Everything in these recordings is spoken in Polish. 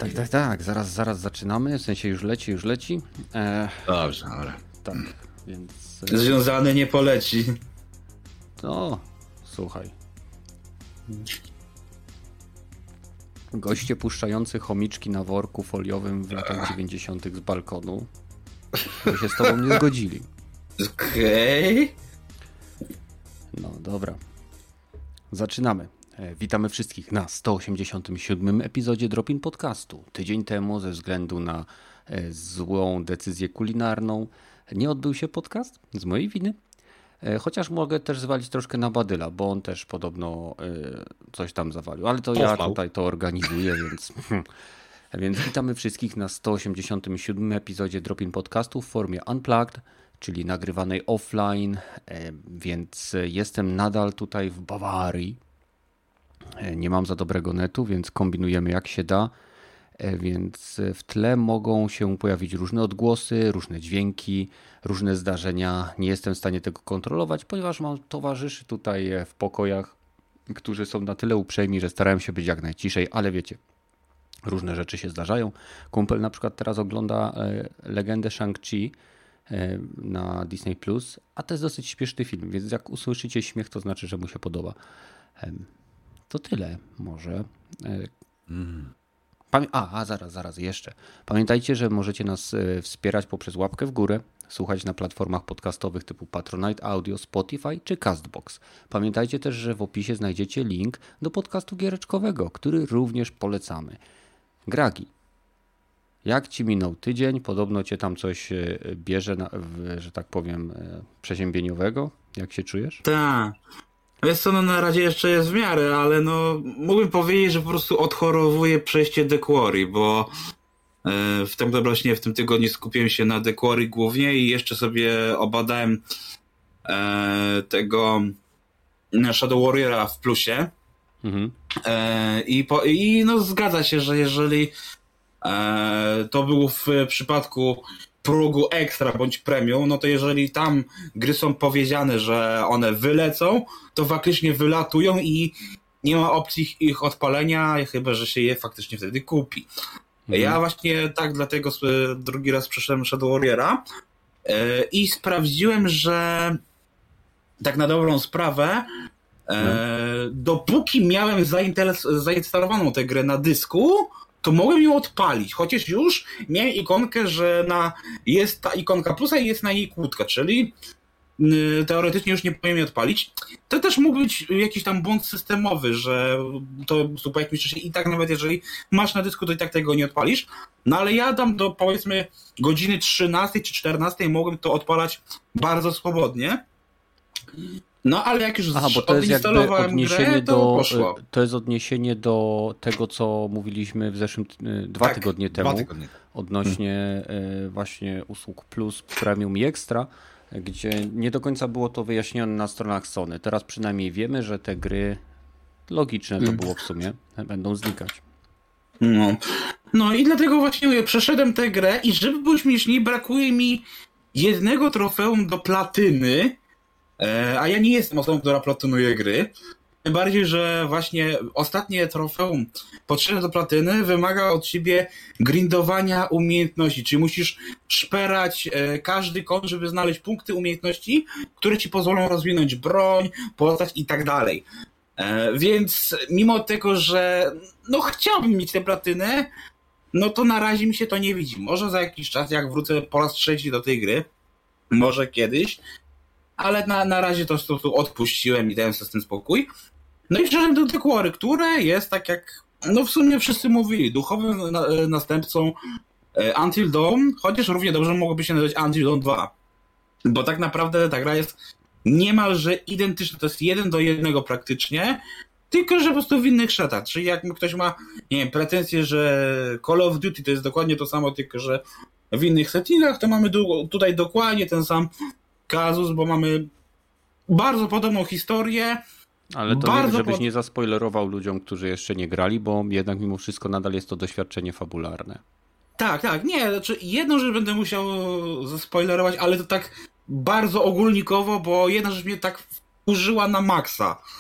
Tak. Zaraz zaczynamy. W sensie już leci. Dobrze, dobra. Tak, więc... Związany nie poleci. No, słuchaj. Goście puszczający chomiczki na worku foliowym w latach 90. z balkonu by się z tobą nie zgodzili. Okej. No, dobra. Zaczynamy. Witamy wszystkich na 187 epizodzie Drop-In Podcastu. Tydzień temu ze względu na złą decyzję kulinarną nie odbył się podcast z mojej winy. Chociaż mogę też zwalić troszkę na Badyla, bo on też podobno coś tam zawalił. Ale to ja tutaj to organizuję, więc... Więc witamy wszystkich na 187 epizodzie Drop-In Podcastu w formie Unplugged, czyli nagrywanej offline, więc jestem nadal tutaj w Bawarii. Nie mam za dobrego netu, więc kombinujemy jak się da, więc w tle mogą się pojawić różne odgłosy, różne dźwięki, różne zdarzenia. Nie jestem w stanie tego kontrolować, ponieważ mam towarzyszy tutaj w pokojach, którzy są na tyle uprzejmi, że starałem się być jak najciszej, ale wiecie, różne rzeczy się zdarzają. Kumpel na przykład teraz ogląda legendę Shang-Chi na Disney+, a to jest dosyć śmieszny film, więc jak usłyszycie śmiech, to znaczy, że mu się podoba. To tyle może. Zaraz jeszcze. Pamiętajcie, że możecie nas wspierać poprzez łapkę w górę, słuchać na platformach podcastowych typu Patronite Audio, Spotify czy Castbox. Pamiętajcie też, że w opisie znajdziecie link do podcastu giereczkowego, który również polecamy. Gragi, jak ci minął tydzień? Podobno cię tam coś bierze, że tak powiem, przeziębieniowego. Jak się czujesz? Tak. Wiesz co, no na razie jeszcze jest w miarę, ale no mógłbym powiedzieć, że po prostu odchorowuję przejście The Quarry, bo w tym tygodniu skupiłem się na The Quarry głównie i jeszcze sobie obadałem tego Shadow Warriora w plusie. Mhm. I no zgadza się, że jeżeli to był w przypadku progu extra bądź premium, no to jeżeli tam gry są powiedziane, że one wylecą, to faktycznie wylatują i nie ma opcji ich odpalenia, chyba że się je faktycznie wtedy kupi. Ja właśnie tak dlatego drugi raz przeszedłem Shadow Warriora i sprawdziłem, że tak na dobrą sprawę dopóki miałem zainstalowaną tę grę na dysku, to mogłem ją odpalić, chociaż już miałem ikonkę, że jest ta ikonka plusa i jest na niej kłódka, czyli teoretycznie już nie powinien jej odpalić. To też mógł być jakiś tam błąd systemowy, że to po jakimś czasie i tak nawet jeżeli masz na dysku, to i tak tego nie odpalisz. No ale ja tam do powiedzmy godziny 13 czy 14 mogłem to odpalać bardzo swobodnie. No ale jak już odinstalowałem grę, to poszło. To jest odniesienie do tego, co mówiliśmy w zeszłym 2 tygodnie temu odnośnie właśnie usług Plus, Premium i Extra, gdzie nie do końca było to wyjaśnione na stronach Sony. Teraz przynajmniej wiemy, że te gry, logiczne to było w sumie, będą znikać. No i dlatego właśnie przeszedłem tę grę i żeby było śmieszniej, brakuje mi jednego trofeum do platyny, a ja nie jestem osobą, która platynuje gry. Tym bardziej, że właśnie ostatnie trofeum potrzebne do platyny wymaga od ciebie grindowania umiejętności, czyli musisz szperać każdy kąt, żeby znaleźć punkty umiejętności, które ci pozwolą rozwinąć broń, postać i tak dalej. Więc mimo tego, że no chciałbym mieć tę platynę, no to na razie mi się to nie widzi. Może za jakiś czas, jak wrócę po raz trzeci do tej gry, może kiedyś, ale na razie to odpuściłem i dałem sobie z tym spokój. No i przeszedłem do The Quarry, które jest tak jak, no w sumie wszyscy mówili, duchowym następcą Until Dawn, chociaż równie dobrze mogłoby się nazywać Until Dawn 2. Bo tak naprawdę ta gra jest niemalże identyczna, to jest 1:1 praktycznie, tylko że po prostu w innych szatach. Czyli jak ktoś ma, nie wiem, pretensje, że Call of Duty to jest dokładnie to samo, tylko że w innych settingach, to mamy tutaj dokładnie ten sam kazus, bo mamy bardzo podobną historię. Ale to żebyś nie zaspoilerował ludziom, którzy jeszcze nie grali, bo jednak mimo wszystko nadal jest to doświadczenie fabularne. Tak, nie, znaczy jedną rzecz będę musiał zaspoilerować, ale to tak bardzo ogólnikowo, bo jedna rzecz mnie tak wkurzyła na maksa.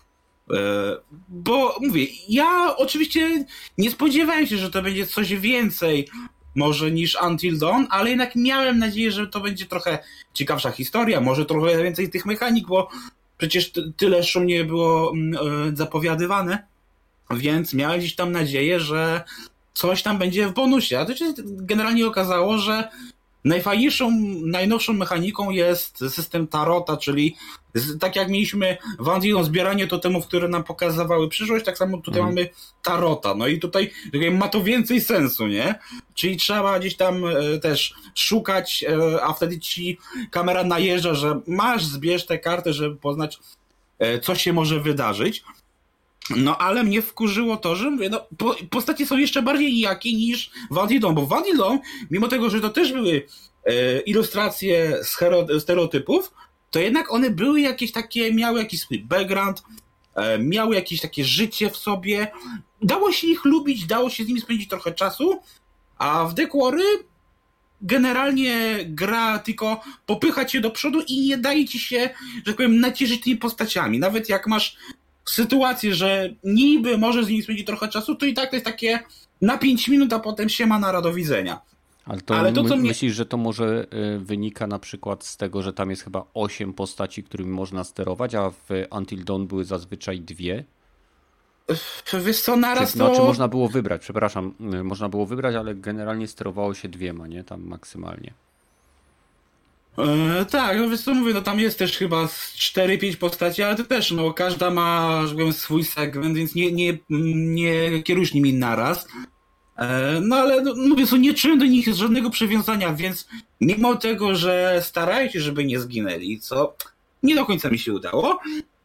Bo mówię, ja oczywiście nie spodziewałem się, że to będzie coś więcej może niż Until Dawn, ale jednak miałem nadzieję, że to będzie trochę ciekawsza historia, może trochę więcej tych mechanik, bo przecież tyle szumnie było zapowiadywane, więc miałem gdzieś tam nadzieję, że coś tam będzie w bonusie. A to się generalnie okazało, że najfajniejszą, najnowszą mechaniką jest system Tarota, czyli tak jak mieliśmy w Until zbieranie totemów, które nam pokazywały przyszłość, tak samo tutaj mamy Tarota. No i tutaj ma to więcej sensu, nie? Czyli trzeba gdzieś tam też szukać, a wtedy ci kamera najeżdża, że zbierz te karty, żeby poznać, co się może wydarzyć. No ale mnie wkurzyło to, że mówię, no, postacie są jeszcze bardziej nijakie niż w Until Dawn, bo w Until Dawn, mimo tego, że to też były ilustracje stereotypów, to jednak one były jakieś takie, miały jakiś swój background, miały jakieś takie życie w sobie, dało się ich lubić, dało się z nimi spędzić trochę czasu, a w The Quarry generalnie gra tylko popycha cię do przodu i nie daje ci się, że tak powiem, nacieszyć tymi postaciami. Nawet jak masz sytuację, że niby możesz z nimi spędzić trochę czasu, to i tak to jest takie na 5 minut, a potem siema, nara, do widzenia. Ale to co myślisz, że to może wynika na przykład z tego, że tam jest chyba 8 postaci, którymi można sterować, a w Until Dawn były zazwyczaj 2? Wiesz co, naraz to... Znaczy można było wybrać, przepraszam, można było wybrać, ale generalnie sterowało się 2, nie? Tam maksymalnie. Tak, no wiesz co mówię, no tam jest też chyba 4-5 postaci, ale to też, no każda ma, że powiem, swój segment, więc nie kierujesz nimi naraz. No ale no, mówię, co nie czułem do nich żadnego przywiązania, więc mimo tego, że starają się, żeby nie zginęli, co nie do końca mi się udało,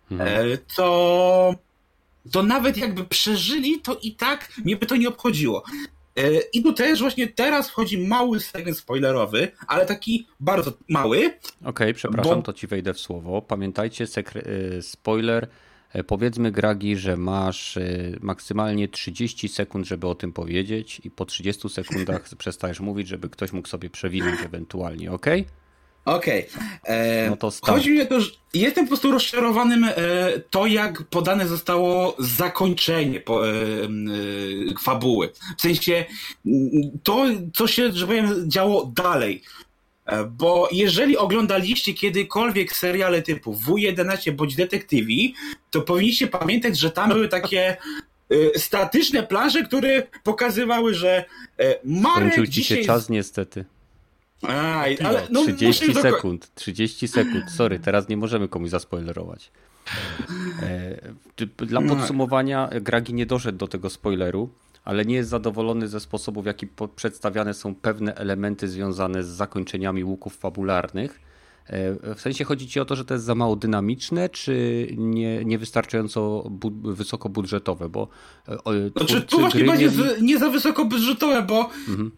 to nawet jakby przeżyli, to i tak mnie by to nie obchodziło. I tu też właśnie teraz wchodzi mały segment spoilerowy, ale taki bardzo mały. Okej, przepraszam, to ci wejdę w słowo. Pamiętajcie, spoiler. Powiedzmy, Gragi, że masz maksymalnie 30 sekund, żeby o tym powiedzieć i po 30 sekundach przestajesz mówić, żeby ktoś mógł sobie przewinąć ewentualnie, okej? Okej. No to start. Chodzi mi o to, że jestem po prostu rozczarowanym to, jak podane zostało zakończenie fabuły. W sensie to, co się, że powiem, działo dalej. Bo jeżeli oglądaliście kiedykolwiek seriale typu W11 bądź Detektywi, to powinniście pamiętać, że tam były takie statyczne plansze, które pokazywały, że Marek Skończył ci dzisiaj... się czas niestety. Ale, no, 30 sekund, 30 sekund. Sorry, teraz nie możemy komuś zaspoilerować. Dla podsumowania, Gragi nie doszedł do tego spoileru, ale nie jest zadowolony ze sposobu, w jaki przedstawiane są pewne elementy związane z zakończeniami łuków fabularnych. W sensie chodzi ci o to, że to jest za mało dynamiczne, czy niewystarczająco wysokobudżetowe, bo znaczy, tu właśnie nie za wysokobudżetowe, bo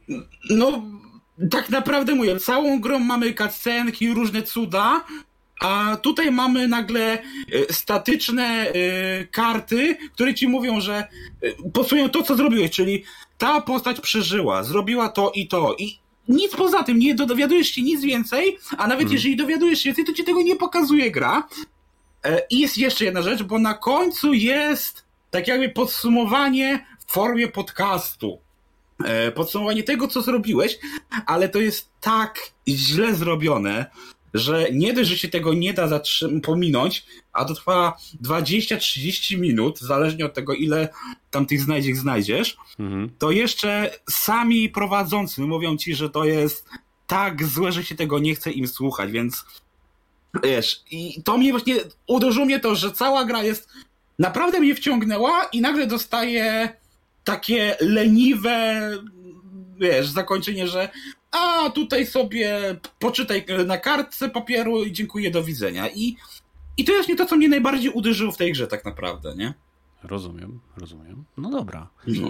no tak naprawdę mówię, całą grą mamy cutscenki i różne cuda, a tutaj mamy nagle statyczne karty, które ci mówią, że posują to, co zrobiłeś, czyli ta postać przeżyła, zrobiła to i nic poza tym, nie dowiadujesz się nic więcej, a nawet jeżeli dowiadujesz się więcej, to ci tego nie pokazuje gra. I jest jeszcze jedna rzecz, bo na końcu jest tak jakby podsumowanie w formie podcastu. Podsumowanie tego, co zrobiłeś, ale to jest tak źle zrobione, że nie dość, że się tego nie da pominąć, a to trwa 20-30 minut, zależnie od tego, ile tam tych znajdziesz, to jeszcze sami prowadzący mówią ci, że to jest tak złe, że się tego nie chce im słuchać, więc wiesz, i to mnie właśnie uderzyło mnie to, że cała gra jest, naprawdę mnie wciągnęła i nagle dostaję takie leniwe, wiesz, zakończenie, że tutaj sobie poczytaj na kartce papieru i dziękuję, do widzenia. I to jest właśnie to, co mnie najbardziej uderzyło w tej grze tak naprawdę, nie? Rozumiem. No dobra.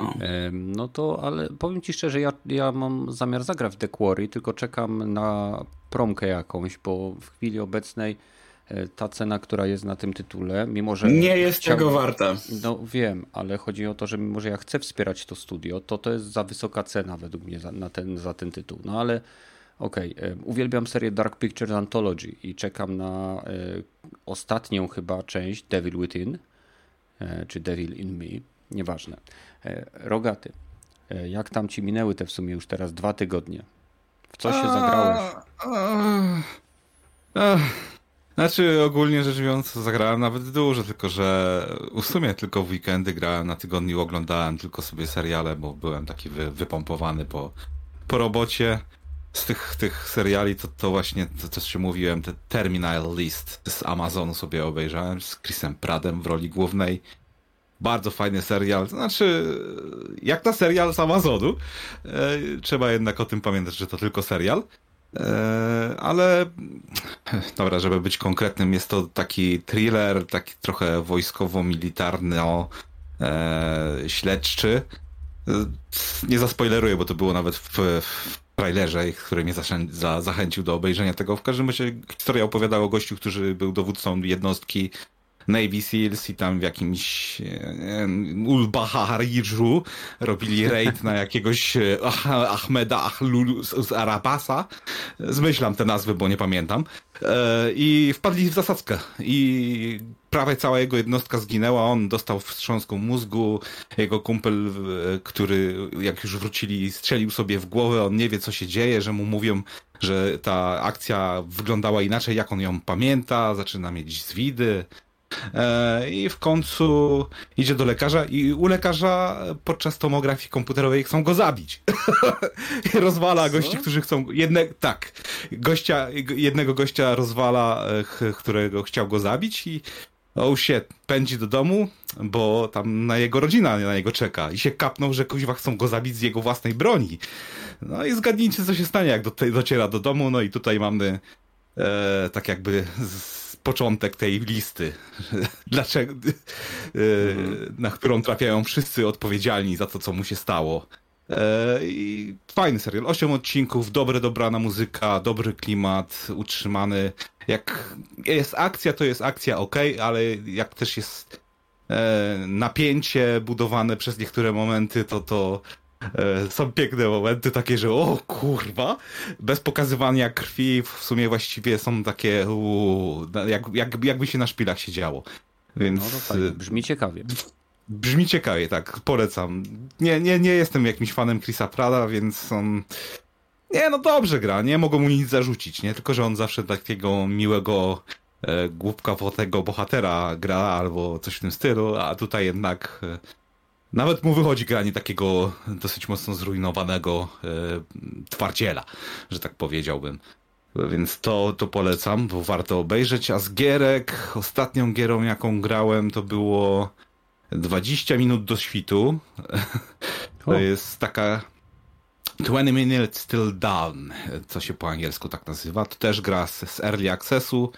No to, ale powiem ci szczerze, ja mam zamiar zagrać w The Quarry, tylko czekam na promkę jakąś, bo w chwili obecnej ta cena, która jest na tym tytule, mimo że... Nie jest tego warta. No wiem, ale chodzi o to, że mimo że ja chcę wspierać to studio, to jest za wysoka cena według mnie za ten tytuł. No ale okej. Uwielbiam serię Dark Pictures Anthology i czekam na ostatnią chyba część Devil Within. czy Devil in Me, nieważne. Rogaty, jak tam ci minęły te w sumie już teraz 2 tygodnie? W co się zagrałeś? Znaczy ogólnie rzecz biorąc zagrałem nawet dużo, tylko że w sumie tylko w weekendy grałem, na tygodniu oglądałem tylko sobie seriale, bo byłem taki wypompowany po robocie. Z tych seriali to właśnie to, co ci mówiłem, te Terminal List z Amazonu sobie obejrzałem z Chrisem Pratt'em w roli głównej. Bardzo fajny serial, to znaczy jak na serial z Amazonu. Trzeba jednak o tym pamiętać, że to tylko serial. Ale dobra, żeby być konkretnym, jest to taki thriller, taki trochę wojskowo-militarno-śledczy. Nie zaspoileruję, bo to było nawet w trailerze, który mnie zachęcił do obejrzenia tego. W każdym razie historia opowiadała o gościu, który był dowódcą jednostki Navy Seals i tam w jakimś Ul-Bahariju robili raid na jakiegoś Ahmeda Ahlulu z Arabasa. Zmyślam te nazwy, bo nie pamiętam. I wpadli w zasadzkę. I prawie cała jego jednostka zginęła. On dostał wstrząską mózgu. Jego kumpel, który jak już wrócili, strzelił sobie w głowę. On nie wie, co się dzieje, że mu mówią, że ta akcja wyglądała inaczej, jak on ją pamięta. Zaczyna mieć zwidy. I w końcu idzie do lekarza i u lekarza podczas tomografii komputerowej chcą go zabić. I rozwala gości, którzy chcą... jednego gościa rozwala, którego chciał go zabić i pędzi do domu, bo tam jego rodzina na niego czeka i się kapnął, że kuźwa chcą go zabić z jego własnej broni. No i zgadnijcie, co się stanie, jak dociera do domu. No i tutaj mamy tak jakby początek tej listy, dlaczego, na którą trafiają wszyscy odpowiedzialni za to, co mu się stało. I fajny serial, 8 odcinków, dobrana muzyka, dobry klimat, utrzymany. Jak jest akcja, to jest akcja ale jak też jest napięcie budowane przez niektóre momenty, to są piękne momenty takie, że o kurwa, bez pokazywania krwi, w sumie właściwie są takie jakby się na szpilach się działo. Więc no to fajnie. Brzmi ciekawie. Brzmi ciekawie, tak, polecam. Nie jestem jakimś fanem Chrisa Pratta, więc on... Nie, no dobrze gra, nie mogą mu nic zarzucić, nie? Tylko że on zawsze takiego miłego, głupkowatego bohatera gra, albo coś w tym stylu, a tutaj jednak... Nawet mu wychodzi granie takiego dosyć mocno zrujnowanego twardziela, że tak powiedziałbym. Więc to polecam, bo warto obejrzeć. A z gierek, ostatnią gierą jaką grałem to było 20 minut do świtu. To jest taka 20 Minutes Till Dawn, co się po angielsku tak nazywa. To też gra z Early Accessu.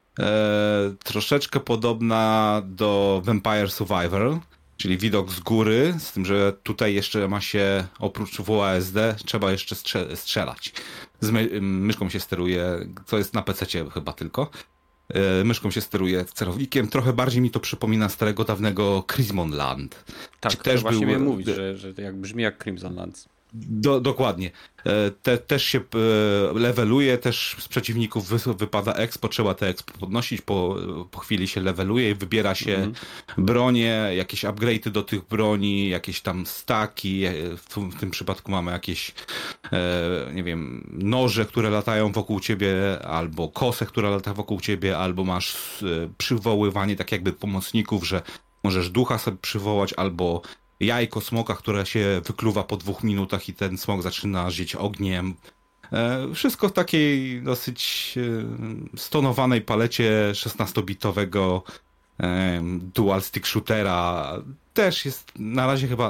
Troszeczkę podobna do Vampire Survivor. Czyli widok z góry, z tym, że tutaj jeszcze ma się, oprócz WASD, trzeba jeszcze strzelać. Myszką się steruje, co jest na PC-cie chyba tylko. Myszką się steruje celownikiem. Trochę bardziej mi to przypomina starego, dawnego Crimson Land. Tak, też właśnie miałem mówić, że to jak brzmi jak Crimson Land. Dokładnie. Też się leveluje, też z przeciwników wypada expo, trzeba te expo podnosić, po chwili się leveluje i wybiera się bronie, jakieś upgrade'y do tych broni, jakieś tam staki, w tym przypadku mamy jakieś nie wiem, noże, które latają wokół ciebie, albo kosę, która lata wokół ciebie, albo masz przywoływanie tak jakby pomocników, że możesz ducha sobie przywołać, albo jajko smoka, które się wykluwa po 2 minutach i ten smok zaczyna żyć ogniem. Wszystko w takiej dosyć stonowanej palecie 16-bitowego dual stick shootera. Też jest na razie chyba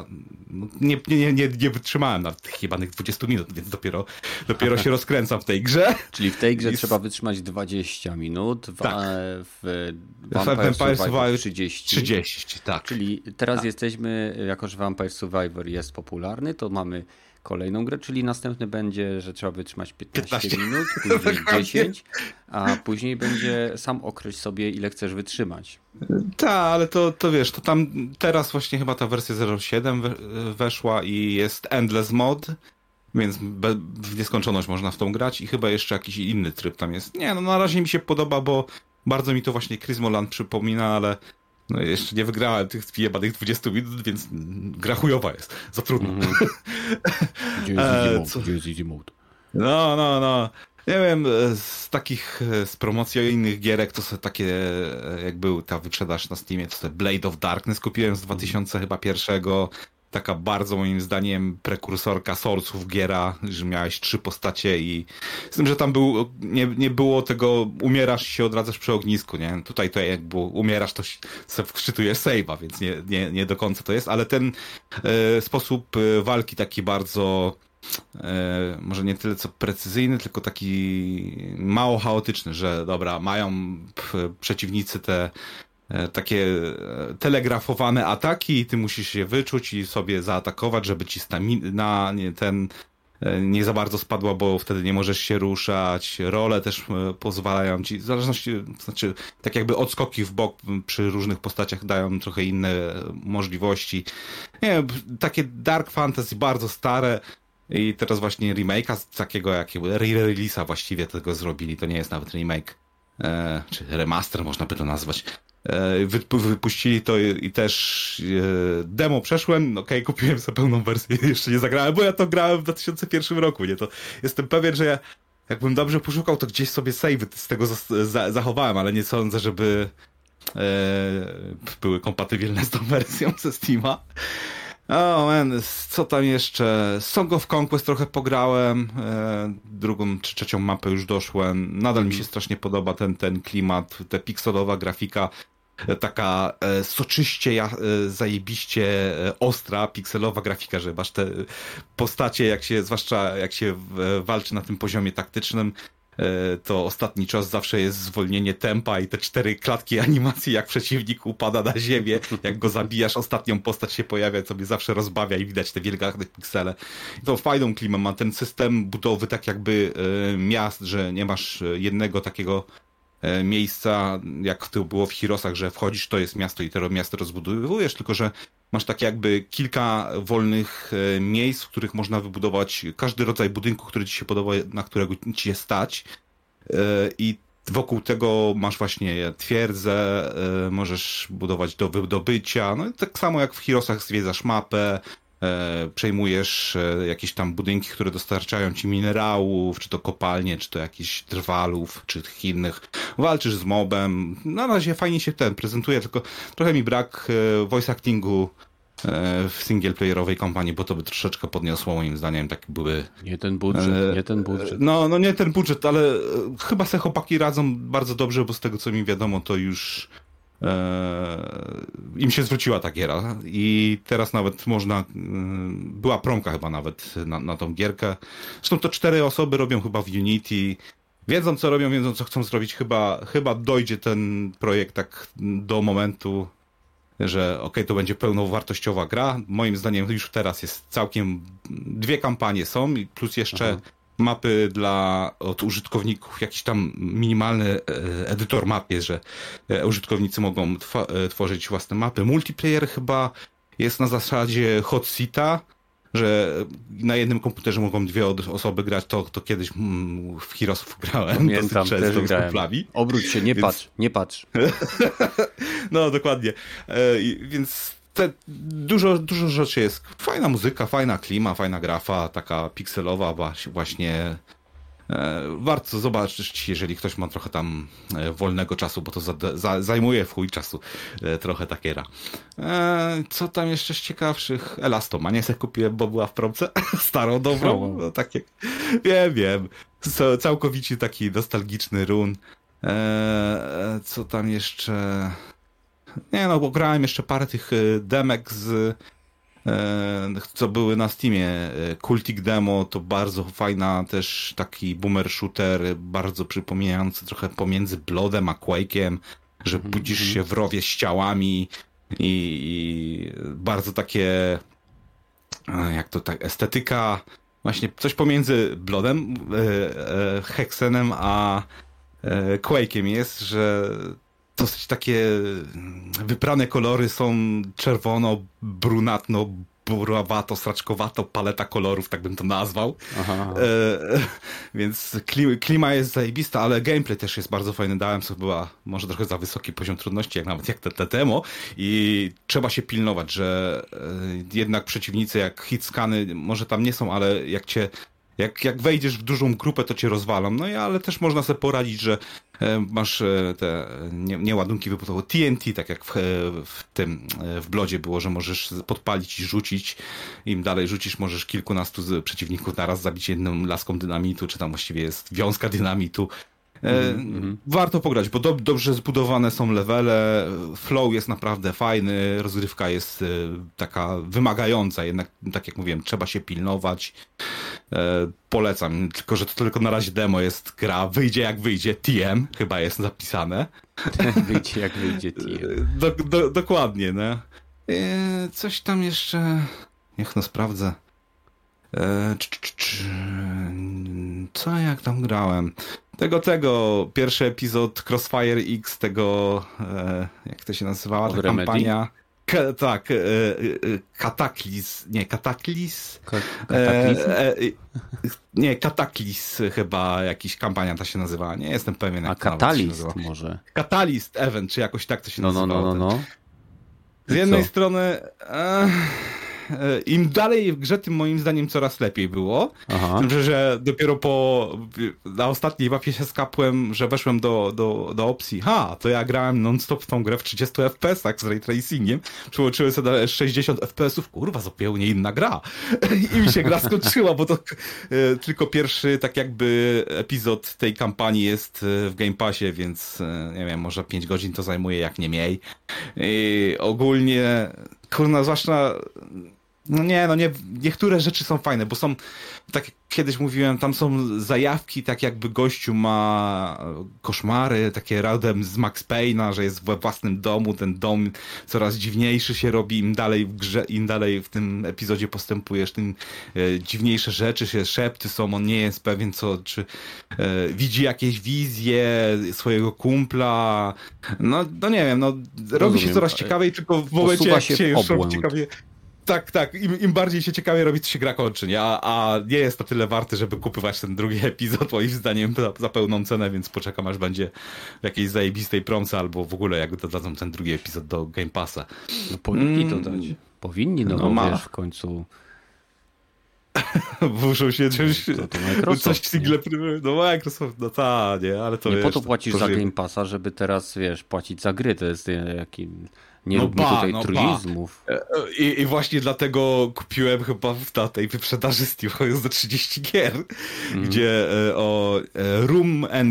nie wytrzymałem na tych jebanych 20 minut, więc dopiero się rozkręcam w tej grze. Czyli w tej grze trzeba wytrzymać 20 minut, w Vampire Survivor 30. 30, tak. Czyli teraz jesteśmy, jako że Vampire Survivor jest popularny, to mamy kolejną grę, czyli następny będzie, że trzeba wytrzymać 15 minut, później 10, a później będzie sam określ sobie, ile chcesz wytrzymać. Tak, ale to wiesz, to tam teraz właśnie chyba ta wersja 0.7 weszła i jest Endless Mode, więc w nieskończoność można w tą grać i chyba jeszcze jakiś inny tryb tam jest. Nie, no na razie mi się podoba, bo bardzo mi to właśnie Crimson Land przypomina, ale No jeszcze nie wygrałem tych jebanych 20 minut, więc gra chujowa jest. Za trudno. Gdzie jest easy mode? No. Nie wiem, z promocji innych gierek, to są takie, jak był ta wyprzedaż na Steamie, to sobie Blade of Darkness kupiłem z 2001. Taka bardzo moim zdaniem prekursorka Soulsów giera, że miałeś 3 postacie i z tym, że tam nie było tego umierasz i się odradzasz przy ognisku, nie? Tutaj to jak było umierasz, to sobie wczytujesz save'a, więc nie do końca to jest, ale ten sposób walki taki bardzo może nie tyle co precyzyjny, tylko taki mało chaotyczny, że dobra, mają przeciwnicy te takie telegrafowane ataki i ty musisz je wyczuć i sobie zaatakować, żeby ci stamina nie za bardzo spadła, bo wtedy nie możesz się ruszać. Role też pozwalają ci, w zależności, znaczy tak jakby odskoki w bok przy różnych postaciach dają trochę inne możliwości. Nie wiem, takie dark fantasy bardzo stare i teraz właśnie remake'a takiego jakiego re-release'a właściwie tego zrobili. To nie jest nawet remake, czy remaster można by to nazwać. Wypuścili to i też demo przeszłem, kupiłem sobie pełną wersję, jeszcze nie zagrałem, bo ja to grałem w 2001 roku, nie? To jestem pewien, że jakbym dobrze poszukał, to gdzieś sobie save z tego zachowałem, ale nie sądzę, żeby były kompatybilne z tą wersją ze Steama. Co tam jeszcze? Song of Conquest trochę pograłem, drugą czy trzecią mapę już doszłem. Nadal mi się strasznie podoba ten klimat, ta pikselowa grafika, taka soczyście, zajebiście ostra, pikselowa grafika, że masz te postacie, zwłaszcza jak się walczy na tym poziomie taktycznym, to ostatni czas zawsze jest zwolnienie tempa i te 4 klatki animacji, jak przeciwnik upada na ziemię, jak go zabijasz, ostatnią postać się pojawia, co mnie zawsze rozbawia i widać te wielgachne piksele. I to fajną klimę ma ten system budowy tak jakby miast, że nie masz jednego takiego miejsca, jak to było w Heroesach, że wchodzisz, to jest miasto i to miasto rozbudowujesz, tylko że masz tak jakby kilka wolnych miejsc, w których można wybudować każdy rodzaj budynku, który ci się podoba, na którego ci jest stać. I wokół tego masz właśnie twierdzę, możesz budować do wydobycia. No i tak samo jak w Heroesach zwiedzasz mapę, przejmujesz jakieś tam budynki, które dostarczają ci minerałów, czy to kopalnie, czy to jakichś drwalów, czy tych innych. Walczysz z mobem. Na razie fajnie się prezentuje, tylko trochę mi brak voice actingu w singleplayerowej kampanii, bo to by troszeczkę podniosło moim zdaniem, tak były... Nie ten budżet. No nie ten budżet, ale chyba se chłopaki radzą bardzo dobrze, bo z tego co mi wiadomo, to już im się zwróciła ta giera i teraz nawet można, była promka chyba nawet na tą gierkę. Zresztą to 4 osoby robią chyba w Unity, wiedzą co robią, wiedzą co chcą zrobić, chyba dojdzie ten projekt tak do momentu, że to będzie pełnowartościowa gra. Moim zdaniem już teraz jest całkiem 2 kampanie są i plus jeszcze mapy od użytkowników, jakiś tam minimalny edytor map jest, że użytkownicy mogą tworzyć własne mapy. Multiplayer chyba jest na zasadzie hot seata, że na jednym komputerze mogą 2 osoby grać, to kiedyś w Heroesów grałem. Pamiętam, dosyć często też grałem. Obróć się, nie patrz. No, dokładnie. Więc dużo rzeczy jest. Fajna muzyka, fajna klima, fajna grafa, taka pikselowa właśnie. Warto zobaczyć, jeżeli ktoś ma trochę tam wolnego czasu, bo to zajmuje w chuj czasu trochę ta giera. Co tam jeszcze z ciekawszych? Elastomanię sobie kupiłem, bo była w promce. Starą, dobrą. No, takie. Wiem. Całkowicie taki nostalgiczny run. Co tam jeszcze? Nie no, bo grałem jeszcze parę tych demek co były na Steamie. Cultic Demo to bardzo fajna, też taki boomer shooter, bardzo przypominający trochę pomiędzy Bloodem a Quake'em, że budzisz się w rowie z ciałami i bardzo takie jak to tak, estetyka właśnie coś pomiędzy Bloodem, Hexenem a Quake'em jest, że dosyć takie wyprane kolory są czerwono, brunatno, burawato, straczkowato, paleta kolorów, tak bym to nazwał. Aha. Więc klima jest zajebista, ale gameplay też jest bardzo fajny. Dałem sobie chyba może trochę za wysoki poziom trudności, jak te demo. I trzeba się pilnować, że jednak przeciwnicy jak hitscany może tam nie są, ale jak wejdziesz w dużą grupę, to cię rozwalą. No i ale też można sobie poradzić, że masz te nie ładunki wybuchowe TNT, tak jak w Blodzie było, że możesz podpalić i rzucić. Im dalej rzucisz, możesz kilkunastu przeciwników naraz zabić jedną laską dynamitu, czy tam właściwie jest wiązka dynamitu. Warto pograć, bo dobrze zbudowane są levele, flow jest naprawdę fajny, rozgrywka jest taka wymagająca, jednak tak jak mówiłem, trzeba się pilnować. Polecam, tylko że to tylko na razie demo jest gra, wyjdzie jak wyjdzie, TM chyba jest zapisane. Wyjdzie jak wyjdzie TM. Dokładnie, no. Coś tam jeszcze, niech no sprawdzę. Co jak tam grałem? Tego, pierwszy epizod Crossfire X, tego, jak to się nazywała, ta kampania? Tak, Kataklis, nie, Kataklis? Nie, Kataklis chyba jakiś kampania ta się nazywała, nie jestem pewien jak to Catalyst może? Catalyst Event, czy jakoś tak to się nazywało. No. Z jednej strony im dalej w grze, tym moim zdaniem coraz lepiej było. Że dopiero na ostatniej mapie się skapłem, że weszłem do opcji. To ja grałem non-stop w tą grę w 30 FPS-ach z ray tracingiem. Przyłączyłem sobie na 60 FPS-ów. Kurwa, zupełnie inna gra. I mi się gra skończyła, bo to tylko pierwszy tak jakby epizod tej kampanii jest w Game Passie, więc nie wiem, może 5 godzin to zajmuje, jak nie mniej. I ogólnie, kurna, zwłaszcza niektóre rzeczy są fajne, bo są, tak jak kiedyś mówiłem, tam są zajawki, tak jakby gościu ma koszmary, takie rodem z Max Payne'a, że jest we własnym domu, ten dom coraz dziwniejszy się robi, im dalej w grze, im dalej w tym epizodzie postępujesz, tym dziwniejsze rzeczy się, szepty są, on nie jest pewien czy widzi jakieś wizje swojego kumpla, no nie wiem, robi się coraz ciekawiej, tylko w momencie jak się już robi ciekawie. Tak, im bardziej się ciekawie robi, to się gra kończy, nie? A nie jest to tyle warty, żeby kupywać ten drugi epizod, moim zdaniem, za pełną cenę, więc poczekam, aż będzie w jakiejś zajebistej promce, albo w ogóle jak dodadzą ten drugi epizod do Game Passa. No powinni to dać. Powinni, wiesz, w końcu... Muszą się czymś... To Microsoft, coś single... No Microsoft, nie, ale to nie wiesz... po to płacisz za Game Passa, żeby teraz, wiesz, płacić za gry, to jest Nie róbmy tutaj truizmów. I właśnie dlatego kupiłem chyba na tej wyprzedaży Steam za 30 gier, gdzie Room and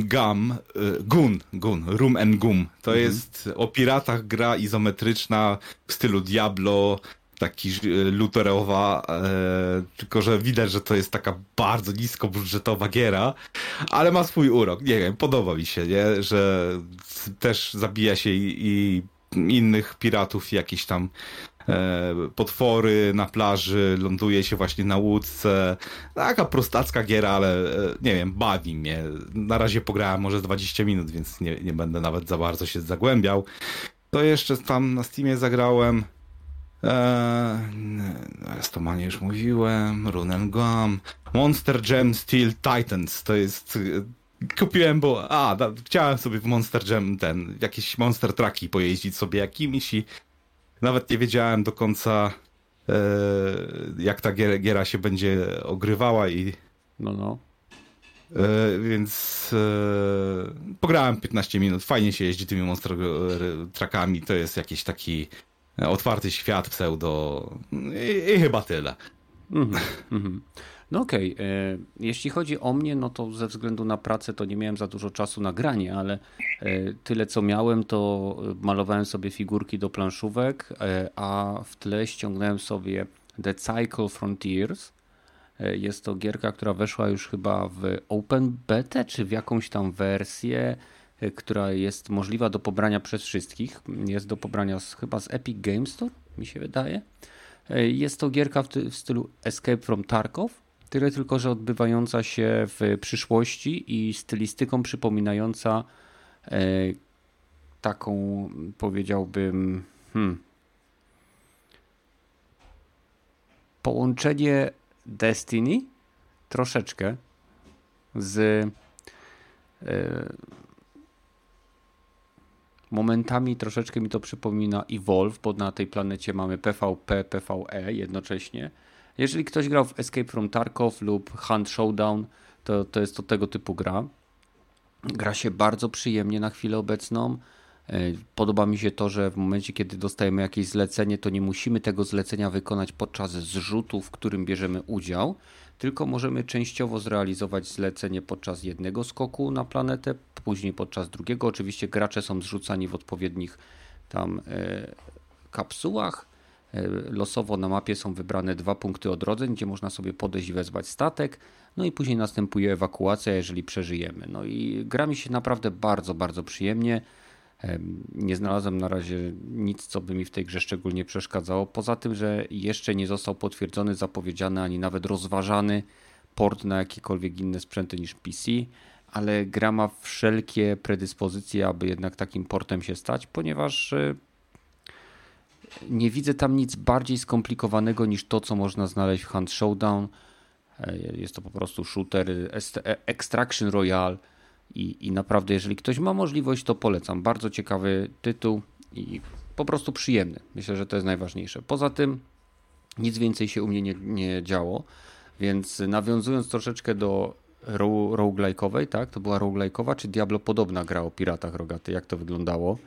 Room and Gum. To jest o piratach gra izometryczna w stylu Diablo, taki luterowa, tylko że widać, że to jest taka bardzo niskobudżetowa giera, ale ma swój urok. Nie wiem, podoba mi się, nie? Że też zabija się i innych piratów, jakieś tam potwory na plaży, ląduje się właśnie na łódce. Taka prostacka giera, ale nie wiem, bawi mnie. Na razie pograłem może 20 minut, więc nie będę nawet za bardzo się zagłębiał. To jeszcze tam na Steamie zagrałem Estomanie już mówiłem, Rune and Gum, Monster Jam Steel Titans, to jest... Kupiłem, bo chciałem sobie w Monster Jam jakieś Monster Trucki pojeździć sobie jakimiś i nawet nie wiedziałem do końca jak ta giera się będzie ogrywała i więc pograłem 15 minut, fajnie się jeździ tymi Monster Truckami, to jest jakiś taki otwarty świat pseudo i chyba tyle. No okej. Jeśli chodzi o mnie, no to ze względu na pracę to nie miałem za dużo czasu na granie, ale tyle co miałem, to malowałem sobie figurki do planszówek, a w tle ściągnąłem sobie The Cycle Frontiers. Jest to gierka, która weszła już chyba w Open Beta, czy w jakąś tam wersję, która jest możliwa do pobrania przez wszystkich. Jest do pobrania chyba z Epic Games Store, mi się wydaje. Jest to gierka w stylu Escape from Tarkov, tyle tylko, że odbywająca się w przyszłości i stylistyką przypominająca taką, powiedziałbym, połączenie Destiny troszeczkę z momentami troszeczkę mi to przypomina Evolve, bo na tej planecie mamy PvP, PvE jednocześnie. Jeżeli ktoś grał w Escape from Tarkov lub Hunt Showdown, to jest to tego typu gra. Gra się bardzo przyjemnie na chwilę obecną. Podoba mi się to, że w momencie, kiedy dostajemy jakieś zlecenie, to nie musimy tego zlecenia wykonać podczas zrzutu, w którym bierzemy udział, tylko możemy częściowo zrealizować zlecenie podczas jednego skoku na planetę, później podczas drugiego. Oczywiście gracze są zrzucani w odpowiednich tam kapsułach. Losowo na mapie są wybrane 2 punkty odrodzeń, gdzie można sobie podejść i wezwać statek. No i później następuje ewakuacja, jeżeli przeżyjemy. No i gra mi się naprawdę bardzo, bardzo przyjemnie. Nie znalazłem na razie nic, co by mi w tej grze szczególnie przeszkadzało. Poza tym, że jeszcze nie został potwierdzony, zapowiedziany, ani nawet rozważany port na jakiekolwiek inne sprzęty niż PC, ale gra ma wszelkie predyspozycje, aby jednak takim portem się stać, ponieważ nie widzę tam nic bardziej skomplikowanego niż to, co można znaleźć w Hunt Showdown. Jest to po prostu shooter, Extraction Royale i naprawdę, jeżeli ktoś ma możliwość, to polecam. Bardzo ciekawy tytuł i po prostu przyjemny. Myślę, że to jest najważniejsze. Poza tym nic więcej się u mnie nie działo, więc nawiązując troszeczkę do roguelike'owej, tak? To była roguelike'owa czy Diablo podobna gra o piratach, Rogaty? Jak to wyglądało?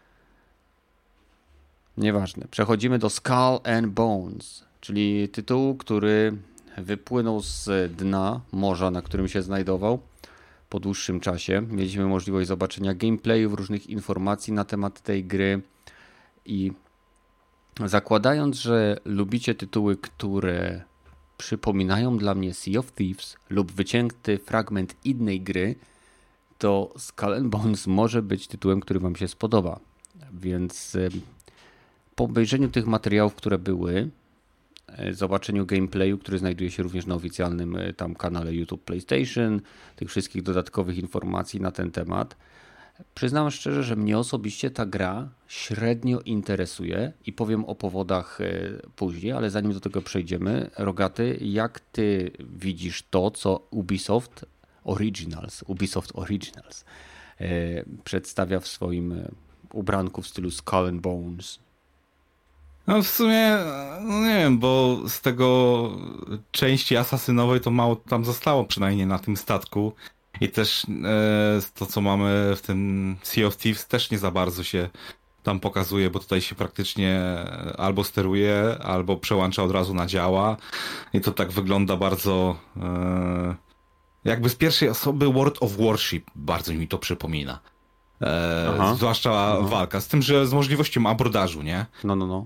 Nieważne. Przechodzimy do Skull and Bones, czyli tytuł, który wypłynął z dna morza, na którym się znajdował po dłuższym czasie. Mieliśmy możliwość zobaczenia gameplayów, różnych informacji na temat tej gry i zakładając, że lubicie tytuły, które przypominają dla mnie Sea of Thieves lub wycięty fragment innej gry, to Skull and Bones może być tytułem, który wam się spodoba. Więc po obejrzeniu tych materiałów, które były, zobaczeniu gameplayu, który znajduje się również na oficjalnym tam kanale YouTube PlayStation, tych wszystkich dodatkowych informacji na ten temat, przyznam szczerze, że mnie osobiście ta gra średnio interesuje i powiem o powodach później, ale zanim do tego przejdziemy, Rogaty, jak ty widzisz to, co Ubisoft Originals przedstawia w swoim ubranku w stylu Skull and Bones? No w sumie, no nie wiem, bo z tego części asasynowej to mało tam zostało, przynajmniej na tym statku. I też to, co mamy w tym Sea of Thieves, też nie za bardzo się tam pokazuje, bo tutaj się praktycznie albo steruje, albo przełącza od razu na działa. I to tak wygląda bardzo jakby z pierwszej osoby World of Warship bardzo mi to przypomina. Zwłaszcza walka, z tym, że z możliwością abordażu, nie? No.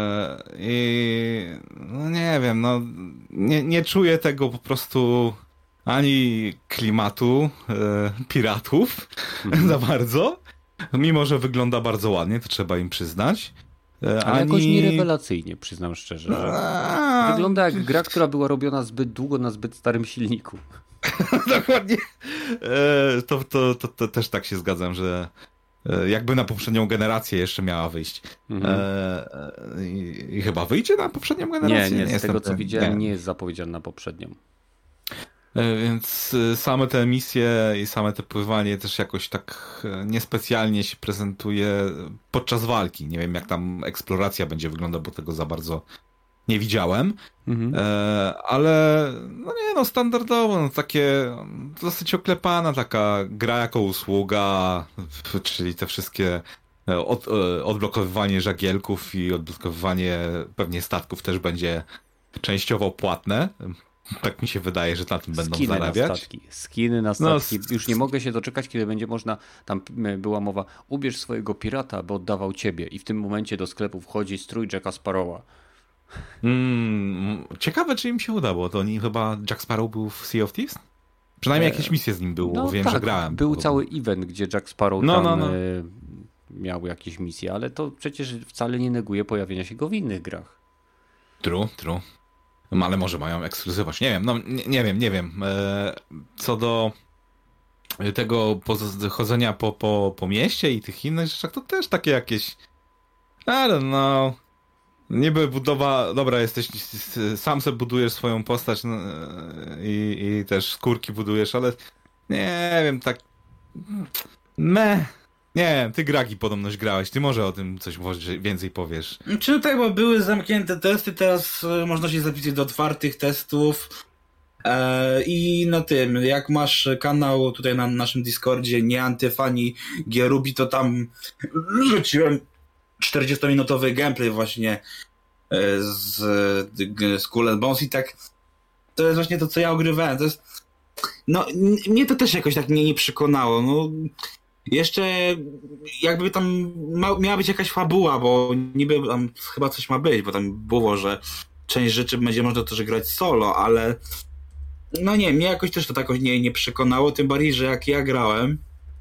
I no nie wiem, no nie czuję tego po prostu ani klimatu piratów za bardzo, mimo że wygląda bardzo ładnie, to trzeba im przyznać. Ale jakoś nierewelacyjnie, przyznam szczerze, że wygląda jak gra, która była robiona zbyt długo na zbyt starym silniku. Dokładnie. To też tak się zgadzam, że jakby na poprzednią generację jeszcze miała wyjść. I chyba wyjdzie na poprzednią generację? Nie, z tego co widziałem, nie jest zapowiedziane na poprzednią. Więc same te misje i same te pływanie też jakoś tak niespecjalnie się prezentuje podczas walki. Nie wiem, jak tam eksploracja będzie wyglądać, bo tego za bardzo nie widziałem. Ale no nie no, standardowo, no, takie dosyć oklepana taka gra jako usługa, czyli te wszystkie odblokowywanie żagielków i odblokowywanie pewnie statków też będzie częściowo płatne. Tak mi się wydaje, że na tym będą zarabiać. Skiny na statki. Już nie mogę się doczekać, kiedy będzie można, tam była mowa, ubierz swojego pirata, by oddawał ciebie. I w tym momencie do sklepu wchodzi strój Jacka Sparrowa. Ciekawe, czy im się uda, bo to chyba Jack Sparrow był w Sea of Thieves? Przynajmniej jakieś misje z nim było, no, wiem, tak, że grałem. Był cały event, gdzie Jack Sparrow miał jakieś misje, ale to przecież wcale nie neguje pojawienia się go w innych grach. True. Ale może mają ekskluzywność. Nie wiem, nie wiem. Co do tego chodzenia po mieście i tych innych rzeczach, to też takie jakieś I don't know. Niby budowa, dobra, sam sobie budujesz swoją postać i też skórki budujesz, ale nie wiem, tak nie wiem, ty Gragi podobność grałeś, ty może o tym coś więcej powiesz. Czy no tak, bo były zamknięte testy, teraz można się zapisać do otwartych testów. I na tym, jak masz kanał tutaj na naszym Discordzie, nie Antyfani Gierubi, to tam rzuciłem 40-minutowy gameplay właśnie z Skull and Bones i tak to jest właśnie to, co ja ogrywałem. To jest, no, mnie to też jakoś tak nie przekonało. No, jeszcze jakby tam miała być jakaś fabuła, bo niby tam chyba coś ma być, bo tam było, że część rzeczy będzie można też grać solo, ale no nie, mnie jakoś też to tak nie przekonało, tym bardziej, że jak ja grałem,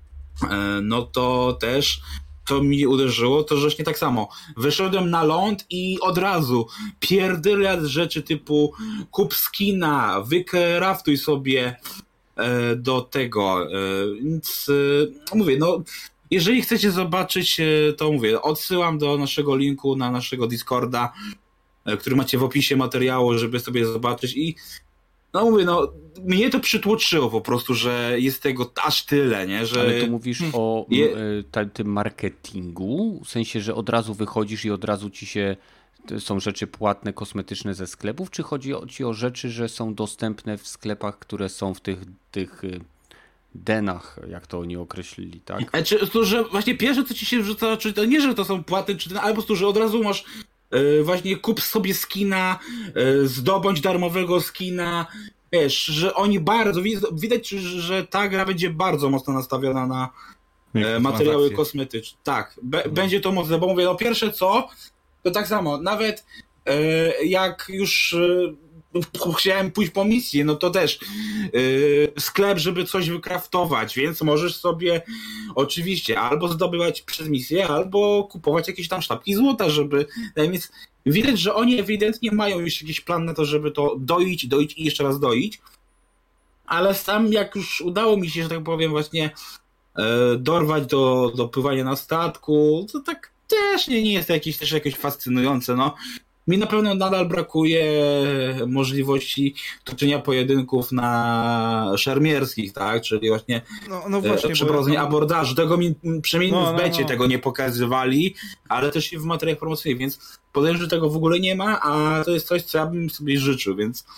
no to też to mi uderzyło, to że nie tak samo. Wyszedłem na ląd i od razu pierdyle rzeczy typu kup skina, wykraftuj sobie do tego. Więc mówię, no jeżeli chcecie zobaczyć, to mówię, odsyłam do naszego linku na naszego Discorda, który macie w opisie materiału, żeby sobie zobaczyć i no mówię, no mnie to przytłoczyło po prostu, że jest tego aż tyle, nie? Że... Ale tu mówisz o tym marketingu, w sensie, że od razu wychodzisz i od razu ci się są rzeczy płatne, kosmetyczne ze sklepów, czy chodzi ci o rzeczy, że są dostępne w sklepach, które są w tych denach, jak to oni określili, tak? Czy to, że właśnie pierwsze, co ci się wrzuca, czy to nie, że to są płatne, czy ale po prostu, że od razu masz właśnie kup sobie skina, zdobądź darmowego skina, wiesz, że oni bardzo, widać, że ta gra będzie bardzo mocno nastawiona na materiały kosmetyczne. Tak, będzie to mocne, bo mówię, no pierwsze co, to tak samo, nawet jak już chciałem pójść po misję, no to też sklep, żeby coś wykraftować, więc możesz sobie oczywiście albo zdobywać przez misję, albo kupować jakieś tam sztabki złota, żeby... Więc widać, że oni ewidentnie mają już jakiś plan na to, żeby to doić i jeszcze raz doić, ale sam jak już udało mi się, że tak powiem, właśnie dorwać do pływania na statku, to tak też nie jest to jakieś fascynujące, no. Mi na pewno nadal brakuje możliwości toczenia pojedynków na szermierskich, tak? Czyli właśnie, właśnie przeprowadzenie abordażu. Tego mi przynajmniej w becie tego nie pokazywali, ale też i w materiałach promocyjnych, więc podejrzewam, że tego w ogóle nie ma, a to jest coś, co ja bym sobie życzył, więc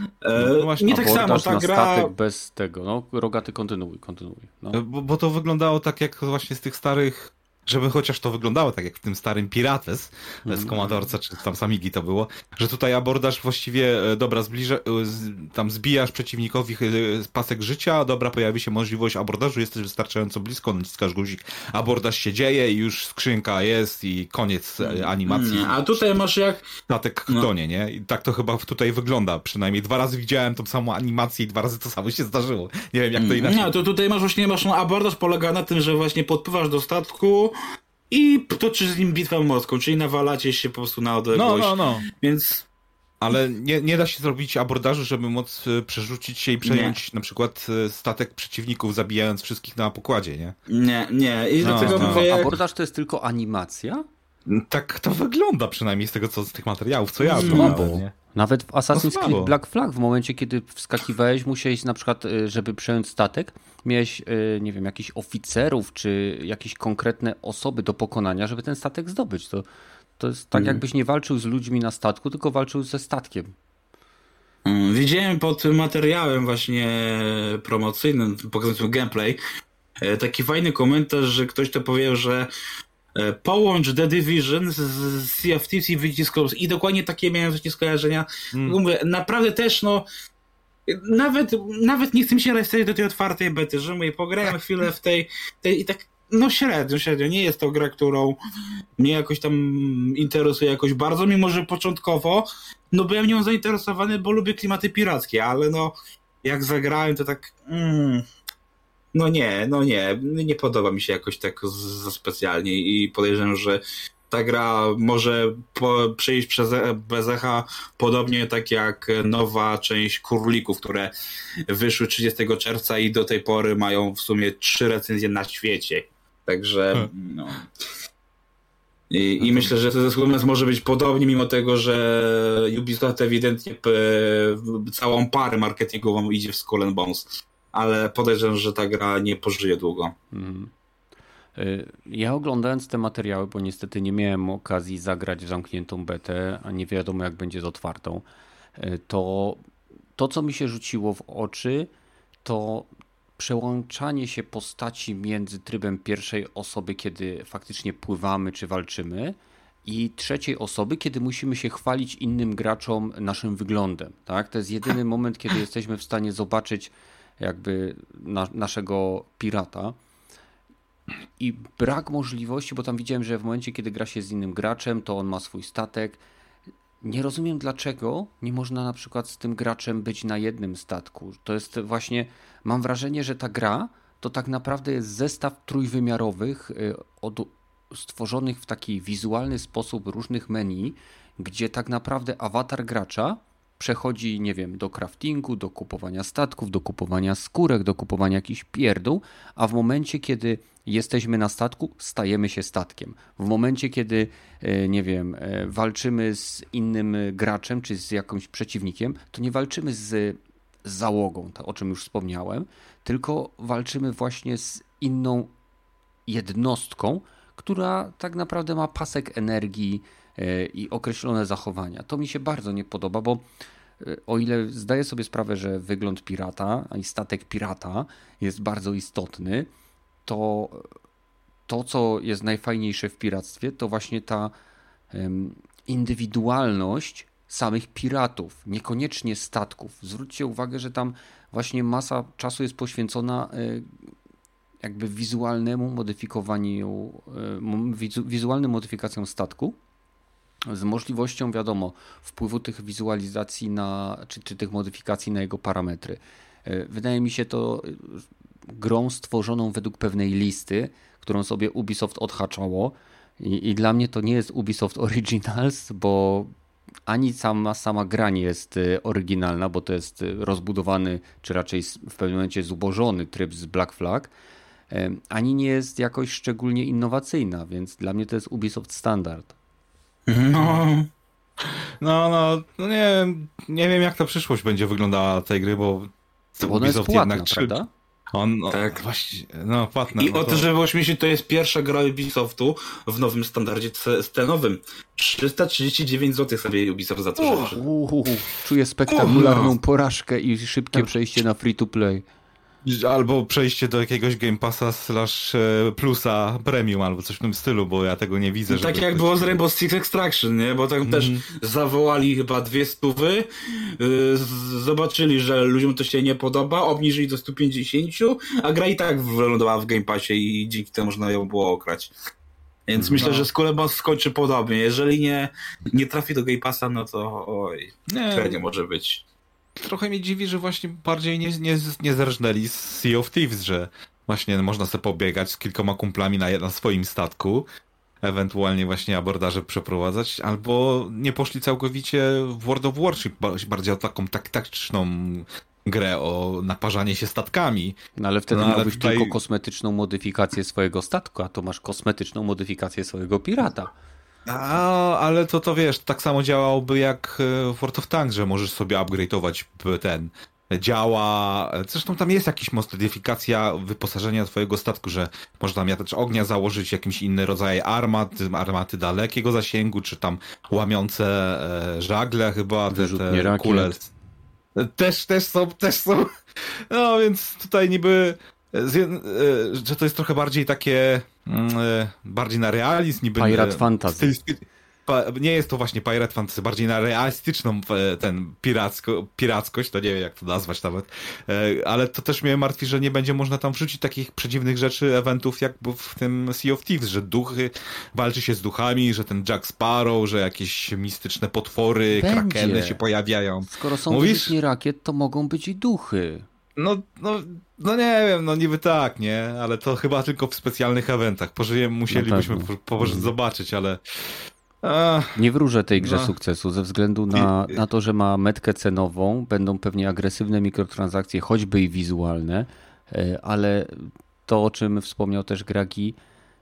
nie tak samo ta gra... statek bez tego, no Rogaty, kontynuuj. No. Bo to wyglądało tak jak właśnie z tych starych... Żeby chociaż to wyglądało tak jak w tym starym Pirates z Commodorca, czy tam z Amigi to było, że tutaj abordaż właściwie, dobra, tam zbijasz przeciwnikowi pasek życia, dobra, pojawi się możliwość abordażu, jesteś wystarczająco blisko, naciskasz guzik, abordaż się dzieje i już skrzynka jest i koniec animacji. A tutaj masz jak... Statek tonie, nie? I tak to chyba tutaj wygląda, przynajmniej 2 razy widziałem tą samą animację i 2 razy to samo się zdarzyło. Nie wiem, jak to inaczej. Nie, to tutaj masz abordaż polega na tym, że właśnie podpływasz do statku i toczysz z nim bitwę morską, czyli nawalacie się po prostu na odległość. No. Więc... Ale nie da się zrobić abordażu, żeby móc przerzucić się i przejąć na przykład statek przeciwników, zabijając wszystkich na pokładzie, nie? Nie. I dlatego mówię... Abordaż to jest tylko animacja? Tak to wygląda przynajmniej z tego, co z tych materiałów, co ja oglądałem, nie? Nawet w Assassin's Creed Black Flag w momencie, kiedy wskakiwałeś, musiałeś na przykład, żeby przejąć statek, miałeś, nie wiem, jakichś oficerów, czy jakieś konkretne osoby do pokonania, żeby ten statek zdobyć. To jest tak, jakbyś nie walczył z ludźmi na statku, tylko walczył ze statkiem. Widziałem pod materiałem właśnie promocyjnym, pokazującym gameplay, taki fajny komentarz, że ktoś to powiedział, że połącz The Division z Sea of Thieves i wyjdzie z Close. I dokładnie takie miałem właśnie skojarzenia. Mówię, naprawdę też, no nawet nie chcę mi się rejestrować do tej otwartej bety, że mówię, pograłem chwilę w tej i tak, no średnio. Nie jest to gra, którą mnie jakoś tam interesuje jakoś bardzo, mimo że początkowo, no byłem nią zainteresowany, bo lubię klimaty pirackie, ale no jak zagrałem, to tak... No nie podoba mi się jakoś tak za specjalnie i podejrzewam, że ta gra może przejść bez echa podobnie tak jak nowa część Królików, które wyszły 30 czerwca i do tej pory mają w sumie 3 recenzje na świecie. Także no. I myślę, że ze Skullbones może być podobnie, mimo tego, że Ubisoft ewidentnie całą parę marketingową idzie w Skull and Bones. Ale podejrzewam, że ta gra nie pożyje długo. Ja oglądając te materiały, bo niestety nie miałem okazji zagrać w zamkniętą betę, a nie wiadomo jak będzie z otwartą, to co mi się rzuciło w oczy, to przełączanie się postaci między trybem pierwszej osoby, kiedy faktycznie pływamy czy walczymy, i trzeciej osoby, kiedy musimy się chwalić innym graczom naszym wyglądem. Tak? To jest jedyny moment, kiedy jesteśmy w stanie zobaczyć jakby naszego pirata. I brak możliwości, bo tam widziałem, że w momencie, kiedy gra się z innym graczem, to on ma swój statek. Nie rozumiem, dlaczego nie można na przykład z tym graczem być na jednym statku. To jest właśnie, mam wrażenie, że ta gra to tak naprawdę jest zestaw trójwymiarowych, stworzonych w taki wizualny sposób różnych menu, gdzie tak naprawdę awatar gracza przechodzi, nie wiem, do craftingu, do kupowania statków, do kupowania skórek, do kupowania jakichś pierdół, a w momencie, kiedy jesteśmy na statku, stajemy się statkiem. W momencie, kiedy, nie wiem, walczymy z innym graczem, czy z jakimś przeciwnikiem, to nie walczymy z załogą, o czym już wspomniałem, tylko walczymy właśnie z inną jednostką, która tak naprawdę ma pasek energii i określone zachowania. To mi się bardzo nie podoba, bo o ile zdaję sobie sprawę, że wygląd pirata i statek pirata jest bardzo istotny, to co jest najfajniejsze w piractwie, to właśnie ta indywidualność samych piratów, niekoniecznie statków. Zwróćcie uwagę, że tam właśnie masa czasu jest poświęcona jakby wizualnym modyfikacjom statku, z możliwością, wiadomo, wpływu tych wizualizacji czy tych modyfikacji na jego parametry. Wydaje mi się to grą stworzoną według pewnej listy, którą sobie Ubisoft odhaczało i dla mnie to nie jest Ubisoft Originals, bo ani sama gra nie jest oryginalna, bo to jest rozbudowany, czy raczej w pewnym momencie zubożony tryb z Black Flag, ani nie jest jakoś szczególnie innowacyjna, więc dla mnie to jest Ubisoft standard. No, nie wiem jak ta przyszłość będzie wyglądała tej gry, bo ona jest płatna, prawda? Tak. Właśnie, no płatna. I o to, żeby ośmieszyć, to jest pierwsza gra Ubisoftu w nowym standardzie cenowym. 339 zł sobie Ubisoft za to rzeczy. Czuję spektakularną porażkę i szybkie przejście na free to play. Albo przejście do jakiegoś Game Passa / Plusa Premium, albo coś w tym stylu, bo ja tego nie widzę. Tak jak było z Rainbow Six Extraction, nie? Bo tam też zawołali chyba 200, zobaczyli, że ludziom to się nie podoba, obniżyli do 150, a gra i tak wylądowała w Game Passie i dzięki temu można ją było okrać. Więc myślę, że Skull and Bones skończy podobnie. Jeżeli nie trafi do Game Passa, no to nie może być. Trochę mnie dziwi, że właśnie bardziej nie zerżnęli z Sea of Thieves, że właśnie można sobie pobiegać z kilkoma kumplami na swoim statku, ewentualnie właśnie abordaże przeprowadzać, albo nie poszli całkowicie w World of Warship, bardziej o taką taktyczną grę, o naparzanie się statkami. No ale wtedy miałbyś tylko kosmetyczną modyfikację swojego statku, a to masz kosmetyczną modyfikację swojego pirata. Ale to wiesz, tak samo działałoby jak w World of Tanks, że możesz sobie upgrade'ować działa. Zresztą tam jest jakaś modyfikacja wyposażenia twojego statku, że można tam miatacz ognia założyć, jakimś inny rodzaj armaty dalekiego zasięgu, czy tam łamiące żagle chyba, te kule. Też są. No więc tutaj niby że to jest trochę bardziej takie bardziej na realizm niby Pirate Fantasy. Nie jest to właśnie Pirate Fantasy, bardziej na realistyczną pirackość, to nie wiem jak to nazwać nawet, ale to też mnie martwi, że nie będzie można tam wrzucić takich przedziwnych rzeczy, eventów jak w tym Sea of Thieves, że walczy się z duchami, że ten Jack Sparrow, że jakieś mistyczne potwory, krakeny się pojawiają. Skoro są wyrzutnie rakiet, to mogą być i duchy. No nie wiem, no niby tak, nie? Ale to chyba tylko w specjalnych eventach. Musielibyśmy zobaczyć, ale... Nie wróżę tej grze sukcesu ze względu na to, że ma metkę cenową, będą pewnie agresywne mikrotransakcje, choćby i wizualne, ale to, o czym wspomniał też Gragi,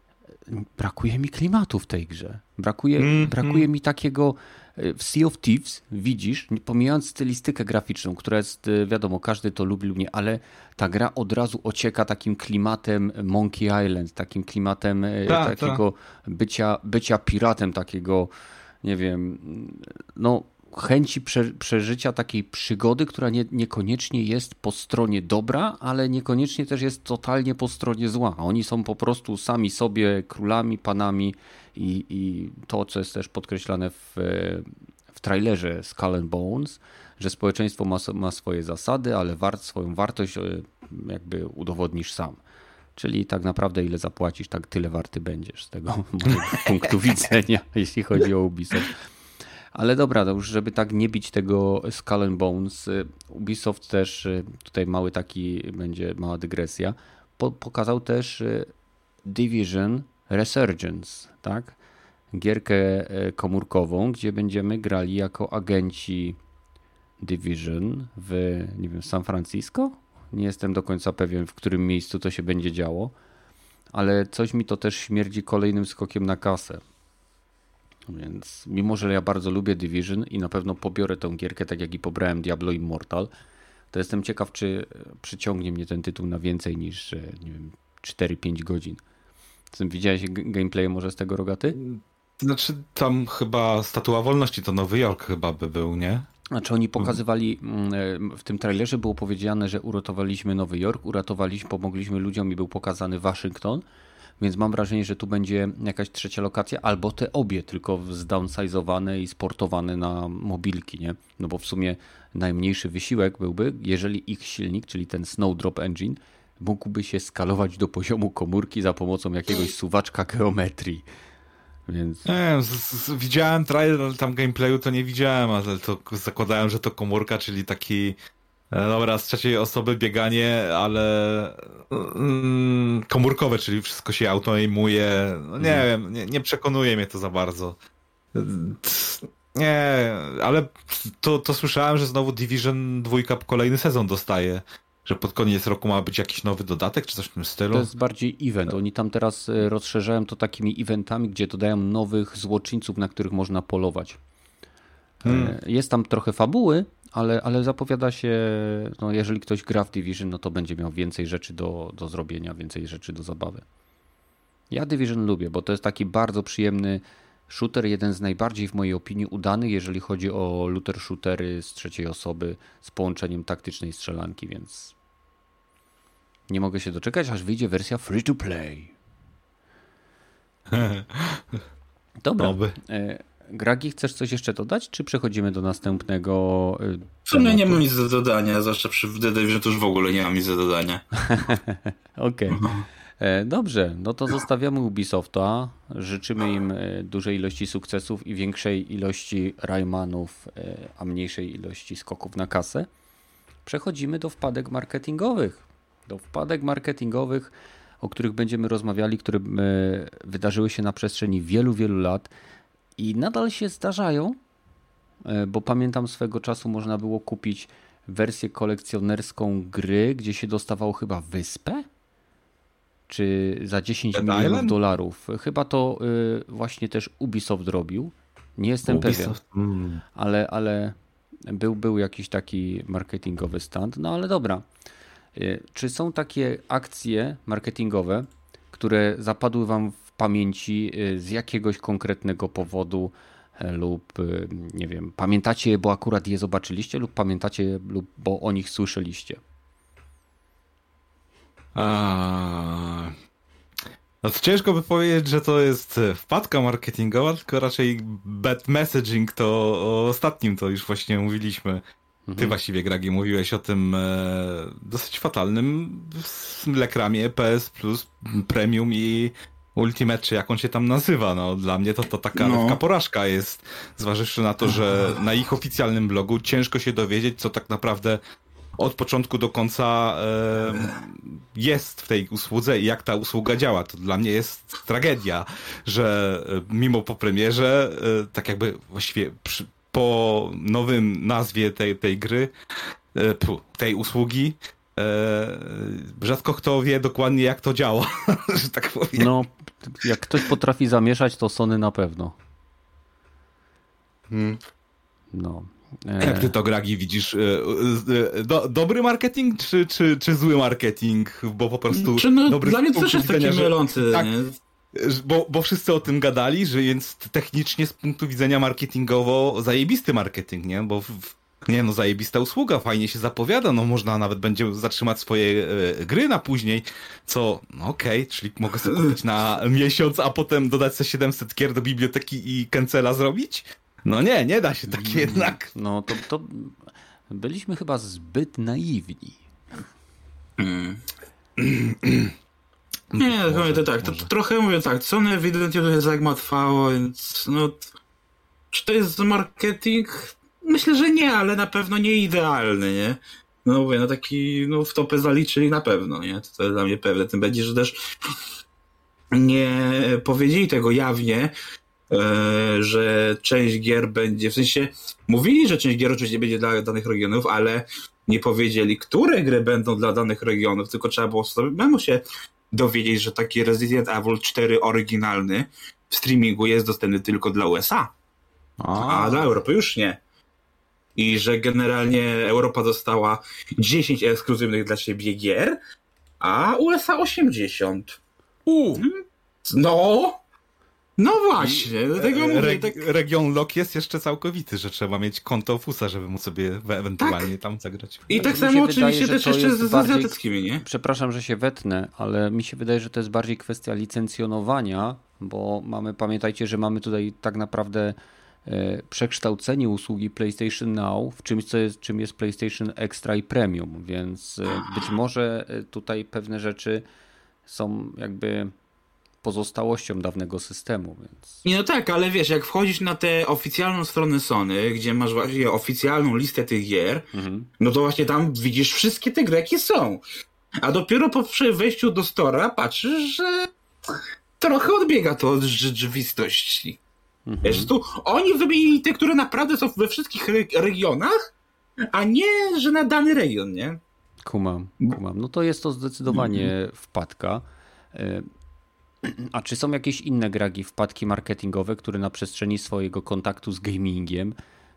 brakuje mi klimatu w tej grze. Brakuje mi takiego... W Sea of Thieves widzisz, pomijając stylistykę graficzną, która jest, wiadomo, każdy to lubi lub nie, ale ta gra od razu ocieka takim klimatem Monkey Island, takim klimatem takiego bycia piratem, takiego, nie wiem, no chęci przeżycia takiej przygody, która niekoniecznie jest po stronie dobra, ale niekoniecznie też jest totalnie po stronie zła. Oni są po prostu sami sobie królami, panami i to, co jest też podkreślane w trailerze Skull and Bones, że społeczeństwo ma swoje zasady, ale swoją wartość jakby udowodnisz sam. Czyli tak naprawdę ile zapłacisz, tak tyle warty będziesz z tego mojego punktu widzenia, jeśli chodzi o Ubisoft. Ale dobra, to już żeby tak nie bić tego Skull and Bones, Ubisoft też, tutaj będzie mała dygresja, pokazał też Division Resurgence, tak? Gierkę komórkową, gdzie będziemy grali jako agenci Division w, nie wiem, San Francisco? Nie jestem do końca pewien, w którym miejscu to się będzie działo, ale coś mi to też śmierdzi kolejnym skokiem na kasę. Więc mimo, że ja bardzo lubię Division i na pewno pobiorę tą gierkę, tak jak i pobrałem Diablo Immortal, to jestem ciekaw, czy przyciągnie mnie ten tytuł na więcej niż, nie wiem, 4-5 godzin. Widziałeś gameplay może z tego, Rogaty? Znaczy tam chyba Statua Wolności to Nowy Jork chyba by był, nie? Znaczy oni pokazywali, w tym trailerze było powiedziane, że uratowaliśmy Nowy Jork, pomogliśmy ludziom i był pokazany Waszyngton, więc mam wrażenie, że tu będzie jakaś trzecia lokacja, albo te obie, tylko zdownsizowane i sportowane na mobilki, nie? No bo w sumie najmniejszy wysiłek byłby, jeżeli ich silnik, czyli ten Snowdrop Engine, mógłby się skalować do poziomu komórki za pomocą jakiegoś suwaczka geometrii. Więc... Nie, widziałem trailer, ale tam gameplayu to nie widziałem, ale to zakładałem, że to komórka, czyli taki dobra, z trzeciej osoby bieganie, ale komórkowe, czyli wszystko się autoaimuje. No nie wiem, nie przekonuje mnie to za bardzo. Nie, ale to słyszałem, że znowu Division 2 kolejny sezon dostaje. Że pod koniec roku ma być jakiś nowy dodatek, czy coś w tym stylu? To jest bardziej event. Oni tam teraz rozszerzają to takimi eventami, gdzie dodają nowych złoczyńców, na których można polować. Jest tam trochę fabuły, ale zapowiada się, no jeżeli ktoś gra w Division, no to będzie miał więcej rzeczy do zrobienia, więcej rzeczy do zabawy. Ja Division lubię, bo to jest taki bardzo przyjemny shooter, jeden z najbardziej w mojej opinii udanych, jeżeli chodzi o looter shootery z trzeciej osoby z połączeniem taktycznej strzelanki, więc nie mogę się doczekać, aż wyjdzie wersja free to play. Dobra. Gragi, chcesz coś jeszcze dodać, czy przechodzimy do następnego W sumie nie mam nic do dodania, zwłaszcza przy The Division to już w ogóle nie mam nic do dodania. Okej. Dobrze, no to zostawiamy Ubisofta, życzymy im dużej ilości sukcesów i większej ilości Raymanów, a mniejszej ilości skoków na kasę. Przechodzimy do wpadek marketingowych. O których będziemy rozmawiali, które wydarzyły się na przestrzeni wielu, wielu lat i nadal się zdarzają, bo pamiętam swego czasu można było kupić wersję kolekcjonerską gry, gdzie się dostawało chyba wyspę? Czy za 10 milionów dolarów. Chyba to właśnie też Ubisoft robił. Nie jestem pewien. Ale był jakiś taki marketingowy stand. No ale dobra. Czy są takie akcje marketingowe, które zapadły wam w pamięci z jakiegoś konkretnego powodu lub nie wiem, pamiętacie je, bo akurat je zobaczyliście lub pamiętacie, lub bo o nich słyszeliście? No to ciężko by powiedzieć, że to jest wpadka marketingowa, tylko raczej bad messaging, to o ostatnim to już właśnie mówiliśmy. Ty właściwie, Gragi, mówiłeś o tym dosyć fatalnym reklamie PS Plus Premium i Ultimate, czy jak on się tam nazywa. No, dla mnie to taka lekka porażka jest, zważywszy na to, że na ich oficjalnym blogu ciężko się dowiedzieć, co tak naprawdę od początku do końca jest w tej usłudze i jak ta usługa działa. To dla mnie jest tragedia, że mimo po premierze, tak jakby właściwie po nowym nazwie tej gry, tej usługi, rzadko kto wie dokładnie jak to działa, że tak powiem. No, Jak ktoś potrafi zamieszać, to Sony na pewno. No. Jak ty to, Gragi, widzisz? Dobry marketing czy zły marketing? Bo po prostu dobry dla mnie to też jest takie mylące. Tak, bo wszyscy o tym gadali, że jest technicznie z punktu widzenia marketingowo zajebisty marketing, nie? Bo nie no, zajebista usługa, fajnie się zapowiada, no można nawet będzie zatrzymać swoje gry na później, co, no okej, czyli mogę sobie kupić na miesiąc, a potem dodać sobie 700 gier do biblioteki i cancela zrobić? No nie da się tak jednak. No to byliśmy chyba zbyt naiwni. Nie, to tak, to trochę mówię tak, Sony ewidentnie to jest zagmatwało, więc no, czy to jest marketing? Myślę, że nie, ale na pewno nie idealny, nie? No mówię, no taki, no w topę zaliczyli na pewno, nie? To jest dla mnie pewne, tym bardziej, że też nie powiedzieli tego jawnie, że część gier będzie, w sensie mówili, że część gier oczywiście będzie dla danych regionów, ale nie powiedzieli, które gry będą dla danych regionów, tylko trzeba było samemu się dowiedzieć, że taki Resident Evil 4 oryginalny w streamingu jest dostępny tylko dla USA, a dla Europy już nie. I że generalnie Europa dostała 10 ekskluzywnych dla siebie gier, a USA 80. No właśnie, dlatego mówię. Region lock jest jeszcze całkowity, że trzeba mieć konto FUSA, żeby móc sobie ewentualnie tam zagrać. I tak samo oczywiście też jeszcze z azjatyckimi, nie? Przepraszam, że się wetnę, ale mi się wydaje, że to jest bardziej kwestia licencjonowania, bo pamiętajcie, że mamy tutaj tak naprawdę przekształcenie usługi PlayStation Now w czymś, czym jest PlayStation Extra i Premium, więc być może tutaj pewne rzeczy są jakby pozostałością dawnego systemu, więc... No tak, ale wiesz, jak wchodzisz na tę oficjalną stronę Sony, gdzie masz właśnie oficjalną listę tych gier, no to właśnie tam widzisz wszystkie te gry, jakie są. A dopiero po wejściu do Store'a patrzysz, że trochę odbiega to od rzeczywistości. Wiesz, tu oni zrobili te, które naprawdę są we wszystkich regionach, a nie, że na dany region, nie? Kumam. No to jest to zdecydowanie wpadka. A czy są jakieś inne gragi, wpadki marketingowe, które na przestrzeni swojego kontaktu z gamingiem,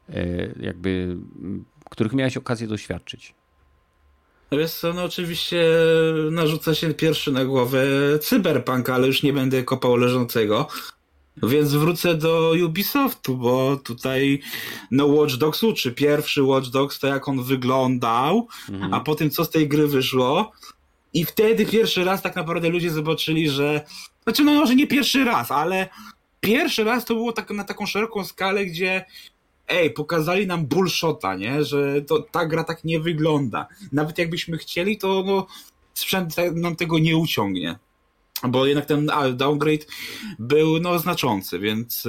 których miałeś okazję doświadczyć? Wiesz co, no oczywiście narzuca się pierwszy na głowę Cyberpunk, ale już nie będę kopał leżącego. Więc wrócę do Ubisoftu, bo tutaj no Watch Dogsu, czy pierwszy Watch Dogs, to jak on wyglądał, a potem co z tej gry wyszło. I wtedy pierwszy raz tak naprawdę ludzie zobaczyli, że... Znaczy, no może nie pierwszy raz, ale pierwszy raz to było tak, na taką szeroką skalę, gdzie pokazali nam bullshota, nie? Że ta gra tak nie wygląda. Nawet jakbyśmy chcieli, to no, sprzęt nam tego nie uciągnie. Bo jednak ten downgrade był no znaczący, więc...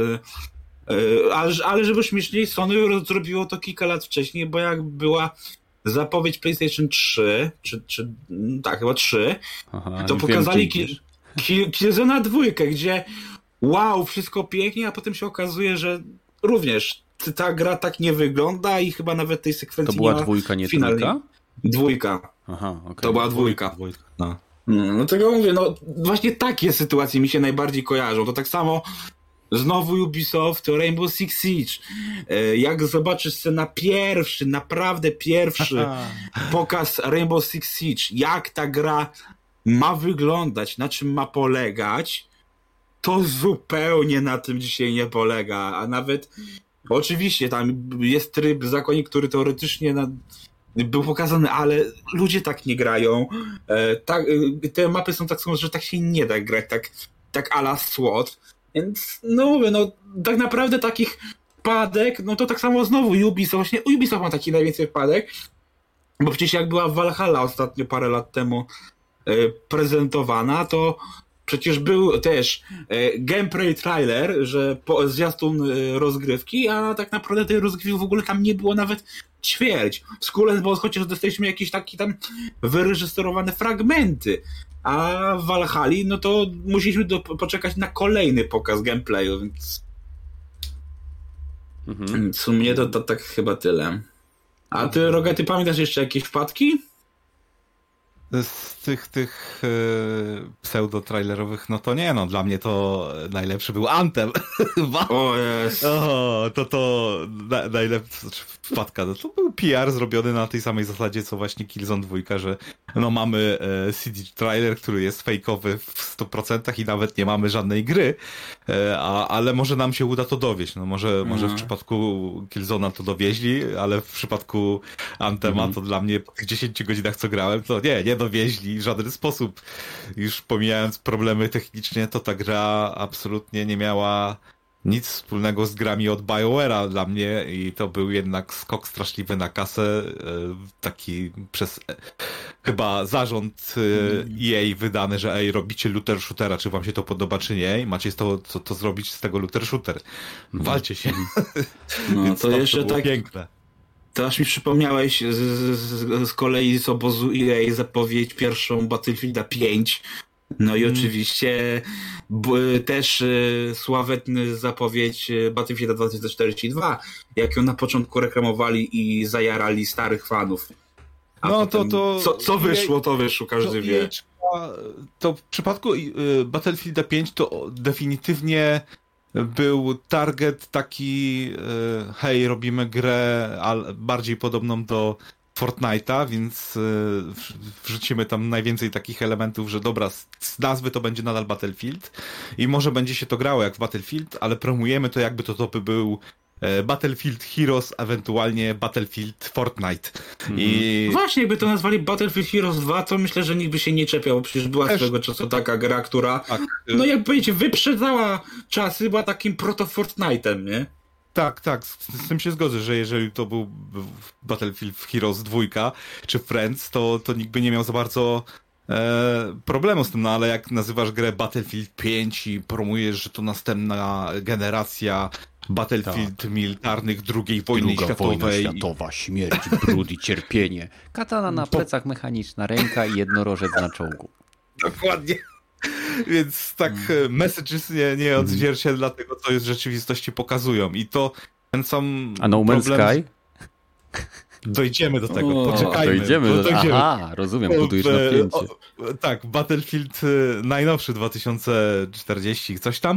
Ale żeby śmieszniej, Sony zrobiło to kilka lat wcześniej, bo jak była zapowiedź PlayStation 3, tak, chyba 3, to pokazali Killzona 2, gdzie wow, wszystko pięknie, a potem się okazuje, że również ta gra tak nie wygląda i chyba nawet tej sekwencji to była dwójka, nie trójka? Dwójka. Aha, okay. To była dwójka. No tego mówię, no właśnie takie sytuacje mi się najbardziej kojarzą. To tak samo znowu Ubisoft, Rainbow Six Siege. Jak zobaczysz sobie naprawdę pierwszy pokaz Rainbow Six Siege, jak ta gra ma wyglądać, na czym ma polegać, to zupełnie na tym dzisiaj nie polega. A nawet oczywiście tam jest tryb zakonik, który teoretycznie był pokazany, ale ludzie tak nie grają. Te mapy są tak, że tak się nie da grać, tak à la SWAT. Więc no mówię, no tak naprawdę takich wpadek, no to tak samo znowu Ubisoft ma taki najwięcej wpadek, bo przecież jak była Valhalla ostatnio parę lat temu prezentowana, to przecież był też gameplay trailer, że zwiastun rozgrywki, a tak naprawdę tej rozgrywki w ogóle tam nie było nawet ćwierć. Skulen, bo chociaż dostaliśmy jakieś takie tam wyreżyserowane fragmenty, a w Valhalli, no to musieliśmy poczekać na kolejny pokaz gameplayu, więc w sumie to tak chyba tyle. A ty, Roga, ty pamiętasz jeszcze jakieś wpadki? Z tych pseudo-trailerowych, no to nie, no dla mnie to najlepszy był Anthem. O jest. O, to najlepsza wpadka. No to był PR zrobiony na tej samej zasadzie, co właśnie Killzone 2, że no mamy CD trailer, który jest fejkowy w 100% i nawet nie mamy żadnej gry, ale może nam się uda to dowieść. No może w przypadku Killzone'a to dowieźli, ale w przypadku Anthema to dla mnie po tych 10 godzinach, co grałem, to nie dowieźli w żaden sposób. Już pomijając problemy technicznie, to ta gra absolutnie nie miała nic wspólnego z grami od BioWare'a dla mnie i to był jednak skok straszliwy na kasę, taki przez chyba zarząd EA wydany, że robicie looter shootera, czy wam się to podoba, czy nie, i macie to zrobić z tego looter shooter. Walcie się. No Więc to jeszcze było tak piękne. to aż mi przypomniałeś z kolei z obozu EA zapowiedź pierwszą Battlefielda 5. No i oczywiście też sławetny zapowiedź Battlefielda 2042, jak ją na początku reklamowali i zajarali starych fanów. A No potem, co wyszło, to wyszło, każdy wie. To w przypadku Battlefielda 5 to definitywnie był target taki, hej, robimy grę bardziej podobną do Fortnite'a, więc wrzucimy tam najwięcej takich elementów, że dobra, z nazwy to będzie nadal Battlefield i może będzie się to grało jak w Battlefield, ale promujemy to jakby to by był Battlefield Heroes, ewentualnie Battlefield Fortnite. I Właśnie, jakby to nazwali Battlefield Heroes 2, to myślę, że nikt by się nie czepiał, bo przecież była swego czasu taka gra, która, tak, no jak powiedzieć, wyprzedzała czasy, była takim proto-Fortnite'em, nie? Tak, z tym się zgodzę, że jeżeli to był Battlefield Heroes 2 czy Friends, to nikt by nie miał za bardzo problemu z tym, no ale jak nazywasz grę Battlefield 5 i promujesz, że to następna generacja Battlefield militarnych II wojny światowej. Wojna światowa, śmierć, brud i cierpienie. Katana na plecach, mechaniczna ręka i jednorożec na czołgu. Dokładnie. Więc tak messages nie odzwierciedla tego, co jest w rzeczywistości pokazują. I to ten sam A No Man's Sky? Dojdziemy do tego, poczekajmy. Dojdziemy. Aha, rozumiem, budujesz napięcie. Tak, Battlefield najnowszy 2040, coś tam.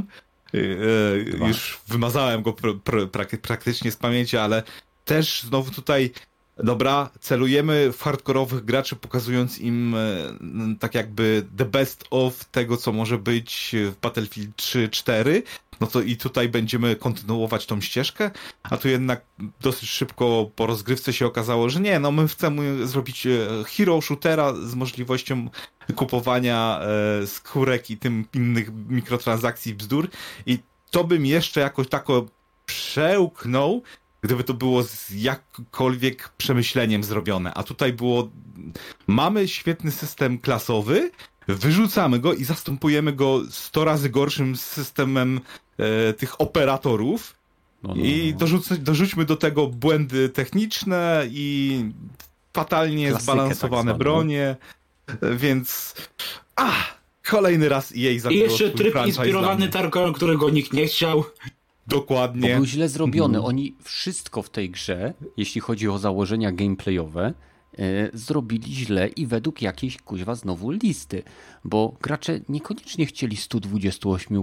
Już wymazałem go praktycznie z pamięci, ale też znowu tutaj dobra, celujemy w hardkorowych graczy, pokazując im tak jakby the best of tego, co może być w Battlefield 3-4, no to i tutaj będziemy kontynuować tą ścieżkę, a tu jednak dosyć szybko po rozgrywce się okazało, że nie, no my chcemy zrobić hero shootera z możliwością kupowania skórek i tym innych mikrotransakcji bzdur i to bym jeszcze jakoś tako przełknął, gdyby to było z jakkolwiek przemyśleniem zrobione. A tutaj było, mamy świetny system klasowy, wyrzucamy go i zastępujemy go 100 razy gorszym systemem tych operatorów i dorzućmy do tego błędy techniczne i fatalnie klasykę zbalansowane tak bronie, więc kolejny raz EA zabiło I jeszcze swój tryb franchise inspirowany Tarkon, którego nikt nie chciał. Dokładnie. Bo był źle zrobiony. Oni wszystko w tej grze, jeśli chodzi o założenia gameplayowe, zrobili źle i według jakiejś kuźwa znowu listy. Bo gracze niekoniecznie chcieli 128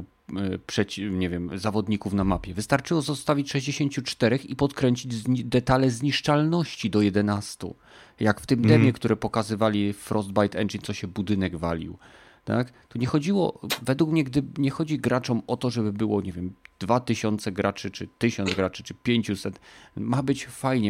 nie wiem, zawodników na mapie. Wystarczyło zostawić 64 i podkręcić detale zniszczalności do 11. Jak w tym demie, które pokazywali Frostbite Engine, co się budynek walił. Tak? Tu nie chodziło, według mnie, nie chodzi graczom o to, żeby było, nie wiem, 2000 graczy, czy 1000 graczy, czy 500. Ma być fajnie,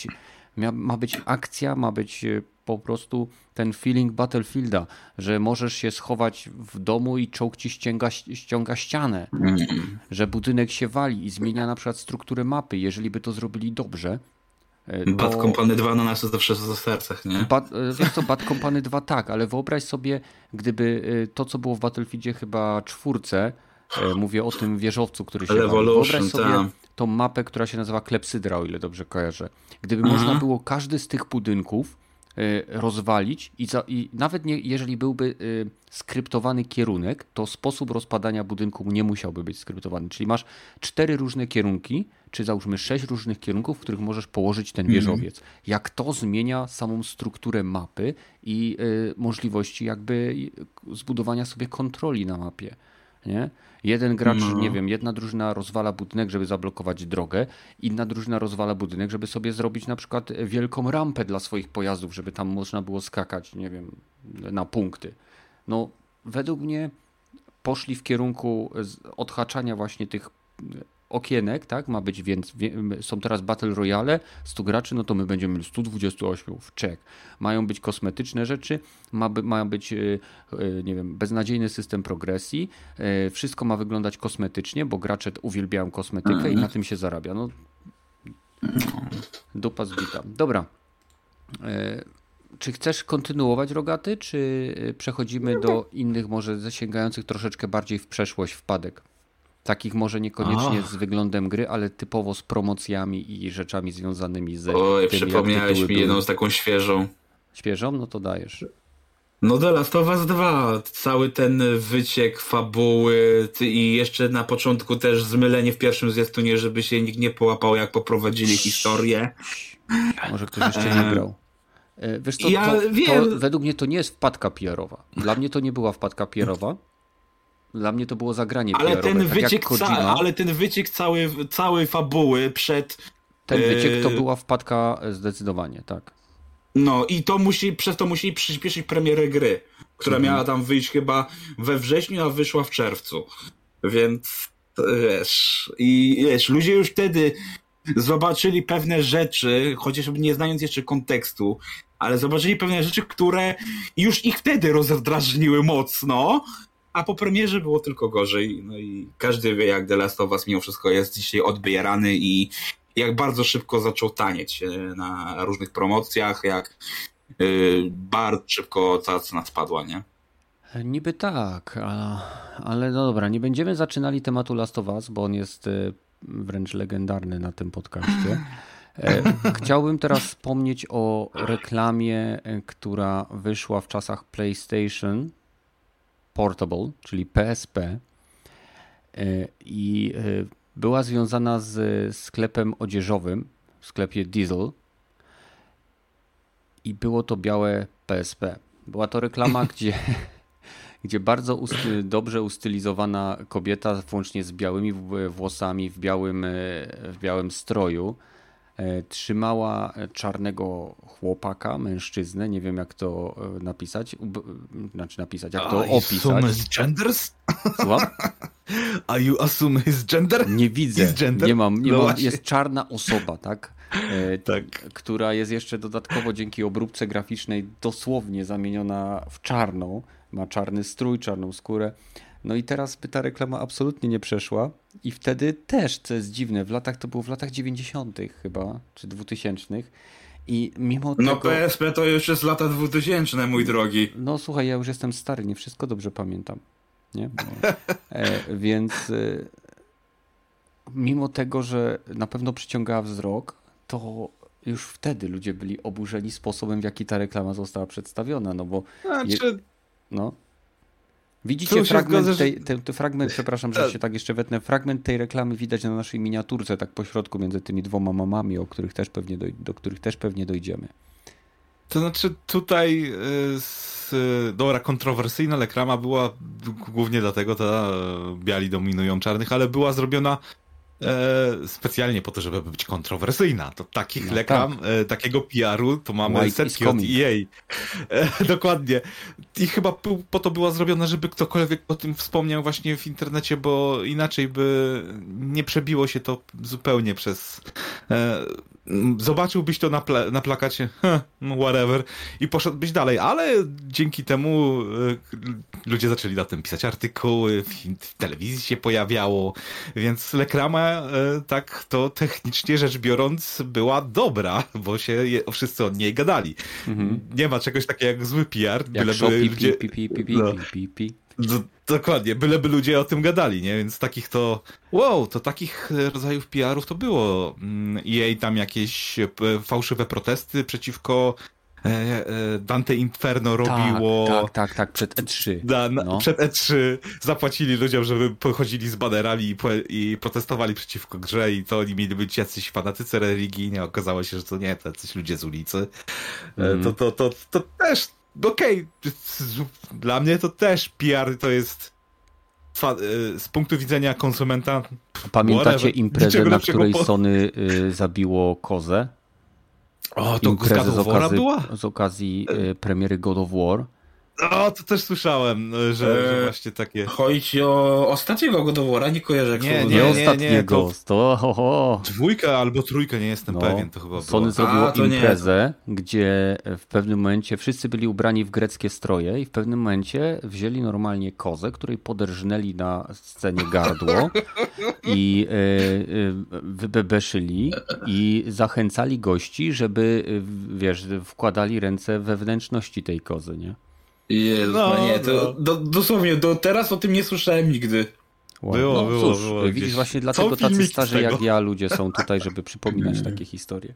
ma być akcja, ma być po prostu ten feeling Battlefielda, że możesz się schować w domu i czołg ci ściąga ścianę, że budynek się wali i zmienia na przykład strukturę mapy, jeżeli by to zrobili dobrze. Bad Company 2 na nas to zawsze w sercach, nie? Wiesz co, Bad Company 2 tak, ale wyobraź sobie, gdyby to, co było w Battlefieldzie chyba 4, mówię o tym wieżowcu, który się wyobraź sobie tą mapę, która się nazywa Klepsydra, o ile dobrze kojarzę. Gdyby można było każdy z tych budynków rozwalić i nawet jeżeli byłby skryptowany kierunek, to sposób rozpadania budynku nie musiałby być skryptowany. Czyli masz 4 różne kierunki, czy załóżmy 6 różnych kierunków, w których możesz położyć ten wieżowiec. Jak to zmienia samą strukturę mapy i możliwości jakby zbudowania sobie kontroli na mapie. Nie? Jeden gracz, nie wiem, jedna drużyna rozwala budynek, żeby zablokować drogę, inna drużyna rozwala budynek, żeby sobie zrobić na przykład wielką rampę dla swoich pojazdów, żeby tam można było skakać, nie wiem, na punkty. No, według mnie poszli w kierunku odhaczania właśnie tych okienek, tak? Ma być, więc są teraz Battle Royale, 100 graczy, no to my będziemy mieli 128 w check. Mają być kosmetyczne rzeczy, ma być, nie wiem, beznadziejny system progresji, wszystko ma wyglądać kosmetycznie, bo gracze uwielbiają kosmetykę i na tym się zarabia. No, dupa zbita. Dobra. Czy chcesz kontynuować, Rogaty, czy przechodzimy do innych, może zasięgających troszeczkę bardziej w przeszłość wpadek? Takich może niekoniecznie z wyglądem gry, ale typowo z promocjami i rzeczami związanymi z Oj, tym, przypomniałeś mi jedną z taką świeżą. Świeżą? No to dajesz. No The Last of Us 2, cały ten wyciek fabuły i jeszcze na początku też zmylenie w pierwszym zwiastunie, żeby się nikt nie połapał, jak poprowadzili historię. Może ktoś jeszcze nie grał. Wiesz co, Ja wiem. to według mnie to nie jest wpadka PR-owa. Dla mnie to nie była wpadka PR-owa. Dla mnie to było zagranie PR-owe. Ale ten wyciek całej fabuły przed... Ten wyciek to była wpadka zdecydowanie, tak. No i przez to musieli przyspieszyć premierę gry, która miała tam wyjść chyba we wrześniu, a wyszła w czerwcu. Więc wiesz, ludzie już wtedy zobaczyli pewne rzeczy, chociażby nie znając jeszcze kontekstu, ale zobaczyli pewne rzeczy, które już ich wtedy rozdrażniły mocno, a po premierze było tylko gorzej. No i każdy wie, jak The Last of Us mimo wszystko jest dzisiaj odbierany i jak bardzo szybko zaczął tanieć na różnych promocjach, jak bardzo szybko cała cena spadła, nie? Niby tak, ale no dobra, nie będziemy zaczynali tematu Last of Us, bo on jest wręcz legendarny na tym podcaście. Chciałbym teraz wspomnieć o reklamie, która wyszła w czasach PlayStation Portable, czyli PSP i była związana z sklepem odzieżowym, w sklepie Diesel i było to białe PSP. Była to reklama, gdzie bardzo dobrze ustylizowana kobieta, włącznie z białymi włosami, w białym stroju, trzymała czarnego chłopaka, mężczyznę, nie wiem jak to napisać, jak to opisać. Genders? Słucham? Are you assume his gender? Nie widzę, nie mam. Jest czarna osoba, tak? Tak. Która jest jeszcze dodatkowo dzięki obróbce graficznej dosłownie zamieniona w czarną. Ma czarny strój, czarną skórę. No i teraz by ta reklama absolutnie nie przeszła. I wtedy też, co jest dziwne, to było w latach 90. chyba, czy 2000. I mimo No tego... PSP to już jest lata 2000, mój drogi. No słuchaj, ja już jestem stary, nie wszystko dobrze pamiętam. Nie? Więc mimo tego, że na pewno przyciągała wzrok, to już wtedy ludzie byli oburzeni sposobem, w jaki ta reklama została przedstawiona, no bo... No. Widzicie fragment, przepraszam, że się tak jeszcze wetnę, fragment tej reklamy widać na naszej miniaturce, tak po środku między tymi dwoma mamami, do których też pewnie dojdziemy. To znaczy tutaj dobra, kontrowersyjna reklama była głównie dlatego, biali dominują czarnych, ale była zrobiona specjalnie po to, żeby być kontrowersyjna. To takich reklam, takiego PR-u to mamy setki od EA. Dokładnie. I chyba po to była zrobiona, żeby ktokolwiek o tym wspomniał właśnie w internecie, bo inaczej by nie przebiło się to zupełnie przez... Zobaczyłbyś to na plakacie, whatever, i poszedłbyś dalej, ale dzięki temu ludzie zaczęli na tym pisać artykuły, w telewizji się pojawiało, więc reklama tak to technicznie rzecz biorąc była dobra, bo się wszyscy od niej gadali. Nie ma czegoś takiego jak zły PR, byleby ludzie... Dokładnie, byleby ludzie o tym gadali, nie? Więc takich to... to takich rodzajów PR-ów to było. EA tam jakieś fałszywe protesty przeciwko Dante Inferno robiło. Tak, przed E3. Przed E3 zapłacili ludziom, żeby pochodzili z banerami i protestowali przeciwko grze i to oni mieli być jacyś fanatycy religijni, a okazało się, że to nie, to jacyś ludzie z ulicy. To też, okej, dla mnie to też PR to jest z punktu widzenia konsumenta. Pamiętacie imprezę, na której Sony zabiło kozę? O, to imprezę z God of War była? Z okazji premiery God of War. O, to też słyszałem, że właśnie takie... Chodzi o ostatniego God of War'a, nie kojarzę jak nie ostatniego. Dwójkę albo trójkę, nie jestem pewien, to chyba Sony zrobiło imprezę, gdzie w pewnym momencie wszyscy byli ubrani w greckie stroje i w pewnym momencie wzięli normalnie kozę, której poderżnęli na scenie gardło i wybebeszyli i zachęcali gości, żeby, wiesz, wkładali ręce we wnętrzności tej kozy, nie? Jezu, dosłownie, teraz o tym nie słyszałem nigdy. Było. Widzisz, właśnie dlatego tacy starzy jak ja ludzie są tutaj, żeby przypominać takie historie.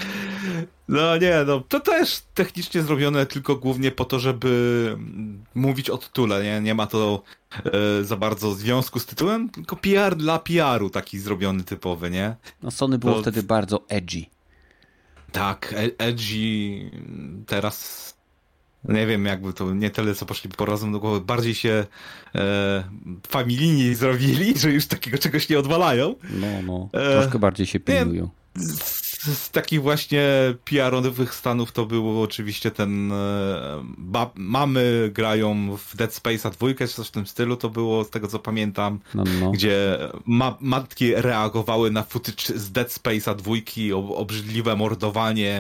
To też technicznie zrobione tylko głównie po to, żeby mówić o tytule, nie ma to za bardzo związku z tytułem, tylko PR dla PR-u taki zrobiony typowy, nie? No Sony było wtedy bardzo edgy. Tak, edgy teraz... Nie wiem, jakby to nie tyle, co poszli po rozum do głowy, bardziej się familijni zrobili, że już takiego czegoś nie odwalają. Troszkę bardziej się pilnują. Z takich właśnie PR-owych stanów to było oczywiście ten mamy grają w Dead Space'a 2 czy coś w tym stylu, to było z tego co pamiętam, gdzie matki reagowały na footage z Dead Space'a 2, obrzydliwe mordowanie.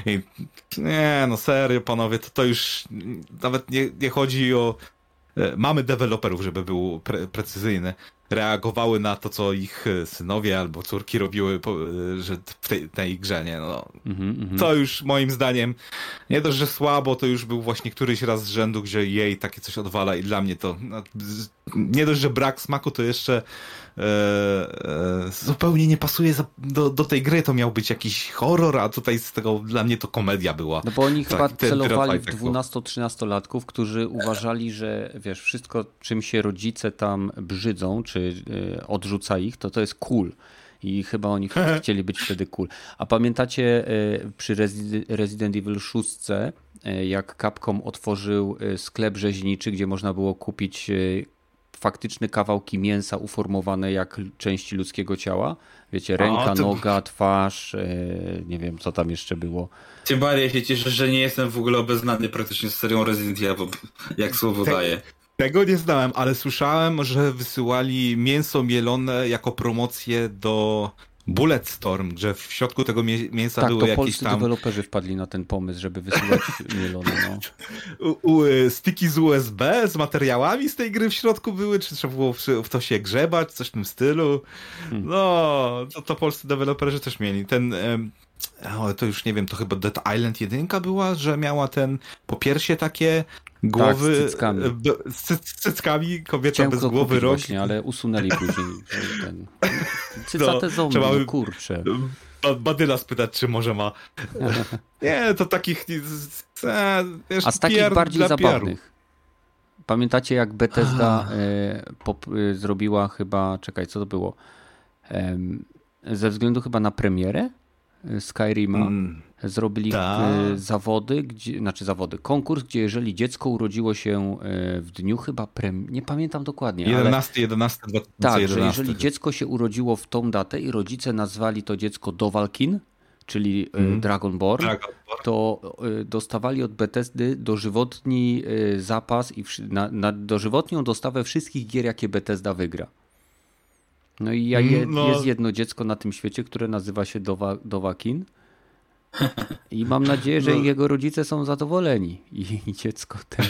Nie, serio panowie, to już nawet nie chodzi o... Mamy deweloperów, żeby było precyzyjne. Reagowały na to, co ich synowie albo córki robiły że w tej grze, nie? To już moim zdaniem nie dość, że słabo, to już był właśnie któryś raz z rzędu, gdzie jej takie coś odwala i dla mnie to nie dość, że brak smaku, to jeszcze zupełnie nie pasuje do tej gry, to miał być jakiś horror, a tutaj z tego dla mnie to komedia była. No bo oni chyba celowali w 12-13-latków, którzy uważali, że wiesz, wszystko czym się rodzice tam brzydzą, czy odrzuca ich, to jest cool. I chyba oni chcieli być wtedy cool. A pamiętacie przy Resident Evil 6, jak Capcom otworzył sklep rzeźniczy, gdzie można było kupić faktyczne kawałki mięsa uformowane jak części ludzkiego ciała? Wiecie, ręka, noga, twarz, nie wiem co tam jeszcze było. Tym bardziej się cieszę, że nie jestem w ogóle obeznany praktycznie z serią Resident Evil, jak słowo daje. Tego nie znałem, ale słyszałem, że wysyłali mięso mielone jako promocję do Bulletstorm, że w środku tego mięsa były jakieś polscy tam... deweloperzy wpadli na ten pomysł, żeby wysyłać mielone. Styki z USB z materiałami z tej gry w środku były, czy trzeba było w to się grzebać, coś w tym stylu. To polscy deweloperzy też mieli. To już nie wiem, to chyba Dead Island 1 była, że miała popiersie takie głowy z cyckami. Z cyckami, kobieta bez głowy, rogi. Właśnie, ale usunęli później cycate zombie, kurczę. Badyla spytać, czy może ma. Nie, to takich... A z takich bardziej zabawnych. Pamiętacie, jak Bethesda zrobiła chyba... Czekaj, co to było? Ze względu chyba na premierę Skyrima zrobili konkurs, gdzie jeżeli dziecko urodziło się w dniu chyba nie pamiętam dokładnie, 11/11/2011. Tak, że jeżeli dziecko się urodziło w tą datę i rodzice nazwali to dziecko Dovahkiin, czyli Dragonborn, to dostawali od Bethesdy dożywotni zapas i na dożywotnią dostawę wszystkich gier, jakie Bethesda wygra. No i jest jedno dziecko na tym świecie, które nazywa się Dovahkiin i mam nadzieję, że jego rodzice są zadowoleni i dziecko też.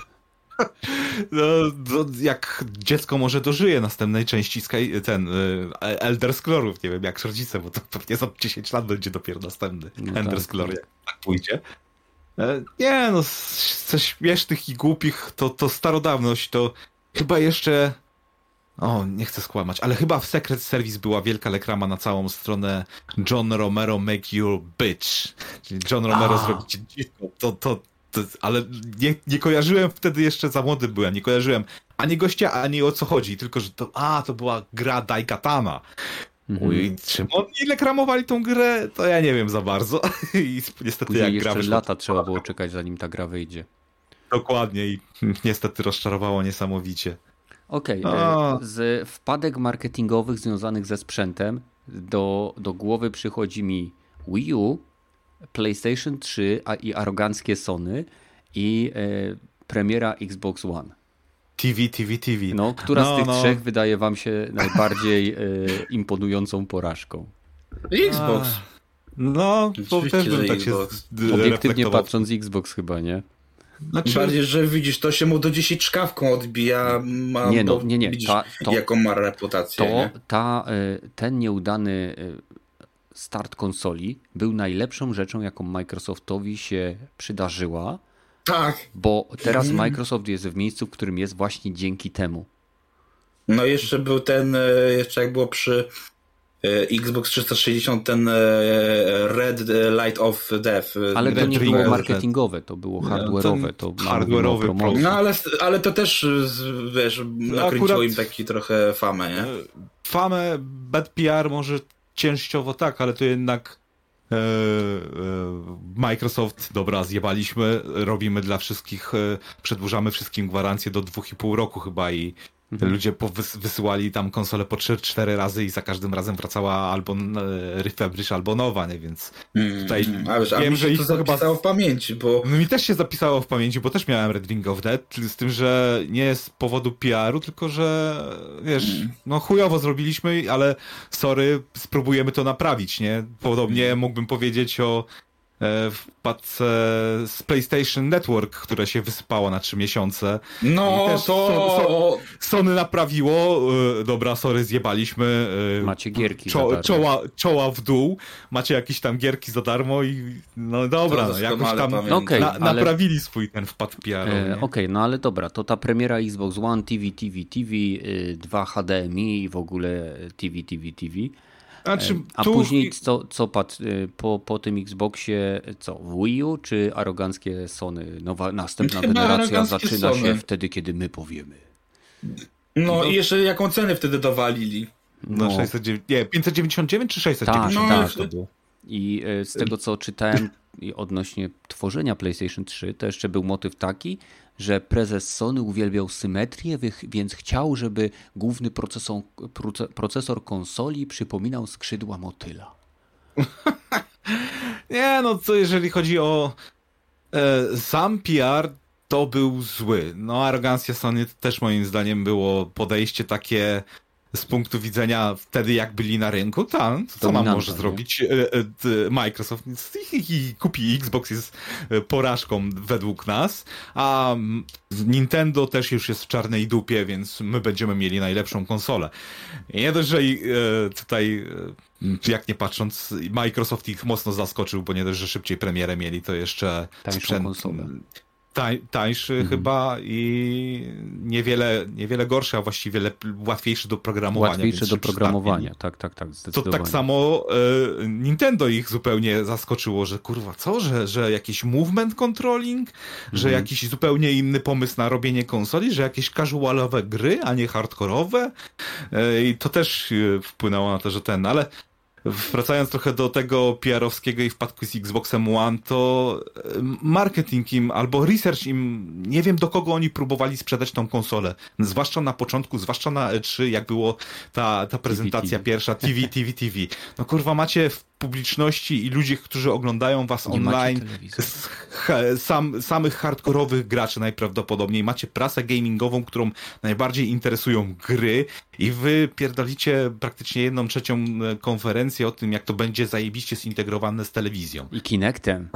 Jak dziecko może dożyje następnej części Elder Scrollów, nie wiem jak rodzice, bo to pewnie za 10 lat będzie dopiero następny Elder Scroll, jak tak pójdzie. Nie, ze śmiesznych i głupich to starodawność, to chyba jeszcze nie chcę skłamać, ale chyba w Secret Service była wielka reklama na całą stronę John Romero make you bitch. Czyli John Romero zrobić dziecko. Ale nie kojarzyłem wtedy, jeszcze za młody byłem, nie kojarzyłem ani gościa, ani o co chodzi, tylko że to była gra Daikatana. Czym oni reklamowali tą grę, to ja nie wiem za bardzo. I niestety Później jak jeszcze gra wyszła, lata trzeba było czekać, zanim ta gra wyjdzie. Dokładnie i niestety rozczarowało niesamowicie. Okej, z wpadek marketingowych związanych ze sprzętem do głowy przychodzi mi Wii U, PlayStation 3 i aroganckie Sony i premiera Xbox One. TV. No, która z tych trzech wydaje wam się najbardziej imponującą porażką? Xbox. No, to też bym tak się obiektywnie patrząc Xbox chyba, nie? Znaczy... Bardziej, że widzisz, to się mu do 10 czkawką odbija. Nie. Widzisz, jaką ma reputację. Ten nieudany start konsoli był najlepszą rzeczą, jaką Microsoftowi się przydarzyła. Tak. Bo teraz Microsoft jest w miejscu, w którym jest właśnie dzięki temu. No jeszcze był jeszcze jak było przy Xbox 360 ten Red Light of Death. Ale to nie było marketingowe, to było hardware'owe. To hardware'owy. No ale to też, wiesz, nakręciło im taki trochę famę, nie? Famę, bad PR może częściowo tak, ale to jednak Microsoft, dobra, zjebaliśmy, robimy dla wszystkich, przedłużamy wszystkim gwarancję do 2,5 roku chyba i ludzie wysyłali tam konsolę po 3-4 razy i za każdym razem wracała albo refurbish, albo nowa, nie? Więc tutaj wiem, że ich to zapisało w pamięci, bo... No mi też się zapisało w pamięci, bo też miałem Red Ring of Death, z tym, że nie z powodu PR-u, tylko że wiesz, no chujowo zrobiliśmy, ale sorry, spróbujemy to naprawić, nie? Podobnie mógłbym powiedzieć o wpadce z PlayStation Network, które się wysypało na 3 miesiące. No też to... Sony naprawiło, dobra, sorry, zjebaliśmy. Macie gierki czoła w dół, macie jakieś tam gierki za darmo i no dobra, no, jakoś tam naprawili swój ten wpad PR-owy. Okej, no ale dobra, to ta premiera Xbox One, TV, 2 HDMI i w ogóle TV. Znaczy, a później co po tym Xboxie, co, w Wii U czy aroganckie Sony? Następna generacja zaczyna Sony się wtedy, kiedy my powiemy. No i jeszcze jaką cenę wtedy dowalili? No 599 czy 699? Tak, to było. I z tego co czytałem odnośnie tworzenia PlayStation 3, to jeszcze był motyw taki, że prezes Sony uwielbiał symetrię, więc chciał, żeby główny procesor konsoli przypominał skrzydła motyla. Nie, no co jeżeli chodzi o sam PR, to był zły. No arogancja Sony też moim zdaniem było podejście takie z punktu widzenia wtedy jak byli na rynku, co nam może zrobić Microsoft i kupi Xbox, jest porażką według nas, a Nintendo też już jest w czarnej dupie, więc my będziemy mieli najlepszą konsolę. I nie dość, że tutaj jak nie patrząc, Microsoft ich mocno zaskoczył, bo nie dość, że szybciej premierę mieli, to jeszcze tańszą konsolę. Tańszy chyba i niewiele gorszy, a właściwie łatwiejszy do programowania. Łatwiejszy do programowania, tak, zdecydowanie. To tak samo Nintendo ich zupełnie zaskoczyło, że kurwa co, że jakiś movement controlling, że jakiś zupełnie inny pomysł na robienie konsoli, że jakieś casualowe gry, a nie hardkorowe. I to też wpłynęło na to, że ale wracając trochę do tego PR-owskiego i wpadku z Xboxem One, to marketing im albo research im, nie wiem do kogo oni próbowali sprzedać tą konsolę. Zwłaszcza na początku, zwłaszcza na E3, jak było ta prezentacja pierwsza, TV. No kurwa, macie w publiczności i ludzi, którzy oglądają was online, samych hardkorowych graczy najprawdopodobniej. Macie prasę gamingową, którą najbardziej interesują gry i wy pierdolicie praktycznie 1/3 konferencję o tym, jak to będzie zajebiście zintegrowane z telewizją. I Kinectem.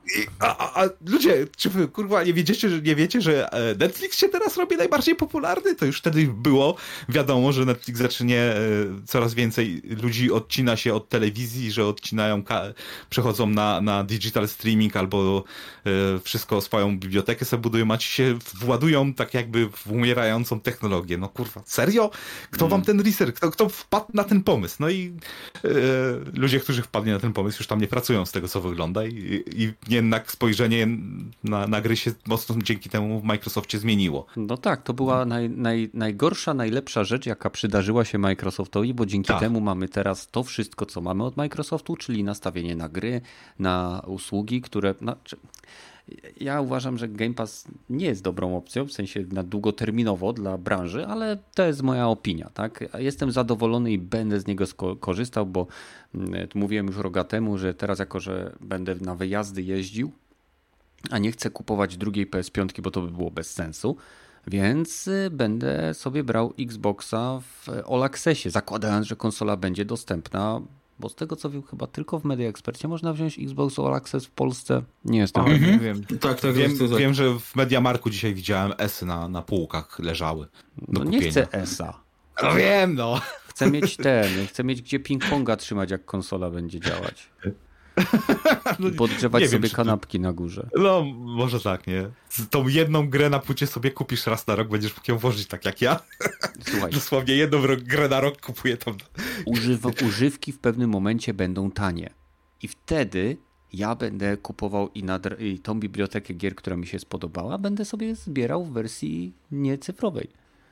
A ludzie, czy wy kurwa nie wiecie, że Netflix się teraz robi najbardziej popularny? To już wtedy było wiadomo, że Netflix zacznie coraz więcej ludzi odcina się od telewizji, że przechodzą na digital streaming albo wszystko swoją bibliotekę sobie budują, macie się władują tak jakby w umierającą technologię. No kurwa, serio? Kto wam ten research, kto wpadł na ten pomysł? No i ludzie, którzy wpadli na ten pomysł już tam nie pracują z tego, co wygląda i jednak spojrzenie na gry się mocno dzięki temu w Microsoftie zmieniło. No tak, to była najgorsza, najlepsza rzecz, jaka przydarzyła się Microsoftowi, bo dzięki temu mamy teraz to wszystko, co mamy od Microsoftu, czyli nastawienie na gry, na usługi, które... Ja uważam, że Game Pass nie jest dobrą opcją, w sensie na długoterminowo dla branży, ale to jest moja opinia. Tak? Jestem zadowolony i będę z niego korzystał, bo mówiłem już rogatemu, że teraz jako, że będę na wyjazdy jeździł, a nie chcę kupować drugiej PS5, bo to by było bez sensu, więc będę sobie brał Xboxa w All Accessie, zakładając, że konsola będzie dostępna. Bo z tego co wiem, chyba tylko w Media Expercie można wziąć Xbox All Access w Polsce. Nie jestem pewien. Wiem. Tak, Wiem, że w Mediamarku dzisiaj widziałem S na półkach leżały. No nie chcę ESA. No wiem, no. Chcę mieć gdzie ping-ponga trzymać, jak konsola będzie działać. I podgrzewać sobie kanapki na górze. No, może tak, nie? Tą jedną grę na płycie sobie kupisz raz na rok, będziesz mógł ją włożyć tak jak ja. Słuchaj. Dosłownie jedną grę na rok kupuję tam. Używki w pewnym momencie będą tanie. I wtedy ja będę kupował i tą bibliotekę gier, która mi się spodobała, będę sobie zbierał w wersji niecyfrowej.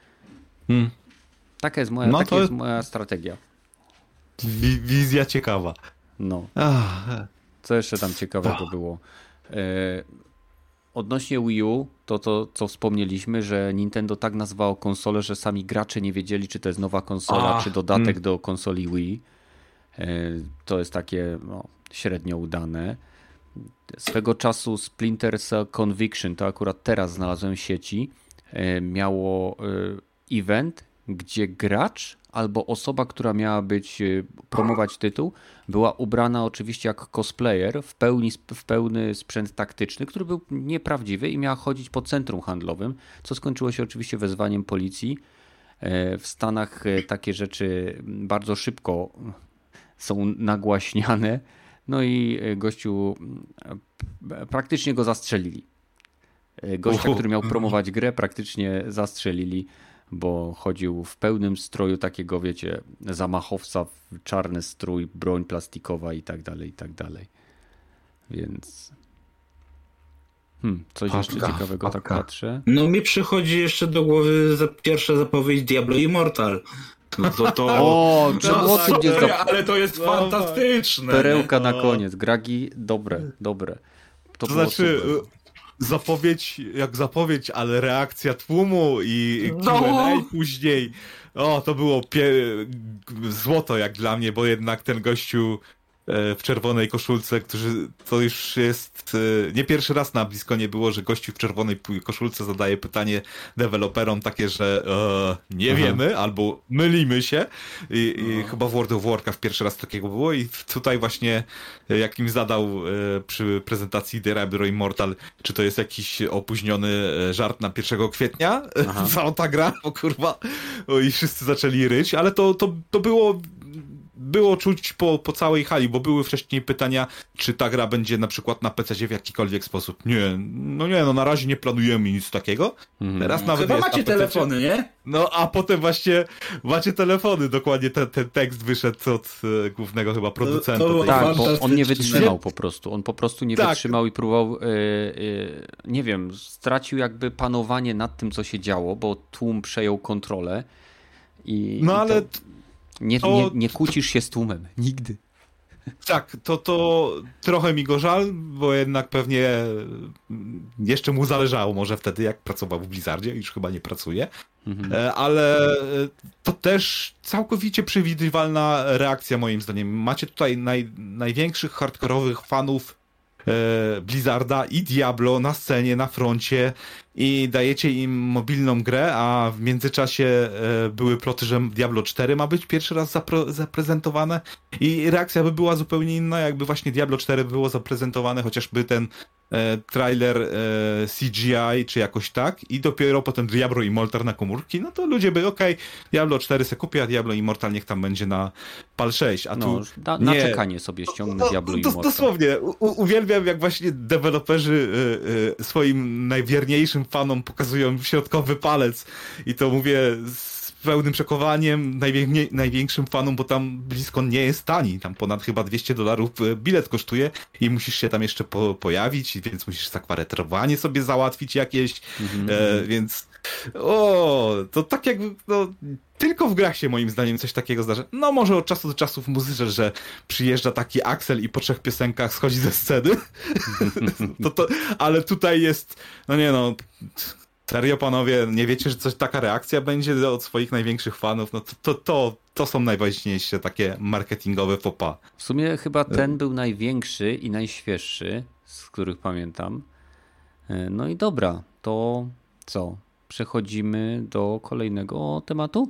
Taka jest moja strategia. Wizja ciekawa. No. Co jeszcze tam ciekawego było? Odnośnie Wii U, to co wspomnieliśmy, że Nintendo tak nazwało konsolę, że sami gracze nie wiedzieli, czy to jest nowa konsola, czy dodatek do konsoli Wii. To jest takie średnio udane. Swego czasu Splinter Cell Conviction, to akurat teraz znalazłem w sieci, miało event, gdzie gracz albo osoba, która miała promować tytuł, była ubrana oczywiście jak cosplayer w pełny sprzęt taktyczny, który był nieprawdziwy i miała chodzić po centrum handlowym, co skończyło się oczywiście wezwaniem policji. W Stanach takie rzeczy bardzo szybko są nagłaśniane, no i gościu praktycznie go zastrzelili. Gościa, który miał promować grę, praktycznie zastrzelili, bo chodził w pełnym stroju takiego, wiecie, zamachowca, czarny strój, broń plastikowa i tak dalej, i tak dalej. Więc... coś jeszcze ciekawego tak patrzę. No mi przychodzi jeszcze do głowy pierwsza zapowiedź Diablo Immortal. No O, ale to jest fantastyczne. Perełka na koniec. Gragi, dobre. To znaczy... Zapowiedź, ale reakcja tłumu i Q&A później. To było złoto jak dla mnie, bo jednak ten gościu w czerwonej koszulce, to już jest nie pierwszy raz na BlizzConie było, że gościu w czerwonej koszulce zadaje pytanie deweloperom takie, że nie wiemy, albo mylimy się i chyba w World of Warcraft pierwszy raz takiego było i tutaj właśnie jak im zadał przy prezentacji Diablo Immortal, czy to jest jakiś opóźniony żart na 1 kwietnia, cała ta gra, kurwa, i wszyscy zaczęli ryć, ale to było czuć po całej hali, bo były wcześniej pytania, czy ta gra będzie na przykład na PC w jakikolwiek sposób. Nie, na razie nie planujemy nic takiego. Teraz nawet chyba macie telefony, nie? No, a potem właśnie macie telefony, dokładnie ten tekst wyszedł od głównego chyba producenta. Tak, bo on nie wytrzymał po prostu. On po prostu nie wytrzymał i próbował, nie wiem, stracił jakby panowanie nad tym, co się działo, bo tłum przejął kontrolę. Ale... Nie kłócisz się z tłumem. Nigdy. Tak, to trochę mi go żal, bo jednak pewnie jeszcze mu zależało może wtedy, jak pracował w Blizzardzie, już chyba nie pracuje, ale to też całkowicie przewidywalna reakcja moim zdaniem. Macie tutaj największych hardkorowych fanów Blizzarda i Diablo na scenie, na froncie i dajecie im mobilną grę, a w międzyczasie były ploty, że Diablo 4 ma być pierwszy raz zaprezentowane i reakcja by była zupełnie inna, jakby właśnie Diablo 4 było zaprezentowane, chociażby ten trailer CGI, czy jakoś tak, i dopiero potem Diablo Immortal na komórki, no to ludzie by, Diablo 4 se kupię, a Diablo Immortal niech tam będzie na PAL 6, a tu na czekanie sobie ściągnę Diablo Immortal. Dosłownie, uwielbiam, jak właśnie deweloperzy swoim najwierniejszym fanom pokazują środkowy palec i to mówię z pełnym przekonaniem największym fanom, bo tam BlizzCon nie jest tani, tam ponad chyba $200 bilet kosztuje i musisz się tam jeszcze pojawić, więc musisz zakwaterowanie sobie załatwić jakieś, więc to tak jakby, tylko w grach się moim zdaniem coś takiego zdarza. No może od czasu do czasu w muzyce, że przyjeżdża taki Axel i po 3 piosenkach schodzi ze sceny, ale tutaj jest, serio, panowie, nie wiecie, że taka reakcja będzie od swoich największych fanów? No to są najważniejsze takie marketingowe faux pas. W sumie chyba ten był największy i najświeższy, z których pamiętam. No i dobra, to co? Przechodzimy do kolejnego tematu?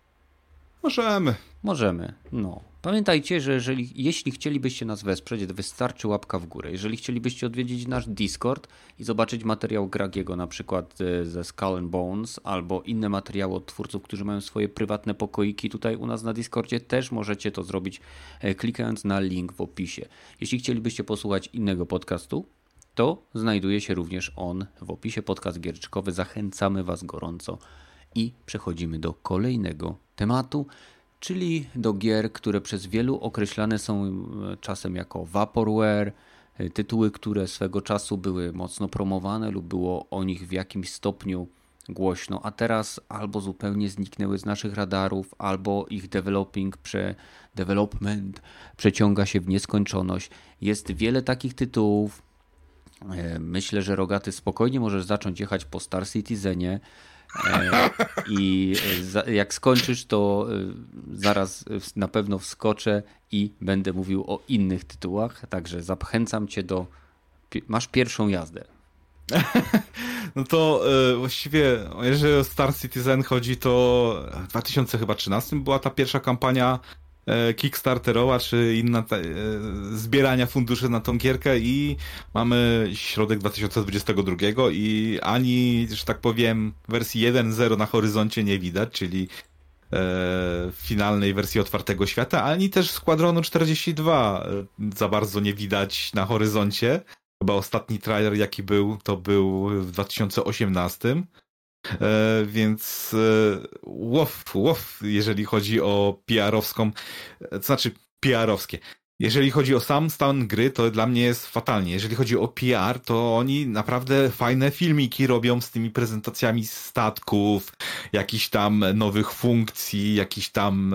Możemy. No. Pamiętajcie, że jeśli chcielibyście nas wesprzeć, wystarczy łapka w górę. Jeżeli chcielibyście odwiedzić nasz Discord i zobaczyć materiał Gragiego, na przykład ze Skull and Bones, albo inne materiały od twórców, którzy mają swoje prywatne pokoiki tutaj u nas na Discordzie, też możecie to zrobić klikając na link w opisie. Jeśli chcielibyście posłuchać innego podcastu, to znajduje się również on w opisie, podcast giereczkowy. Zachęcamy Was gorąco i przechodzimy do kolejnego tematu, czyli do gier, które przez wielu określane są czasem jako vaporware, tytuły, które swego czasu były mocno promowane lub było o nich w jakimś stopniu głośno, a teraz albo zupełnie zniknęły z naszych radarów, albo ich development przeciąga się w nieskończoność. Jest wiele takich tytułów. Myślę, że Rogaty spokojnie możesz zacząć jechać po Star Citizenie i jak skończysz, to zaraz na pewno wskoczę i będę mówił o innych tytułach, także zachęcam cię masz pierwszą jazdę. No to właściwie, jeżeli o Star Citizen chodzi, to w 2013 była ta pierwsza kampania kickstarterowa, czy inna zbierania funduszy na tą gierkę i mamy środek 2022 i ani, że tak powiem, wersji 1.0 na horyzoncie nie widać, czyli finalnej wersji otwartego świata, ani też Squadronu 42 za bardzo nie widać na horyzoncie. Chyba ostatni trailer jaki był, to był w 2018. Więc jeżeli chodzi o PR-owską, to znaczy PR-owskie. Jeżeli chodzi o sam stan gry, to dla mnie jest fatalnie. Jeżeli chodzi o PR, to oni naprawdę fajne filmiki robią z tymi prezentacjami statków, jakichś tam nowych funkcji, jakichś tam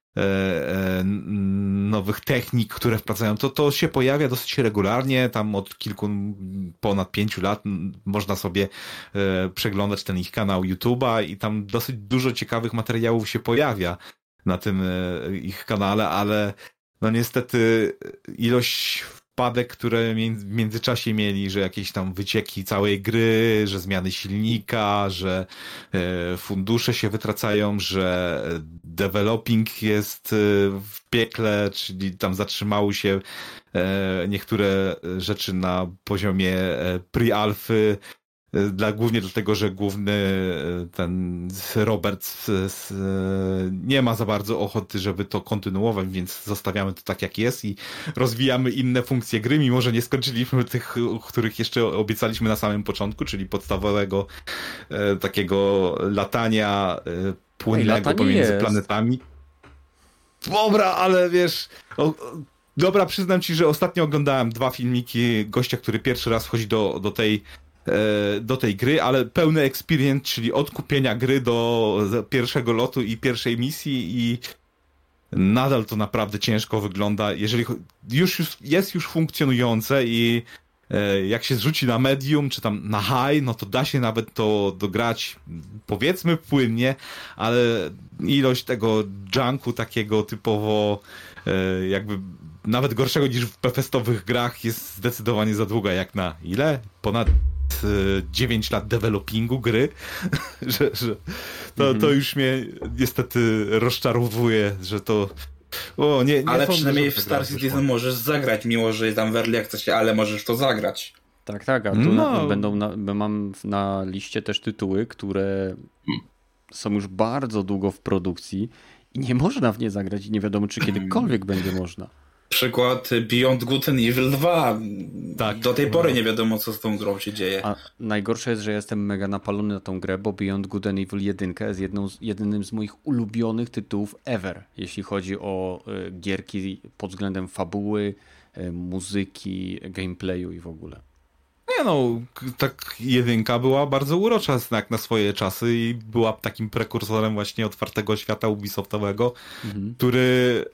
nowych technik, które wprowadzają. To się pojawia dosyć regularnie, tam od ponad 5 lat można sobie przeglądać ten ich kanał YouTube'a i tam dosyć dużo ciekawych materiałów się pojawia na tym ich kanale, ale no niestety ilość wpadek, które w międzyczasie mieli, że jakieś tam wycieki całej gry, że zmiany silnika, że fundusze się wytracają, że developing jest w piekle, czyli tam zatrzymały się niektóre rzeczy na poziomie pre-alfy, głównie dlatego, że główny ten Robert nie ma za bardzo ochoty, żeby to kontynuować, więc zostawiamy to tak jak jest i rozwijamy inne funkcje gry, mimo że nie skończyliśmy tych, których jeszcze obiecaliśmy na samym początku, czyli podstawowego takiego latania płynnego pomiędzy planetami. Dobra, ale wiesz... Dobra, przyznam ci, że ostatnio oglądałem 2 filmiki gościa, który pierwszy raz wchodzi do tej gry, ale pełny experience, czyli od kupienia gry do pierwszego lotu i pierwszej misji i nadal to naprawdę ciężko wygląda. Jeżeli jest już funkcjonujące i jak się zrzuci na medium, czy tam na high, no to da się nawet to dograć powiedzmy płynnie, ale ilość tego junku takiego typowo jakby nawet gorszego niż w bethesdowych grach jest zdecydowanie za długa, jak na ile? Ponad 9 lat developingu gry, że to już mnie niestety rozczarowuje, że to nie ale sądzę, przynajmniej w że Star Citizen możesz zagrać, mimo że jest tam w early accessie, ale możesz to zagrać. Tak, a tu mam na liście też tytuły, które są już bardzo długo w produkcji i nie można w nie zagrać i nie wiadomo, czy kiedykolwiek będzie można. Przykład Beyond Good and Evil 2. Tak. Do tej pory nie wiadomo, co z tą grą się dzieje. A najgorsze jest, że jestem mega napalony na tą grę, bo Beyond Good and Evil 1 jest jedynym z moich ulubionych tytułów ever, jeśli chodzi o gierki pod względem fabuły, muzyki, gameplayu i w ogóle. Tak jedynka była bardzo urocza jak na swoje czasy i była takim prekursorem właśnie otwartego świata Ubisoftowego, który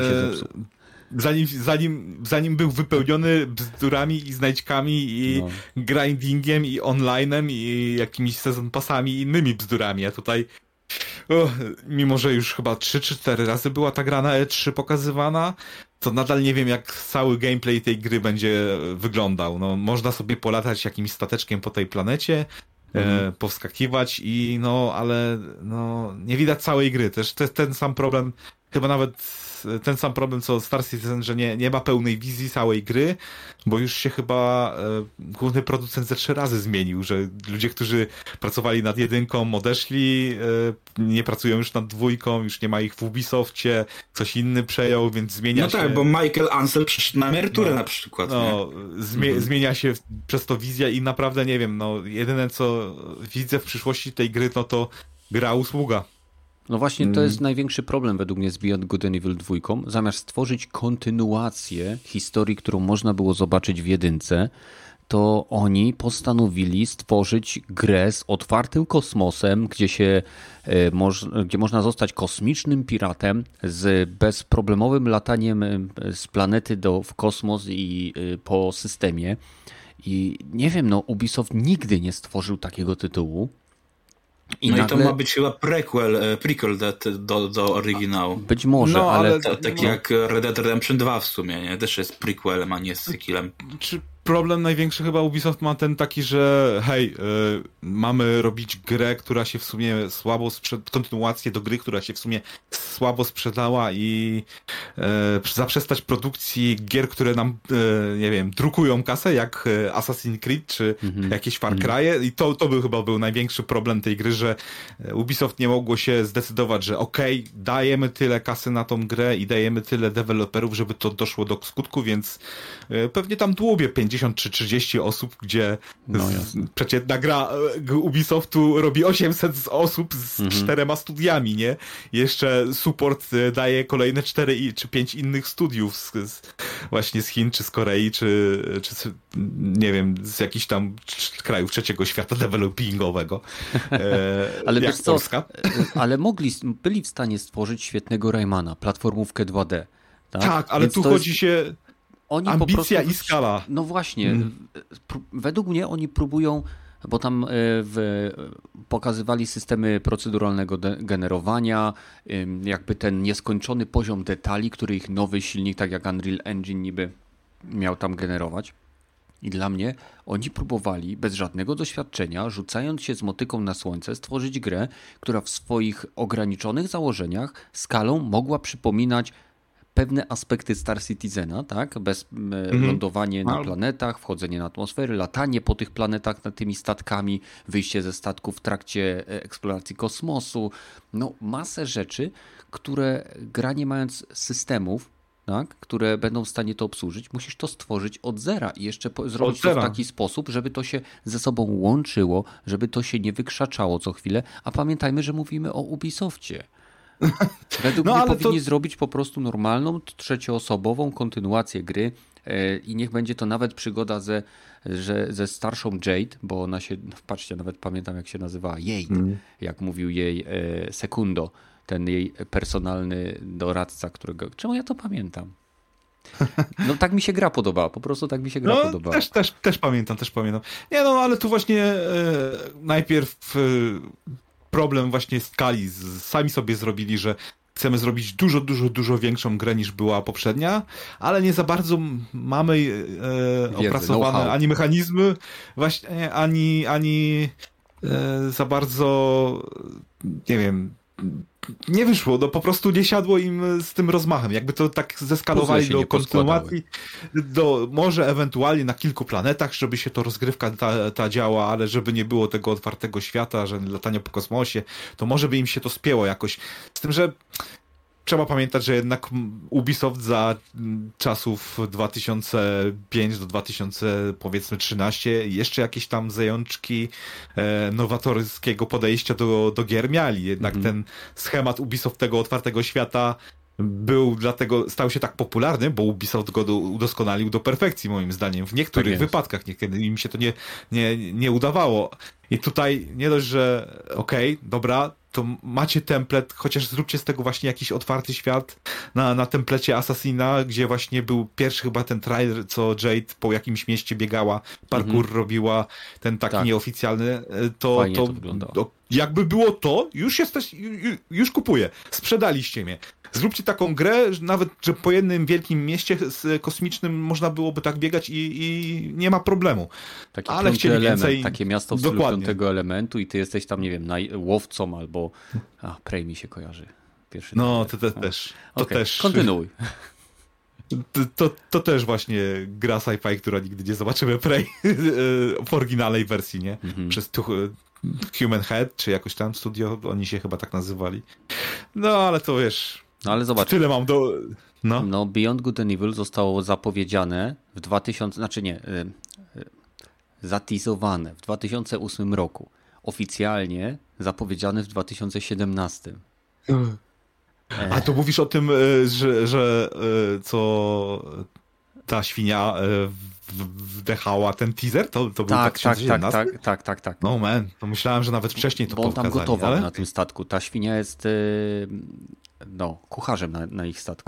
zanim był wypełniony bzdurami i znajdźkami i grindingiem i onlinem i jakimiś sezon passami i innymi bzdurami, a tutaj mimo, że już chyba 3 czy 4 razy była ta gra na E3 pokazywana, to nadal nie wiem, jak cały gameplay tej gry będzie wyglądał. Można sobie polatać jakimś stateczkiem po tej planecie, powskakiwać ale nie widać całej gry. Też ten sam problem, chyba nawet ten sam problem co Star Citizen, że nie ma pełnej wizji całej gry, bo już się chyba główny producent ze 3 razy zmienił, że ludzie, którzy pracowali nad jedynką, odeszli, nie pracują już nad dwójką, już nie ma ich w Ubisoftie, coś inny przejął, więc zmienia się. No tak, bo Michael Ansel przyszedł na emeryturę na przykład. Zmienia się przez to wizja i naprawdę nie wiem, jedyne co widzę w przyszłości tej gry, to gra usługa. No właśnie, to jest największy problem według mnie z Beyond Good and Evil 2. Zamiast stworzyć kontynuację historii, którą można było zobaczyć w jedynce, to oni postanowili stworzyć grę z otwartym kosmosem, gdzie można zostać kosmicznym piratem z bezproblemowym lataniem z planety w kosmos i po systemie. I nie wiem, Ubisoft nigdy nie stworzył takiego tytułu. I to ma być chyba prequel do oryginału. Być może, ale... Taki jak Red Dead Redemption 2 w sumie, nie? Też jest prequelem, a nie sequelem. Czy problem największy chyba Ubisoft ma ten taki, że mamy robić grę, która się w sumie kontynuację do gry, która się w sumie słabo sprzedała i zaprzestać produkcji gier, które nam, nie wiem, drukują kasę, jak Assassin's Creed, czy jakieś Far Cry'e i to był największy problem tej gry, że Ubisoft nie mogło się zdecydować, że dajemy tyle kasy na tą grę i dajemy tyle deweloperów, żeby to doszło do skutku, więc pewnie tam dłubie 50 czy 30 osób, gdzie przeciętna gra Ubisoftu robi 800 osób z 4 studiami, nie? Jeszcze support daje kolejne 4 czy 5 innych studiów właśnie z Chin, czy z Korei, czy nie wiem, z jakichś tam krajów trzeciego świata developingowego. Ale jak Polska. Ale byli w stanie stworzyć świetnego Raymana, platformówkę 2D. Tak, ale tu chodzi się... Ambicja i skala. No właśnie. Według mnie oni próbują, bo tam pokazywali systemy proceduralnego generowania, jakby ten nieskończony poziom detali, który ich nowy silnik, tak jak Unreal Engine niby miał tam generować. I dla mnie oni próbowali bez żadnego doświadczenia, rzucając się z motyką na słońce, stworzyć grę, która w swoich ograniczonych założeniach skalą mogła przypominać pewne aspekty Star Citizena, tak? Bez lądowanie na planetach, wchodzenie na atmosfery, latanie po tych planetach nad tymi statkami, wyjście ze statku w trakcie eksploracji kosmosu. Masę rzeczy, które gra nie mając systemów, tak? Które będą w stanie to obsłużyć, musisz to stworzyć od zera i jeszcze zrobić to w taki sposób, żeby to się ze sobą łączyło, żeby to się nie wykrzaczało co chwilę, a pamiętajmy, że mówimy o Ubisoftie. Według mnie powinni zrobić po prostu normalną, trzecioosobową kontynuację gry i niech będzie to nawet przygoda ze starszą Jade, bo ona się, patrzcie, nawet pamiętam jak się nazywała, Jade, jak mówił jej Sekundo, ten jej personalny doradca, czemu ja to pamiętam? Tak mi się gra podobała, po prostu tak mi się gra podobała. Też pamiętam. Nie ale tu właśnie najpierw problem właśnie skali. Sami sobie zrobili, że chcemy zrobić dużo większą grę niż była poprzednia, ale nie za bardzo mamy opracowane ani mechanizmy, właśnie, ani za bardzo, nie wiem, nie wyszło, no po prostu nie siadło im z tym rozmachem. Jakby to tak zeskalowali do kontynuacji, może ewentualnie na kilku planetach, żeby się to rozgrywka ta działa, ale żeby nie było tego otwartego świata, że latania po kosmosie, to może by im się to spięło jakoś. Z tym, że trzeba pamiętać, że jednak Ubisoft za czasów 2005 do 2013 jeszcze jakieś tam zajączki nowatorskiego podejścia do gier mieli. Jednak ten schemat Ubisoft tego otwartego świata stał się tak popularny, bo Ubisoft go udoskonalił do perfekcji, moim zdaniem. W niektórych wypadkach niekiedy im się to nie udawało. I tutaj nie dość, że dobra, to macie templet, chociaż zróbcie z tego właśnie jakiś otwarty świat na templecie Assassina, gdzie właśnie był pierwszy chyba ten trailer, co Jade po jakimś mieście biegała, parkour robiła, ten taki nieoficjalny, to jakby było to, już kupuję, sprzedaliście mnie. Zróbcie taką grę, nawet że po jednym wielkim mieście kosmicznym można byłoby tak biegać i nie ma problemu. Taki ale chcieli więcej. Takie miasto w stylu piątego elementu i ty jesteś tam, nie wiem, łowcą albo... Prey mi się kojarzy. Pierwszy to też. Kontynuuj. To też właśnie gra sci-fi, która nigdy nie zobaczymy Prey w oryginalnej wersji, nie? Przez Human Head, czy jakoś tam studio, oni się chyba tak nazywali. No, ale to wiesz... No ale zobacz. Tyle mam do... No, Beyond Good and Evil zostało zapowiedziane w zatizowane w 2008 roku. Oficjalnie zapowiedziane w 2017. A to mówisz o tym, że co ta świnia wdechała ten teaser? To był 2017? Tak. No man, to myślałem, że nawet wcześniej to pokazali. Bo on tam gotował ale... na tym statku. Ta świnia jest kucharzem na ich statku.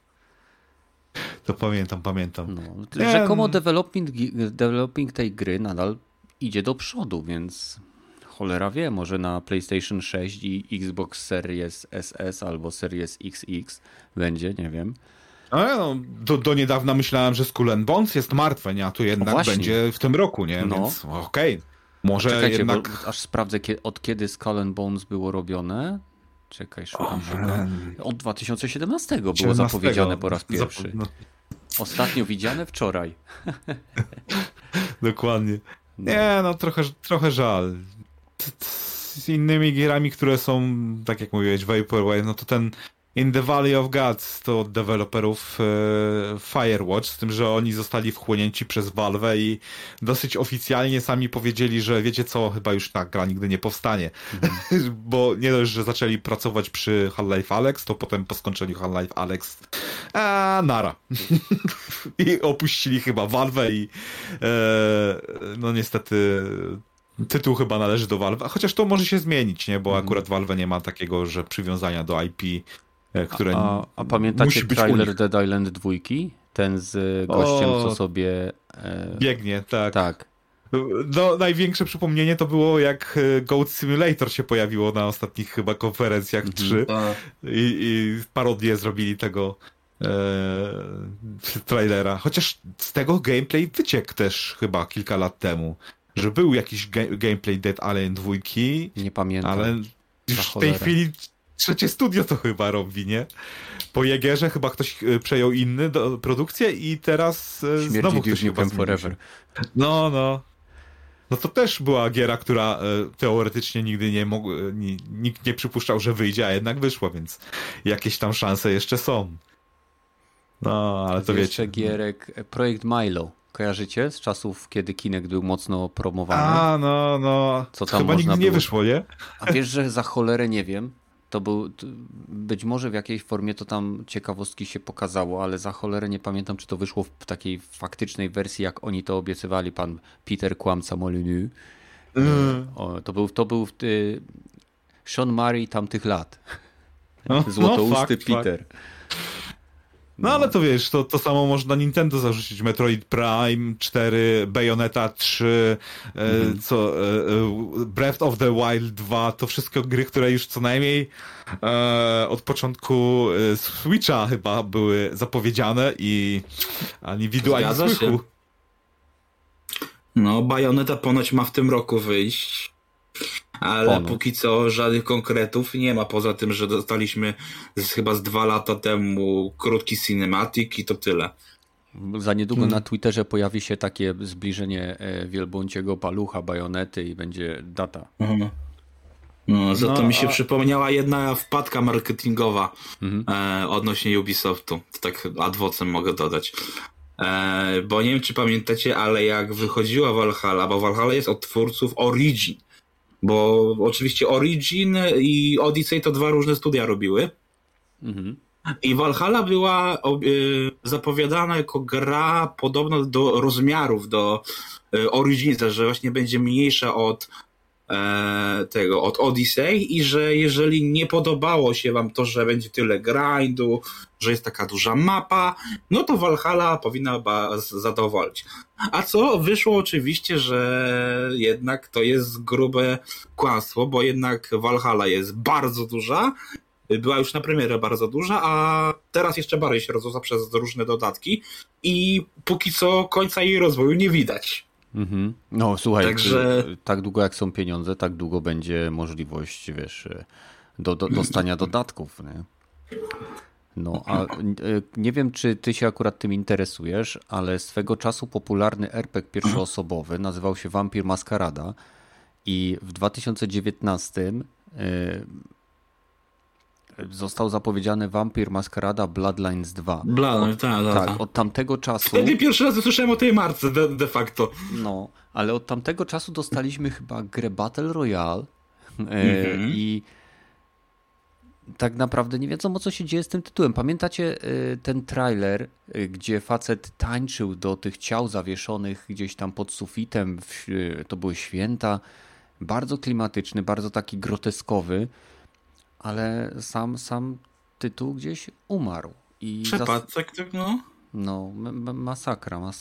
To pamiętam. No, rzekomo developing tej gry nadal idzie do przodu, więc cholera wie, może na PlayStation 6 i Xbox Series SS albo Series XX będzie, nie wiem. No, do niedawna myślałem, że Skull and Bones jest martwe, nie? A tu jednak będzie w tym roku, nie? No. Więc może czekajcie, jednak... bo aż sprawdzę, od kiedy Skull and Bones było robione. Czekaj, szukam. Od 2017 było zapowiedziane po raz pierwszy. Ostatnio widziane wczoraj. Dokładnie. Nie, no trochę żal. Z innymi gierami, które są, tak jak mówiłeś, Vaporwave, no to ten In the Valley of Gods to od deweloperów Firewatch, z tym, że oni zostali wchłonięci przez Valve i dosyć oficjalnie sami powiedzieli, że wiecie co, chyba już ta gra nigdy nie powstanie. Bo nie dość, że zaczęli pracować przy Half-Life Alyx, to potem po skończeniu Half-Life Alyx nara. I opuścili chyba Valve i no niestety tytuł chyba należy do Valve, chociaż to może się zmienić, nie? Bo akurat Valve nie ma takiego, że przywiązania do IP, które a pamiętacie musi być trailer Dead Island 2? Ten z gościem, co sobie... biegnie, tak. Tak. No, największe przypomnienie to było, jak Goat Simulator się pojawiło na ostatnich chyba konferencjach 3 i parodię zrobili tego trailera. Chociaż z tego gameplay wyciekł też chyba kilka lat temu. Że był jakiś gameplay Dead Island 2. Nie pamiętam. Ale już w tej chwili trzecie studio to chyba robi, nie? Po Jägerze chyba ktoś przejął inny produkcję i teraz znowu ktoś Nukem Forever. No. No to też była giera, która teoretycznie nigdy nikt nie przypuszczał, że wyjdzie, a jednak wyszła, więc jakieś tam szanse jeszcze są. No, ale to jeszcze wiecie. Gierek, projekt Milo. Kojarzycie? Z czasów, kiedy Kinect był mocno promowany. No. Co tam chyba nigdy nie wyszło, nie? A wiesz, że za cholerę nie wiem. To był, być może w jakiejś formie to tam ciekawostki się pokazało, ale za cholerę nie pamiętam, czy to wyszło w takiej faktycznej wersji, jak oni to obiecywali, pan Peter Kłamca Molyneux. To był Sean Murray tamtych lat. Złotousty Peter. No ale to wiesz, to samo można Nintendo zarzucić. Metroid Prime 4, Bayonetta 3, Breath of the Wild 2, to wszystko gry, które już co najmniej od początku Switcha chyba były zapowiedziane i ani widu, ani słychu. No, Bayonetta ponoć ma w tym roku wyjść, ale póki co żadnych konkretów nie ma, poza tym, że dostaliśmy chyba z 2 lata temu krótki cinematic i to tyle. Za niedługo na Twitterze pojawi się takie zbliżenie wielbłąciego palucha Bajonety i będzie data. No, za to mi się przypomniała jedna wpadka marketingowa odnośnie Ubisoftu. To tak ad vocem mogę dodać. Bo nie wiem, czy pamiętacie, ale jak wychodziła Valhalla, bo Valhalla jest od twórców Origin, bo oczywiście Origin i Odyssey to 2 różne studia robiły. I Valhalla była zapowiadana jako gra podobna do rozmiarów do Originsa, że właśnie będzie mniejsza od od Odyssey i że jeżeli nie podobało się wam to, że będzie tyle grindu, że jest taka duża mapa, no to Valhalla powinna was zadowolić. A co? Wyszło oczywiście, że jednak to jest grube kłamstwo, bo jednak Valhalla jest bardzo duża, była już na premierę bardzo duża, a teraz jeszcze bardziej się rozrosła przez różne dodatki i póki co końca jej rozwoju nie widać. No słuchaj, także tak długo jak są pieniądze, tak długo będzie możliwość, wiesz, dostania dodatków, nie? No, a nie wiem, czy ty się akurat tym interesujesz, ale swego czasu popularny RPG pierwszoosobowy nazywał się Vampire Masquerada i w 2019 został zapowiedziany Vampire Masquerada Bloodlines 2. Tak, od tamtego czasu... Wtedy pierwszy raz usłyszałem o tej marce de facto. No, ale od tamtego czasu dostaliśmy chyba grę Battle Royale i tak naprawdę nie wiadomo, co się dzieje z tym tytułem. Pamiętacie ten trailer, gdzie facet tańczył do tych ciał zawieszonych gdzieś tam pod sufitem? To były święta. Bardzo klimatyczny, bardzo taki groteskowy. Ale sam tytuł gdzieś umarł. No, masakra.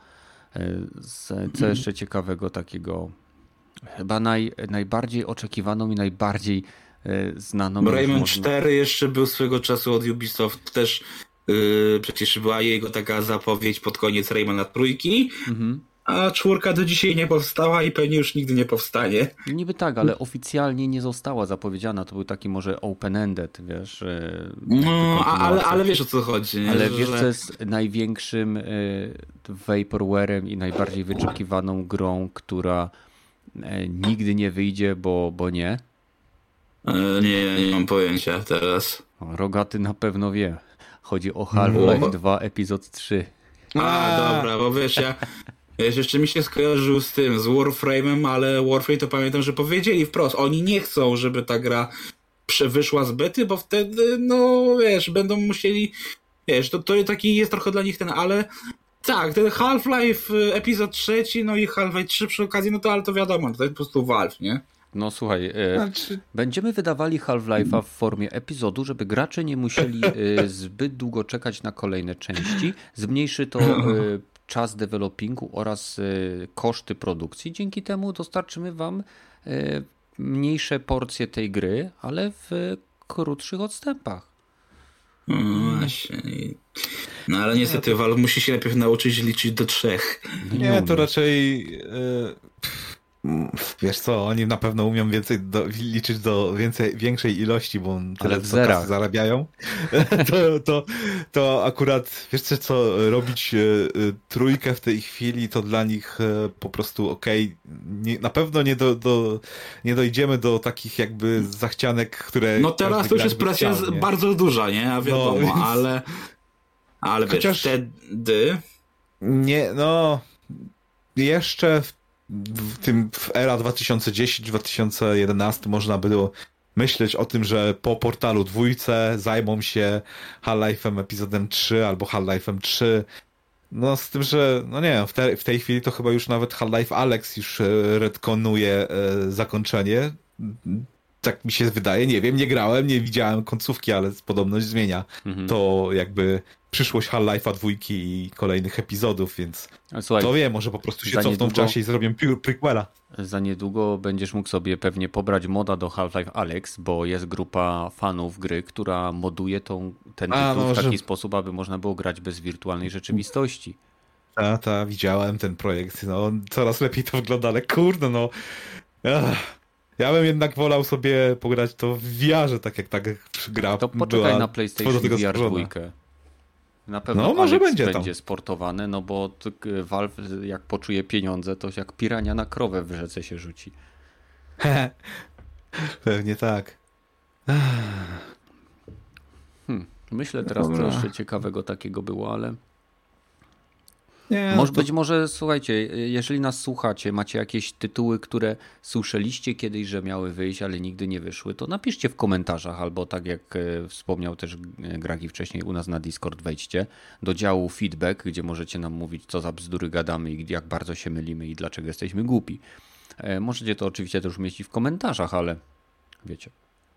Co jeszcze ciekawego takiego? Chyba najbardziej oczekiwaną i najbardziej znaną... Rayman 4 jeszcze był swego czasu od Ubisoft. Też przecież była jego taka zapowiedź pod koniec Raymana 3. A 4 do dzisiaj nie powstała i pewnie już nigdy nie powstanie. Niby tak, ale oficjalnie nie została zapowiedziana. To był taki może open-ended, wiesz. No, ale wiesz, o co chodzi. Nie? Ale wiesz, co jest największym vaporware'em i najbardziej wyczekiwaną grą, która nigdy nie wyjdzie, bo nie? Nie mam pojęcia teraz. Rogaty na pewno wie. Chodzi o Half-Life 2 epizod 3. Dobra, bo wiesz, jeszcze mi się skojarzył z Warframe'em, ale Warframe to pamiętam, że powiedzieli wprost, oni nie chcą, żeby ta gra wyszła z bety, bo wtedy, no wiesz, będą musieli, wiesz, to taki jest trochę dla nich ale tak, ten Half-Life epizod 3, no i Half-Life 3 przy okazji, no to ale to wiadomo, to jest po prostu Valve, nie? No słuchaj, będziemy wydawali Half-Life'a w formie epizodu, żeby gracze nie musieli zbyt długo czekać na kolejne części. Zmniejszy to czas developingu oraz koszty produkcji. Dzięki temu dostarczymy wam mniejsze porcje tej gry, ale w krótszych odstępach. No właśnie. No ale niestety Valve musi się najpierw nauczyć liczyć do 3. Nie, to raczej... Wiesz co, oni na pewno umią liczyć do większej ilości, bo tyle co kasy zarabiają. To akurat, wiesz co, robić 3 w tej chwili, to dla nich po prostu na pewno nie dojdziemy do takich jakby zachcianek, które... No teraz to już jest presja bardzo duża, nie? A wiadomo, więc... ale chociaż wtedy... Nie, no... Jeszcze w era 2010-2011 można było myśleć o tym, że po Portalu 2 zajmą się Half-Life'em epizodem 3 albo Half-Life'em 3. No z tym, że no nie wiem, w tej chwili to chyba już nawet Half-Life Alyx już retconuje zakończenie. tak mi się wydaje, nie wiem, nie grałem, nie widziałem końcówki, ale podobność zmienia to jakby przyszłość Half-Life'a 2 i kolejnych epizodów, więc Słuchaj, to wiem, może po prostu się cofną w czasie i zrobią prequela. Za niedługo będziesz mógł sobie pewnie pobrać moda do Half-Life Alyx, bo jest grupa fanów gry, która moduje ten tytuł w taki sposób, aby można było grać bez wirtualnej rzeczywistości. Widziałem ten projekt, no coraz lepiej to wygląda, ale kurde, no ja bym jednak wolał sobie pograć to w VR-ze, tak jak gra to poczekaj była na PlayStation VR 2. Na pewno no, może Alyx będzie sportowane, no bo Valve jak poczuje pieniądze, to jak pirania na krowę w rzece się rzuci. Pewnie tak. Myślę teraz, co jeszcze ciekawego takiego było, ale... Nie, Być może, słuchajcie, jeżeli nas słuchacie, macie jakieś tytuły, które słyszeliście kiedyś, że miały wyjść, ale nigdy nie wyszły, to napiszcie w komentarzach, albo tak jak wspomniał też Gragi wcześniej u nas na Discord, wejdźcie do działu feedback, gdzie możecie nam mówić, co za bzdury gadamy i jak bardzo się mylimy i dlaczego jesteśmy głupi. Możecie to oczywiście też umieścić w komentarzach, ale wiecie,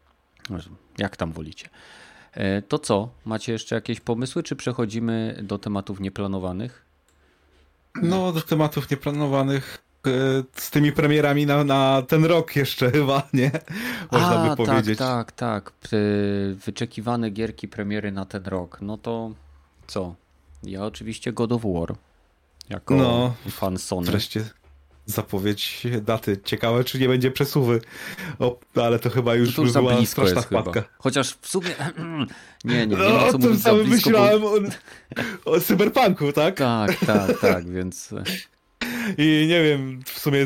jak tam wolicie. To co? Macie jeszcze jakieś pomysły, czy przechodzimy do tematów nieplanowanych? No, do tematów nieplanowanych z tymi premierami na ten rok jeszcze chyba, nie? Można by powiedzieć. Tak. Wyczekiwane gierki premiery na ten rok. No to co? Ja oczywiście God of War. Jako fan Sony. Wreszcie zapowiedź daty. Ciekawe, czy nie będzie przesuwy. Ale to chyba już to była blisko straszna wpadka. Chociaż w sumie... nie ma co mówić za blisko. Myślałem o cyberpunku, tak? Tak, więc... I nie wiem, w sumie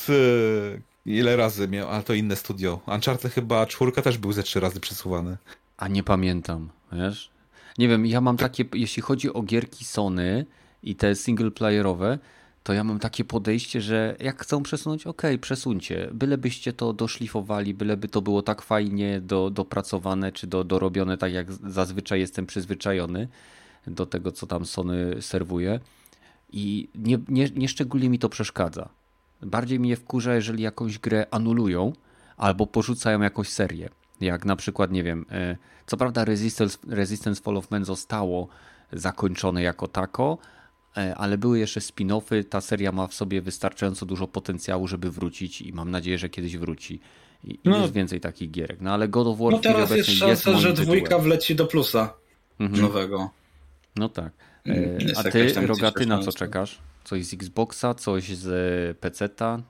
ile razy miał, ale to inne studio. Uncharted chyba 4 też był ze 3 razy przesuwany. A nie pamiętam, wiesz? Nie wiem, ja mam takie, jeśli chodzi o gierki Sony i te singleplayerowe, to ja mam takie podejście, że jak chcą przesunąć, przesuńcie. Bylebyście to doszlifowali, byleby to było tak fajnie dopracowane, czy dorobione, tak jak zazwyczaj jestem przyzwyczajony do tego, co tam Sony serwuje. I nie szczególnie mi to przeszkadza. Bardziej mnie wkurza, jeżeli jakąś grę anulują albo porzucają jakąś serię. Jak na przykład, nie wiem, co prawda Resistance Fall of Man zostało zakończone jako tako, ale były jeszcze spin-offy. Ta seria ma w sobie wystarczająco dużo potencjału, żeby wrócić i mam nadzieję, że kiedyś wróci. I jest więcej takich gierek. No ale God of War teraz jest szansa, że dwójka wleci do plusa nowego. No tak. A ty, Rogaty, na co czekasz? Coś z Xboxa, coś z PC-ta?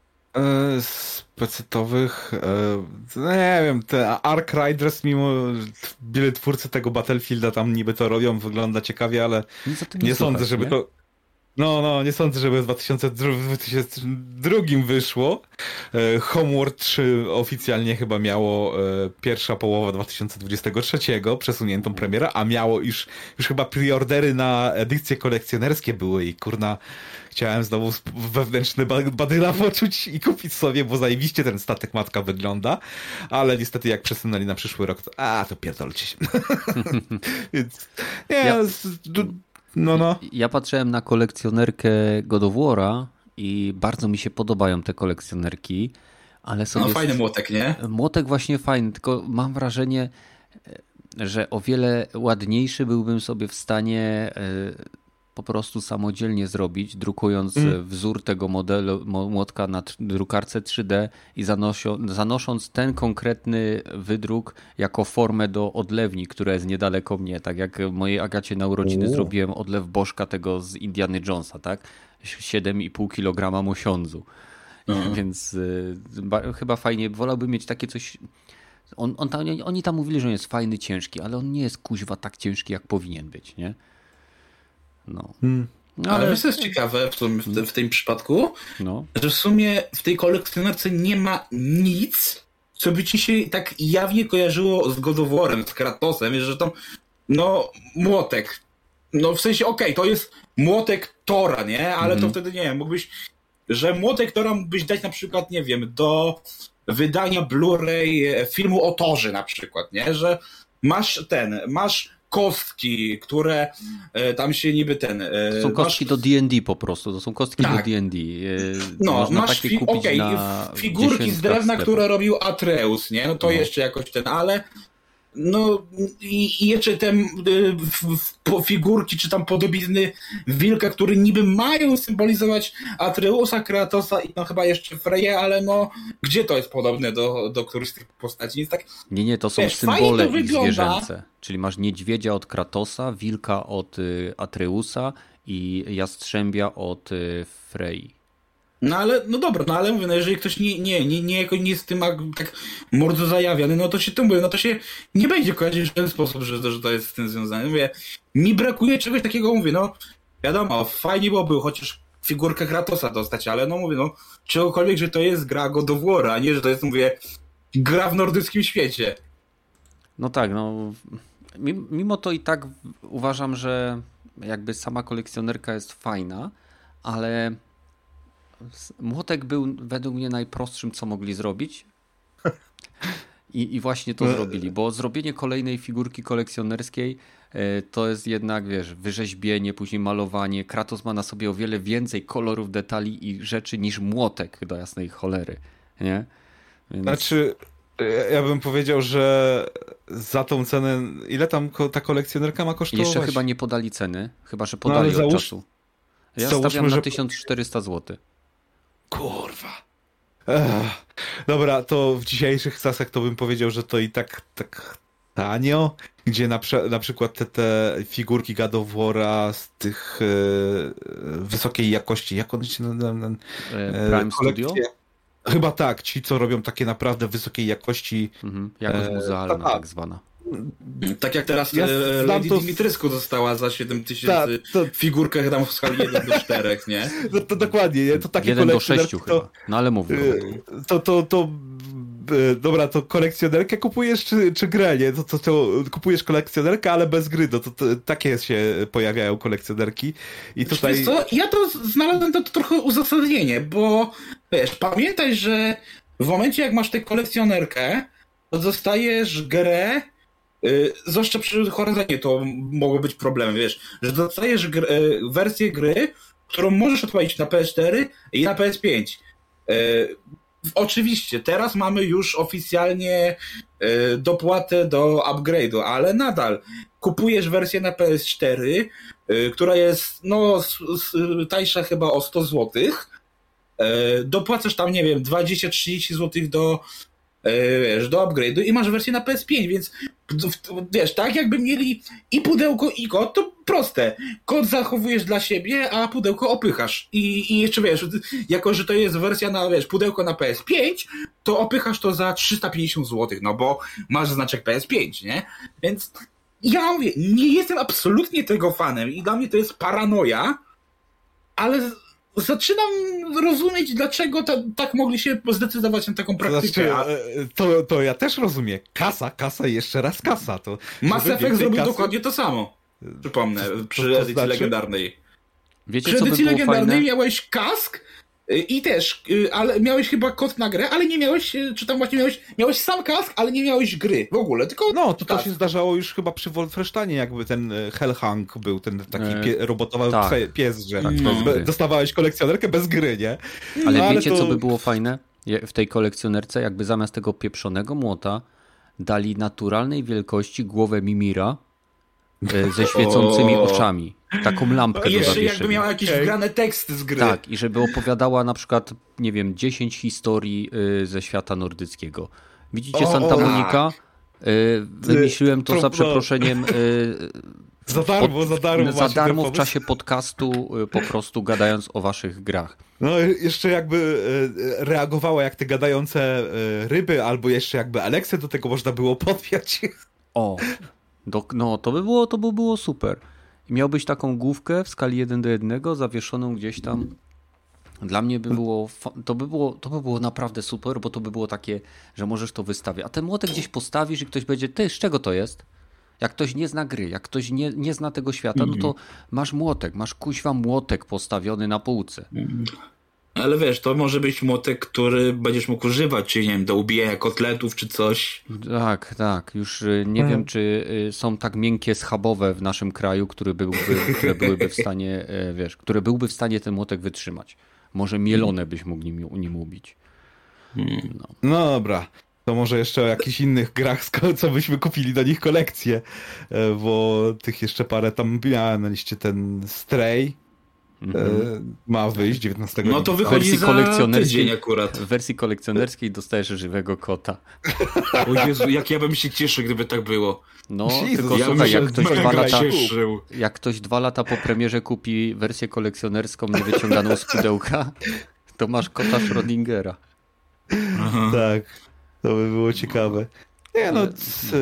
Z PC-towych, no nie wiem, te Ark Riders, mimo wiele twórcy tego Battlefielda tam niby to robią, wygląda ciekawie, ale nie sądzę, żeby to... nie sądzę, żeby w 2002 wyszło. Homeworld 3 oficjalnie chyba miało pierwsza połowa 2023 przesuniętą premierę, a miało już chyba preordery na edycje kolekcjonerskie były i kurna, chciałem znowu wewnętrzny badyla poczuć i kupić sobie, bo zajebiście ten statek matka wygląda, ale niestety jak przesunęli na przyszły rok, to pierdolcie się. Więc Ja patrzyłem na kolekcjonerkę God of War'a i bardzo mi się podobają te kolekcjonerki, ale sobie... No fajny młotek, nie? Młotek właśnie fajny, tylko mam wrażenie, że o wiele ładniejszy byłbym sobie w stanie po prostu samodzielnie zrobić, drukując wzór tego modelu młotka na drukarce 3D i zanosząc ten konkretny wydruk jako formę do odlewni, która jest niedaleko mnie. Tak jak mojej Agacie na urodziny zrobiłem odlew bożka tego z Indiana Jonesa, tak? 7,5 kg mosiądzu. Więc chyba fajnie, wolałbym mieć takie coś... Oni tam mówili, że on jest fajny, ciężki, ale on nie jest kuźwa tak ciężki, jak powinien być, nie? No. Ale wiesz, co jest ciekawe w tym przypadku, że w sumie w tej kolekcjonerce nie ma nic, co by ci się tak jawnie kojarzyło z God of War'em, z Kratosem, że tam, młotek. No w sensie, to jest młotek Tora, nie? Ale to wtedy, nie wiem, mógłbyś, że młotek Tora mógłbyś dać na przykład, nie wiem, do wydania Blu-ray filmu o Torze na przykład, nie? Że masz kostki, które tam się niby To są kostki do D&D po prostu, to są kostki Tak. do D&D. No, Można masz takie kupić figurki z dziesiątkach drewna, sklepów. które robił Atreus, nie? No to jeszcze jakoś ale no i jeszcze te figurki czy tam podobizny wilka, które niby mają symbolizować Atreusa, Kratosa i no chyba jeszcze Freję, ale no gdzie to jest podobne do którejś z tych postaci? Jest tak, Nie, to są wiesz, symbole fajnie to ich wygląda. zwierzęce. Czyli masz niedźwiedzia od Kratosa, wilka od Atreusa i jastrzębia od Frey. No ale, no dobra, no ale mówię, no jeżeli ktoś nie jest tym tak bardzo zajawiany, no to się to mówię, no to się nie będzie kojarzyć w ten sposób, że to jest z tym związane. Mówię, mi brakuje czegoś takiego, mówię, no wiadomo, fajnie byłoby chociaż figurkę Kratosa dostać, ale no mówię, no czegokolwiek, że to jest gra God of War, a nie, że to jest, mówię, gra w nordyckim świecie. No tak, no mimo to i tak uważam, że jakby sama kolekcjonerka jest fajna, ale młotek był według mnie najprostszym, co mogli zrobić. I właśnie to zrobili, bo zrobienie kolejnej figurki kolekcjonerskiej to jest jednak, wiesz, wyrzeźbienie, później malowanie. Kratos ma na sobie o wiele więcej kolorów, detali i rzeczy niż młotek, do jasnej cholery, nie? Więc... Znaczy, ja bym powiedział, że za tą cenę, ile tam ta kolekcjonerka ma kosztować? Jeszcze chyba nie podali ceny, chyba że podali ale od czasu. Ja stawiam na 1400 zł. Kurwa. Dobra, to w dzisiejszych czasach to bym powiedział, że to i tak tanio, gdzie na przykład te figurki God of War'a z tych wysokiej jakości, jak one się nazywają? Prime Studio? Chyba tak, ci co robią takie naprawdę wysokiej jakości. Jakość muzealna tak zwana. Tak jak teraz Lady Dimitrescu dostała za 7000 figurkę tam w skali 1:4, nie? No to dokładnie, nie? To takie 1:6 chyba, no ale mówię. Dobra, to kolekcjonerkę kupujesz czy grę, nie? To kupujesz kolekcjonerkę, ale bez gry, to takie się pojawiają kolekcjonerki i tutaj... Wiesz co, ja to znalazłem to trochę uzasadnienie, bo wiesz, pamiętaj, że w momencie jak masz tę kolekcjonerkę, to dostajesz grę, zwłaszcza przy Horizonie to mogło być problemem, wiesz, że dostajesz wersję gry, którą możesz odpalić na PS4 i na PS5. Oczywiście, teraz mamy już oficjalnie dopłatę do upgrade'u, ale nadal kupujesz wersję na PS4, która jest no tańsza chyba o 100 zł, dopłacasz tam, nie wiem, 20-30 zł do upgrade'u i masz wersję na PS5, więc wiesz, tak jakby mieli i pudełko i kod, to proste. Kod zachowujesz dla siebie, a pudełko opychasz. I jeszcze wiesz, jako że to jest wersja na, wiesz, pudełko na PS5, to opychasz to za 350 zł, no bo masz znaczek PS5, nie? Więc ja mówię, nie jestem absolutnie tego fanem i dla mnie to jest paranoja, ale zaczynam rozumieć, dlaczego tak mogli się zdecydować na taką praktykę. To ja też rozumiem. Kasa i jeszcze raz kasa. To Mass Effect zrobił dokładnie to samo. Przypomnę, przy edycji legendarnej. Wiecie, przy co edycji by było legendarnej fajne? miałeś kask i też, ale miałeś chyba kod na grę, ale nie miałeś, czy tam właśnie miałeś sam kask, ale nie miałeś gry w ogóle, tylko no, to się zdarzało już chyba przy Wolfensteinie, jakby ten Hellhang był, ten taki robotowy pies, że dostawałeś kolekcjonerkę bez gry, nie? Ale wiecie, co by było fajne w tej kolekcjonerce? Jakby zamiast tego pieprzonego młota dali naturalnej wielkości głowę Mimira ze świecącymi oczami. Taką lampkę do jeszcze zawieszenia. jakby miała jakieś wgrane teksty z gry. Tak, i żeby opowiadała na przykład, nie wiem, 10 historii ze świata nordyckiego. Widzicie Santa Monica? Wymyśliłem to za przeproszeniem za darmo w czasie podcastu, po prostu gadając o waszych grach. No jeszcze jakby reagowała jak te gadające ryby, albo jeszcze jakby Aleksę do tego można było podpiąć. O, no to by było super. I miałbyś taką główkę w skali 1:1 zawieszoną gdzieś tam. Dla mnie to by było naprawdę super, bo to by było takie, że możesz to wystawić. A ten młotek gdzieś postawisz i ktoś będzie, z czego to jest? Jak ktoś nie zna gry, jak ktoś nie zna tego świata, no to masz młotek, masz kuźwa młotek postawiony na półce. Ale wiesz, to może być młotek, który będziesz mógł używać, czy nie wiem, do ubijania kotletów, czy coś. Tak. Już nie wiem, czy są tak miękkie schabowe w naszym kraju, które byłyby w stanie, które byłby w stanie ten młotek wytrzymać. Może mielone byś mógł nim ubić. No dobra. To może jeszcze o jakichś innych grach, co byśmy kupili do nich kolekcję, bo tych jeszcze parę tam miałem na liście. Ten Stray ma wyjść 19 No to wychodzi za tydzień akurat. W wersji kolekcjonerskiej dostajesz żywego kota. O Jezu, jak ja bym się cieszył, gdyby tak było. No, Jezus, tylko ja słuchaj, jak ktoś 2 lata po premierze kupi wersję kolekcjonerską niewyciąganą z pudełka, to masz kota Schrödingera. Tak, to by było ciekawe. Nie no,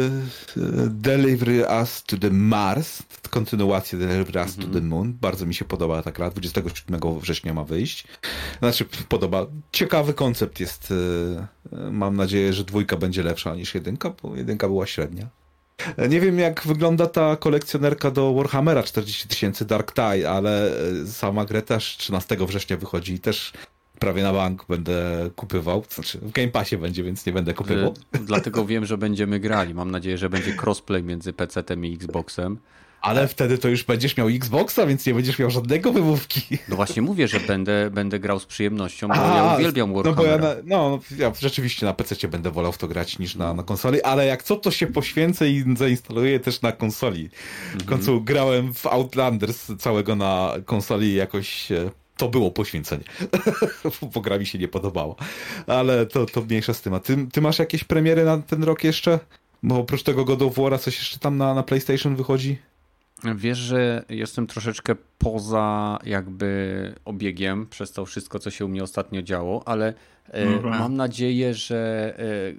Delivery Us to the Mars, kontynuacja Delivery Us to the Moon, bardzo mi się podoba ta gra, 27 września ma wyjść. Znaczy, podoba, ciekawy koncept jest, mam nadzieję, że 2 będzie lepsza niż 1, bo 1 była średnia. Nie wiem, jak wygląda ta kolekcjonerka do Warhammera 40 000 Dark Tide, ale sama gra też 13 września wychodzi i też prawie na bank będę kupywał. Znaczy w Game Passie będzie, więc nie będę kupywał. Dlatego wiem, że będziemy grali. Mam nadzieję, że będzie crossplay między PC-tem i Xboxem. Ale wtedy to już będziesz miał Xboxa, więc nie będziesz miał żadnego wymówki. No właśnie mówię, że będę grał z przyjemnością, bo ja uwielbiam Warhammera. Ja rzeczywiście na PC będę wolał w to grać niż na konsoli, ale jak co, to się poświęcę i zainstaluję też na konsoli. W końcu grałem w Outlanders całego na konsoli i jakoś to było poświęcenie, bo gra mi się nie podobała. Ale to mniejsza z tym. A ty masz jakieś premiery na ten rok jeszcze? Bo oprócz tego God of War'a coś jeszcze tam na PlayStation wychodzi? Wiesz, że jestem troszeczkę poza jakby obiegiem przez to wszystko, co się u mnie ostatnio działo, ale mam nadzieję, że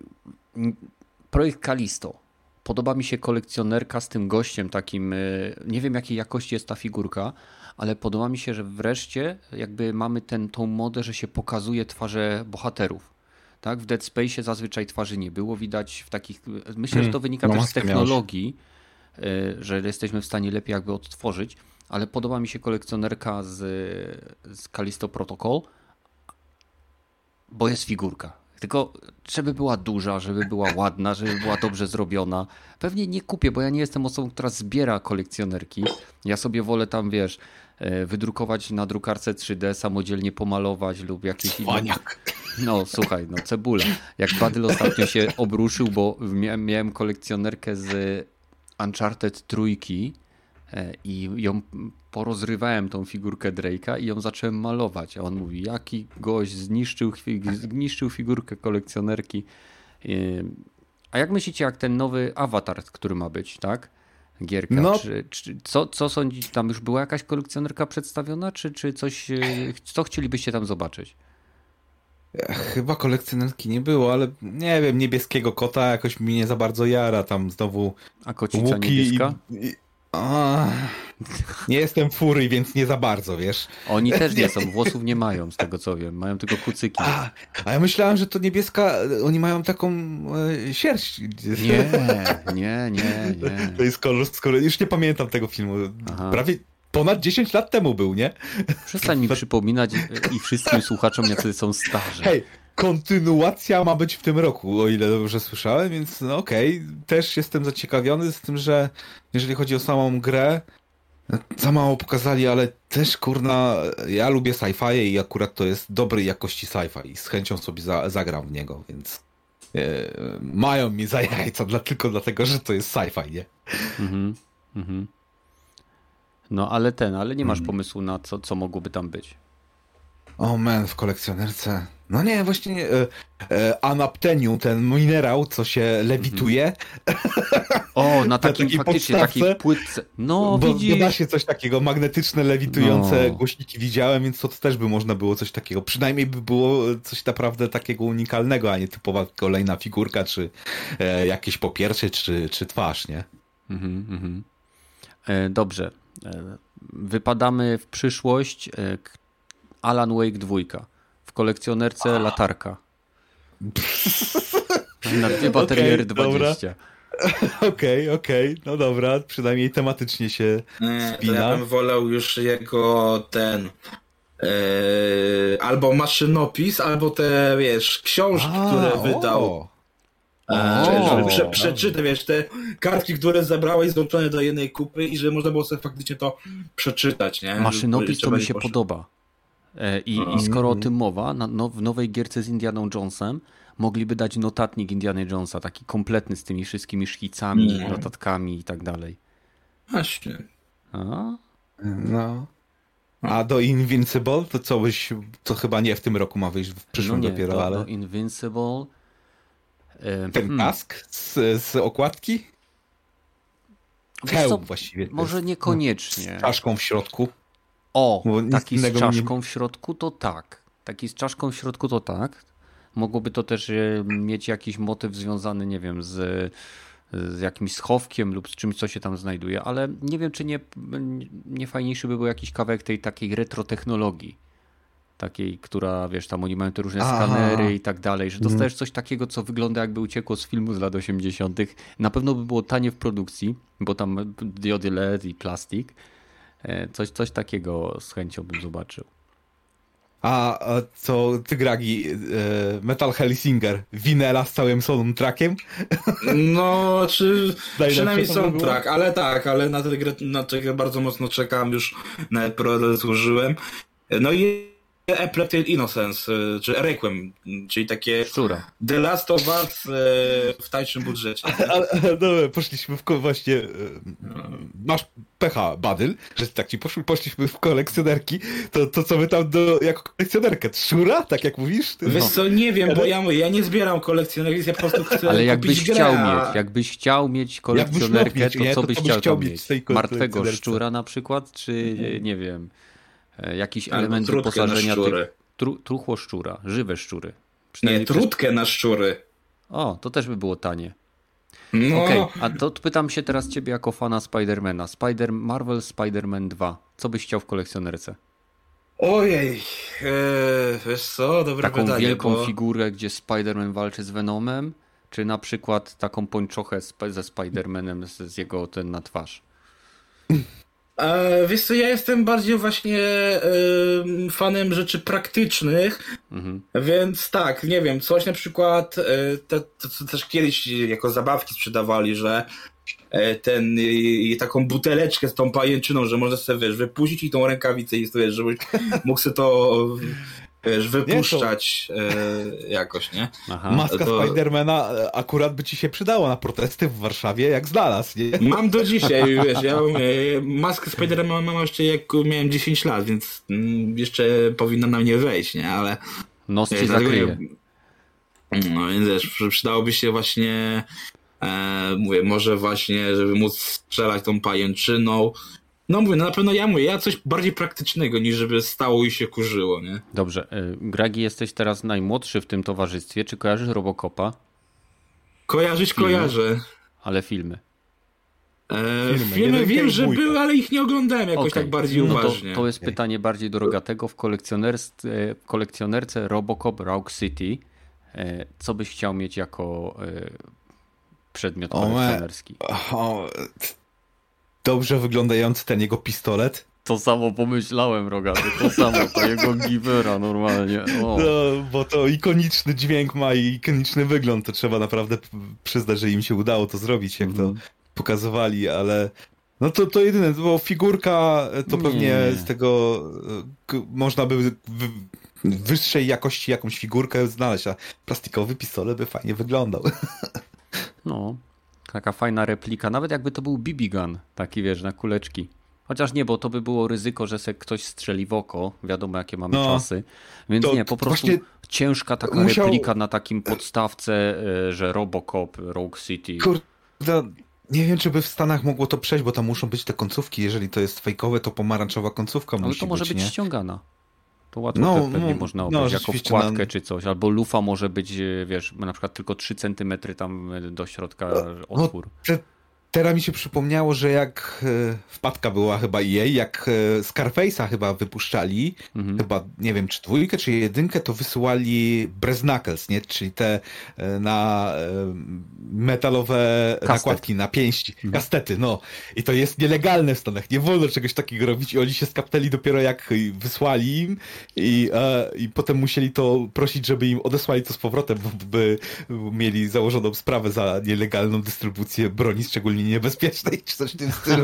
projekt Callisto. Podoba mi się kolekcjonerka z tym gościem takim, nie wiem jakiej jakości jest ta figurka, ale podoba mi się, że wreszcie jakby mamy tą modę, że się pokazuje twarze bohaterów. Tak? W Dead Space zazwyczaj twarzy nie było widać w takich. Myślę, że to wynika też z technologii, że jesteśmy w stanie lepiej jakby odtworzyć, ale podoba mi się kolekcjonerka z Callisto Protocol, bo jest figurka. Tylko żeby była duża, żeby była ładna, żeby była dobrze zrobiona. Pewnie nie kupię, bo ja nie jestem osobą, która zbiera kolekcjonerki. Ja sobie wolę tam, wiesz, wydrukować na drukarce 3D, samodzielnie pomalować lub jakieś Cwaniak. No słuchaj, no cebula. Jak Badyl ostatnio się obruszył, bo miałem kolekcjonerkę z Uncharted 3 i ją porozrywałem, tą figurkę Drake'a i ją zacząłem malować. A on mówi, jaki gość zniszczył figurkę kolekcjonerki. A jak myślicie, jak ten nowy Avatar, który ma być, tak? Gierka. No. Co sądzić? Tam już była jakaś kolekcjonerka przedstawiona, czy coś, co chcielibyście tam zobaczyć? Chyba kolekcjonerki nie było, ale nie wiem, niebieskiego kota jakoś mi nie za bardzo jara, tam znowu A kocica niebieska? Nie jestem fury, więc nie za bardzo, wiesz. Oni też nie są, włosów nie mają z tego co wiem, mają tylko kucyki. A ja myślałem, że to niebieska, oni mają taką sierść. Nie. To jest kolor skóry, już nie pamiętam tego filmu. Aha. Prawie ponad 10 lat temu był, nie? Przestań mi przypominać i wszystkim słuchaczom, jacy są starzy. Hej, kontynuacja ma być w tym roku, o ile dobrze słyszałem, więc no okej. Też jestem zaciekawiony z tym, że jeżeli chodzi o samą grę, za mało pokazali, ale też kurna, ja lubię sci-fi i akurat to jest dobrej jakości sci-fi i z chęcią sobie zagram w niego, więc mają mi za jajca tylko dlatego, że to jest sci-fi, nie? No ale nie masz pomysłu na co mogłoby tam być. O man, w kolekcjonerce. No nie, właśnie nie. Anaptenium, ten minerał, co się lewituje. O, na takim faktycznie, takiej płytce. No, widzisz. Da się coś takiego, magnetyczne, lewitujące głośniki widziałem, więc to też by można było coś takiego. Przynajmniej by było coś naprawdę takiego unikalnego, a nie typowa kolejna figurka, czy jakieś popiercie, czy twarz, nie? Dobrze. Wypadamy w przyszłość. Alan Wake 2. W kolekcjonerce latarka. Na 2 baterie R20. Okej. No dobra, przynajmniej tematycznie się spina. Ja bym wolał już jego albo maszynopis, albo te, wiesz, książki, które wydał. Żeby przeczytać, wiesz, te kartki, które zebrałeś, złączone do jednej kupy i że można było sobie faktycznie to przeczytać, nie? Maszynopis to mi się podoba. I skoro o tym mowa, w nowej gierce z Indianą Jonesem mogliby dać notatnik Indiana Jonesa, taki kompletny z tymi wszystkimi szkicami, notatkami i tak dalej. Właśnie. No. A do Invincible to co byś, to chyba nie w tym roku ma wyjść, w przyszłym dopiero, ale... do Invincible... Ten kask z okładki? Hełm właściwie. Może niekoniecznie. Z czaszką w środku. Taki z czaszką w środku to tak. Taki z czaszką w środku to tak. Mogłoby to też mieć jakiś motyw związany, nie wiem, z jakimś schowkiem lub z czymś, co się tam znajduje, ale nie wiem, czy nie fajniejszy by był jakiś kawałek tej takiej retrotechnologii. Takiej, która, wiesz, tam oni mają te różne skanery i tak dalej, że dostajesz coś takiego, co wygląda jakby uciekło z filmu z lat 80. Na pewno by było tanie w produkcji, bo tam diody LED i plastik. Coś takiego z chęcią bym zobaczył. A co ty, Gragi, Metal Hellsinger, Winela z całym soundtrackiem? No, przynajmniej soundtrack, ale na tę grę bardzo mocno czekam, już nawet preorder złożyłem. No i Epileptic Innocence, czy Requiem, czyli takie Szczura. The Last of Us w tańszym budżecie. Ale poszliśmy właśnie, masz pecha, Badyl, że tak ci poszliśmy w kolekcjonerki, to co my tam jako kolekcjonerkę? Szczura? Tak jak mówisz? Wiesz co, nie wiem, bo ja nie zbieram kolekcjonerki, ja po prostu chcę ale kupić grę. jakbyś chciał mieć kolekcjonerkę, to co byś chciał mieć? Martwego szczura na przykład, czy nie wiem... Jakiś element wyposażenia truchło szczura, żywe szczury. Nie, trutkę na szczury. To też by było tanie. No. Okej, a to pytam się teraz ciebie jako fana Spidermana. Marvel Spider-Man 2. Co byś chciał w kolekcjonerce? Ojej, wiesz co, dobre taką pytanie. Wielką figurę, gdzie Spider-Man walczy z Venomem, czy na przykład taką pończochę ze Spider-Manem z jego na twarz? Wiesz co, ja jestem bardziej właśnie fanem rzeczy praktycznych, więc tak, nie wiem, coś na przykład, to co też kiedyś jako zabawki sprzedawali, że taką buteleczkę z tą pajęczyną, że można sobie, wiesz, wypuścić i tą rękawicę i wiesz, żebyś mógł sobie to, wiesz, wypuszczać jakoś, nie? Maska Spidermana akurat by ci się przydała na protesty w Warszawie, jak znalazł, nie? Mam do dzisiaj, wiesz, maskę Spidermana mam jeszcze jak miałem 10 lat, więc jeszcze powinna na mnie wejść, nie? Ale... Nos cię zakryje. No więc wiesz, przydałoby się właśnie, mówię, może właśnie, żeby móc strzelać tą pajęczyną. No mówię, na pewno ja coś bardziej praktycznego, niż żeby stało i się kurzyło, nie? Dobrze. Gragi, jesteś teraz najmłodszy w tym towarzystwie. Czy kojarzysz Robocopa? Kojarzę. Ale filmy? Filmy wiem, że były, ale ich nie oglądałem jakoś tak bardziej uważnie. To jest pytanie bardziej do Rogatego. W kolekcjonerce Robocop Rogue City co byś chciał mieć jako przedmiot kolekcjonerski? Dobrze wyglądający ten jego pistolet. To samo pomyślałem, Rogaty, to samo, to jego givera normalnie. No, bo to ikoniczny dźwięk ma i ikoniczny wygląd, to trzeba naprawdę przyznać, że im się udało to zrobić, jak to pokazywali, ale no to jedyne, bo figurka to pewnie z tego można by wyższej jakości jakąś figurkę znaleźć, a plastikowy pistolet by fajnie wyglądał. No, taka fajna replika, nawet jakby to był BB gun, taki wiesz, na kuleczki. Chociaż nie, bo to by było ryzyko, że se ktoś strzeli w oko, wiadomo jakie mamy czasy, więc nie, po prostu ciężka taka replika na takim podstawce, że Robocop, Rogue City. Kurde, nie wiem, czy by w Stanach mogło to przejść, bo tam muszą być te końcówki, jeżeli to jest fejkowe, to pomarańczowa końcówka musi być. Ale to może być nie? ściągana. To łatwo pewnie można obejść jako wkładkę czy coś, albo lufa może być, wiesz, na przykład tylko 3 cm tam do środka otwór. Teraz mi się przypomniało, że jak wpadka była chyba jej, jak Scarface'a chyba wypuszczali, chyba nie wiem czy 2 czy 1, to wysyłali Brass Knuckles, nie? Czyli te na metalowe nakładki na pięści, kastety, no. I to jest nielegalne w Stanach, nie wolno czegoś takiego robić i oni się skapnęli dopiero jak wysłali im i potem musieli to prosić, żeby im odesłali to z powrotem, bo by mieli założoną sprawę za nielegalną dystrybucję broni, szczególnie niebezpiecznej, czy coś w tym stylu.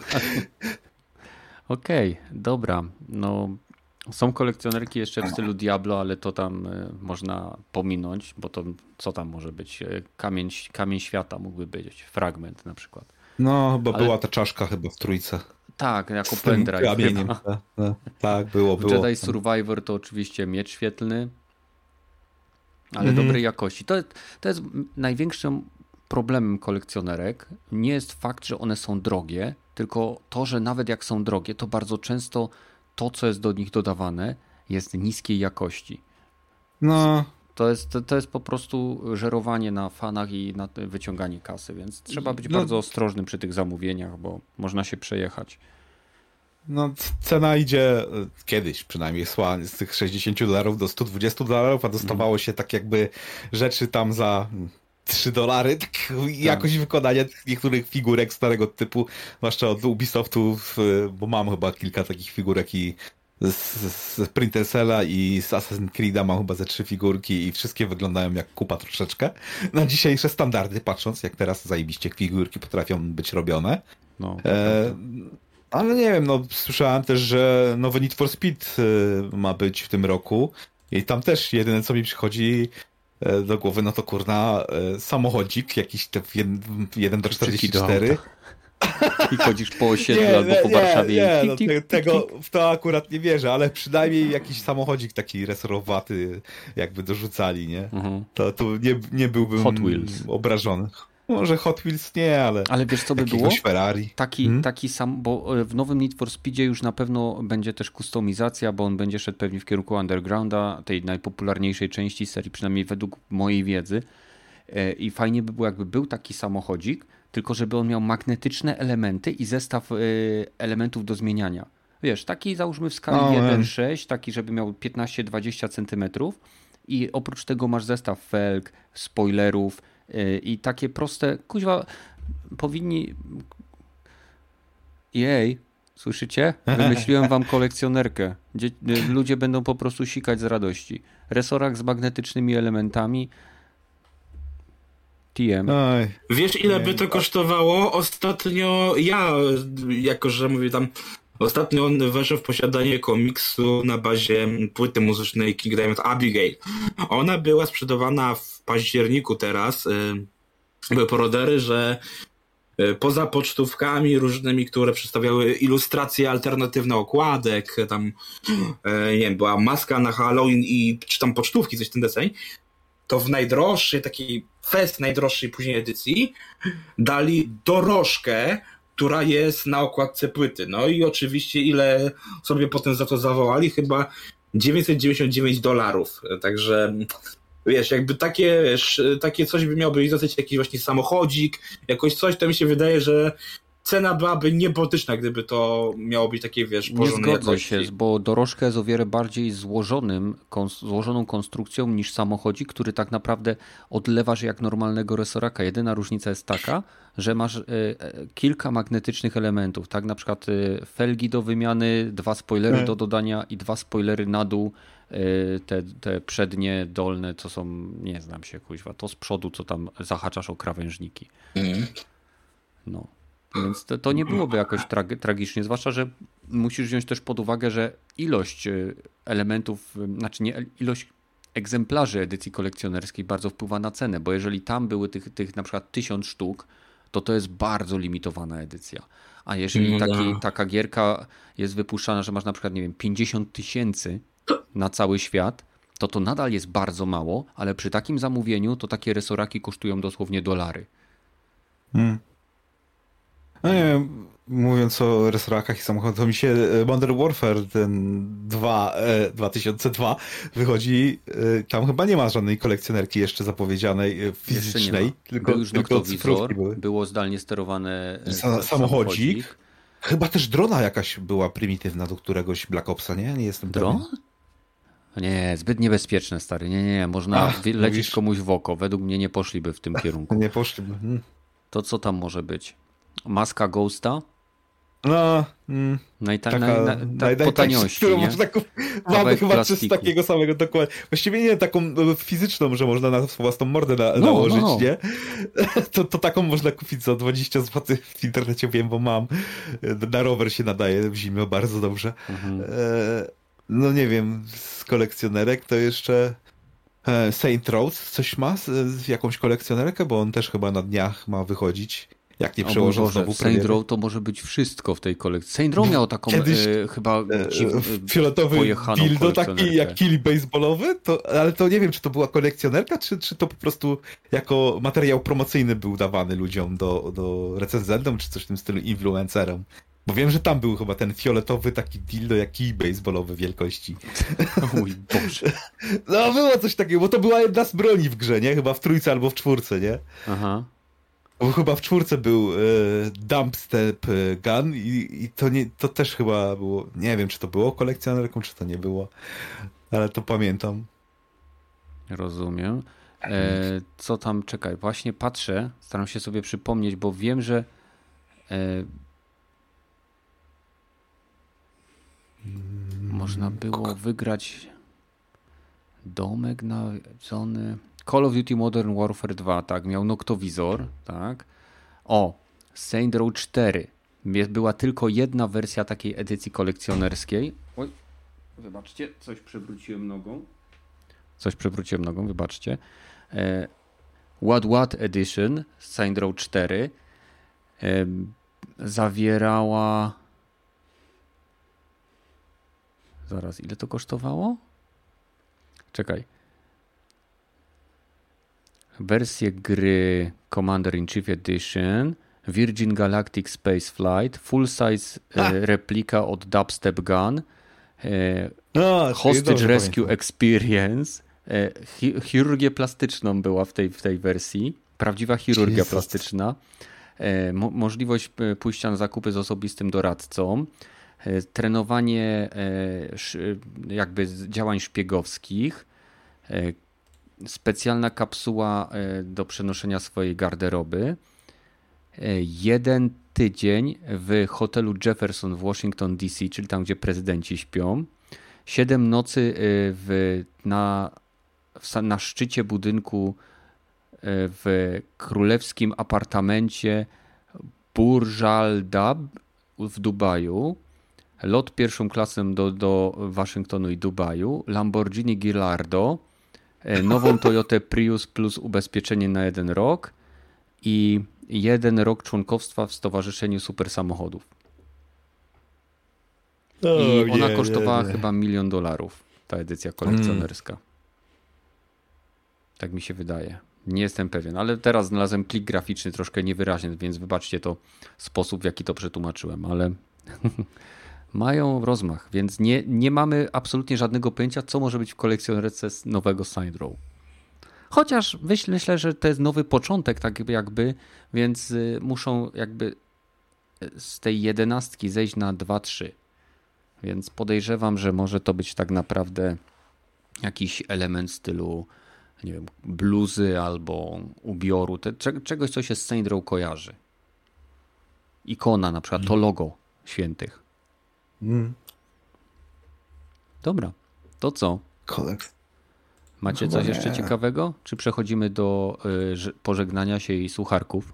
Okej, dobra. No, są kolekcjonerki jeszcze w stylu Diablo, ale to tam można pominąć, bo to co tam może być? Kamień świata mógłby być, fragment na przykład. No, bo była ta czaszka chyba w 3. Tak, jako pendrive. Kamieniem. Tak, było. Jedi Survivor to oczywiście miecz świetlny, ale dobrej jakości. To jest największym problemem kolekcjonerek. Nie jest fakt, że one są drogie, tylko to, że nawet jak są drogie, to bardzo często to, co jest do nich dodawane, jest niskiej jakości. No. To jest po prostu żerowanie na fanach i na wyciąganie kasy, więc trzeba być bardzo ostrożnym przy tych zamówieniach, bo można się przejechać. No, cena idzie kiedyś przynajmniej szła z tych $60 do $120, a dostawało się tak jakby rzeczy tam za $3, tak jakość wykonania niektórych figurek starego typu, zwłaszcza od Ubisoftu, bo mam chyba kilka takich figurek i z Splinter Cella i z Assassin's Creed'a mam chyba ze 3 figurki i wszystkie wyglądają jak kupa troszeczkę. Na dzisiejsze standardy patrząc, jak teraz zajebiście figurki potrafią być robione. No, ale nie wiem, no słyszałem też, że nowy Need for Speed ma być w tym roku i tam też jedyne co mi przychodzi do głowy, no to kurna samochodzik, jakiś 1.44. I chodzisz po osiedlu albo po Warszawie. Tego w to akurat nie wierzę, ale przynajmniej jakiś samochodzik taki resorowaty jakby dorzucali, nie? To nie byłbym Hot Wheels. obrażony. Może Hot Wheels nie, ale wiesz co by było? Ferrari. Taki sam, bo w nowym Need for Speedzie już na pewno będzie też kustomizacja, bo on będzie szedł pewnie w kierunku Undergrounda, tej najpopularniejszej części serii, przynajmniej według mojej wiedzy. I fajnie by było, jakby był taki samochodzik, tylko żeby on miał magnetyczne elementy i zestaw elementów do zmieniania. Wiesz, taki załóżmy w skali 1:6, taki żeby miał 15-20 cm i oprócz tego masz zestaw felg, spoilerów i takie proste, kuźwa, powinni... Jej, słyszycie? Wymyśliłem wam kolekcjonerkę. Ludzie będą po prostu sikać z radości. Resorak z magnetycznymi elementami. TM. Wiesz, ile by to kosztowało? Ostatnio jako że mówię tam, ostatnio weszłem w posiadanie komiksu na bazie płyty muzycznej King Diamond Abigail. Ona była sprzedawana w październiku teraz. Były porodery, że poza pocztówkami różnymi, które przedstawiały ilustracje alternatywne okładek, tam nie wiem, była maska na Halloween czy tam pocztówki, coś w ten deseń, to w najdroższej, takiej najdroższej później edycji dali dorożkę, która jest na okładce płyty. No i oczywiście ile sobie potem za to zawołali? Chyba $999. Także wiesz, jakby takie coś by miało być dosyć jakiś właśnie samochodzik, jakoś coś, to mi się wydaje, że cena byłaby niebotyczna, gdyby to miało być takie, wiesz, porządnej jakości. Nie zgodzę się, jakości. bo dorożka jest o wiele bardziej złożoną konstrukcją niż samochodzik, który tak naprawdę odlewasz jak normalnego resoraka. Jedyna różnica jest taka, że masz kilka magnetycznych elementów, tak? Na przykład felgi do wymiany, 2 spoilery do dodania i 2 spoilery na dół. Te przednie, dolne, co są, nie znam się, kuźwa, to z przodu, co tam zahaczasz o krawężniki. No. Więc to nie byłoby jakoś tragicznie, zwłaszcza, że musisz wziąć też pod uwagę, że ilość elementów, znaczy nie ilość egzemplarzy edycji kolekcjonerskiej bardzo wpływa na cenę, bo jeżeli tam były tych na przykład 1000 sztuk, to jest bardzo limitowana edycja. A jeżeli taka gierka jest wypuszczana, że masz na przykład, nie wiem, 50 000 na cały świat, to nadal jest bardzo mało, ale przy takim zamówieniu to takie resoraki kosztują dosłownie $. No nie wiem, mówiąc o restorakach i samochodach, to mi się Modern Warfare ten 2002 wychodzi, tam chyba nie ma żadnej kolekcjonerki jeszcze zapowiedzianej fizycznej, Był już tylko cyfrówki noktowizor, były. było zdalnie sterowane Samochodzik. Chyba też drona jakaś była prymitywna do któregoś Black Opsa, nie? Nie jestem Dron? pewien. Nie, zbyt niebezpieczne, stary. Nie, można lecieć mówisz? komuś w oko. Według mnie nie poszliby w tym kierunku. Nie poszliby. To co tam może być? Maska Ghosta? No, Po taniości, którą nie? można mamy Kawałek chyba plastiku. z takiego samego dokładnie. Właściwie nie taką fizyczną, że można na własną mordę nałożyć, nie? To taką można kupić za 20 zł w internecie, wiem, bo mam. Na rower się nadaje w zimę bardzo dobrze. No nie wiem, z kolekcjonerek to jeszcze Saint Road coś ma z jakąś kolekcjonerkę, bo on też chyba na dniach ma wychodzić. Jak nie przełożą znowu Saint Row to może być wszystko w tej kolekcji. Saint Row miał taką chyba fioletowy pojechaną dildo, taki kolekcjonerkę. jak kili baseballowy, ale to nie wiem, czy to była kolekcjonerka, czy to po prostu jako materiał promocyjny był dawany ludziom, do recenzentom, czy coś w tym stylu, influencerom. Bo wiem, że tam był chyba ten fioletowy taki dildo jak kij baseballowy wielkości. O mój Boże. No było coś takiego, bo to była jedna z broni w grze, nie? Chyba w 3 albo w 4, nie? Aha. Bo chyba w 4 był dump step gun i to też chyba było, nie wiem, czy to było kolekcjonerką, czy to nie było, ale to pamiętam. Rozumiem. Co tam, czekaj, właśnie patrzę, staram się sobie przypomnieć, bo wiem, że można było wygrać domek nawiedzony. Call of Duty Modern Warfare 2, tak, miał noktowizor, tak. O, Saint Row 4. Była tylko jedna wersja takiej edycji kolekcjonerskiej. Oj, wybaczcie, coś przewróciłem nogą, wybaczcie. What Edition Saint Row 4 zawierała... Zaraz, ile to kosztowało? Czekaj. Wersję gry Commander in Chief Edition, Virgin Galactic Space Flight, full size replika od Dubstep Gun, Hostage Rescue pamiętam. Experience, chirurgię plastyczną była w tej wersji, prawdziwa chirurgia plastyczna, możliwość pójścia na zakupy z osobistym doradcą, trenowanie jakby działań szpiegowskich, specjalna kapsuła do przenoszenia swojej garderoby, 1 tydzień w hotelu Jefferson w Washington DC, czyli tam, gdzie prezydenci śpią, 7 nocy na szczycie budynku w królewskim apartamencie Burj Al Dab w Dubaju, lot pierwszą klasą do Waszyngtonu i Dubaju, Lamborghini Gallardo, nową Toyotę Prius plus ubezpieczenie na 1 rok i 1 rok członkostwa w Stowarzyszeniu Super Samochodów. I ona kosztowała chyba $1 milion, ta edycja kolekcjonerska. Tak mi się wydaje. Nie jestem pewien, ale teraz znalazłem plik graficzny troszkę niewyraźny, więc wybaczcie to sposób, w jaki to przetłumaczyłem, ale mają rozmach, więc nie mamy absolutnie żadnego pojęcia, co może być w kolekcjonerce z nowego Saint Row. Chociaż myślę, że to jest nowy początek, tak jakby, więc muszą jakby z tej 11 zejść na 2-3. Więc podejrzewam, że może to być tak naprawdę jakiś element stylu, nie wiem, bluzy albo ubioru, czegoś, co się z Saint Row kojarzy. Ikona na przykład, to logo świętych. Dobra, to co? Macie coś jeszcze ciekawego? Czy przechodzimy do pożegnania się i sucharków?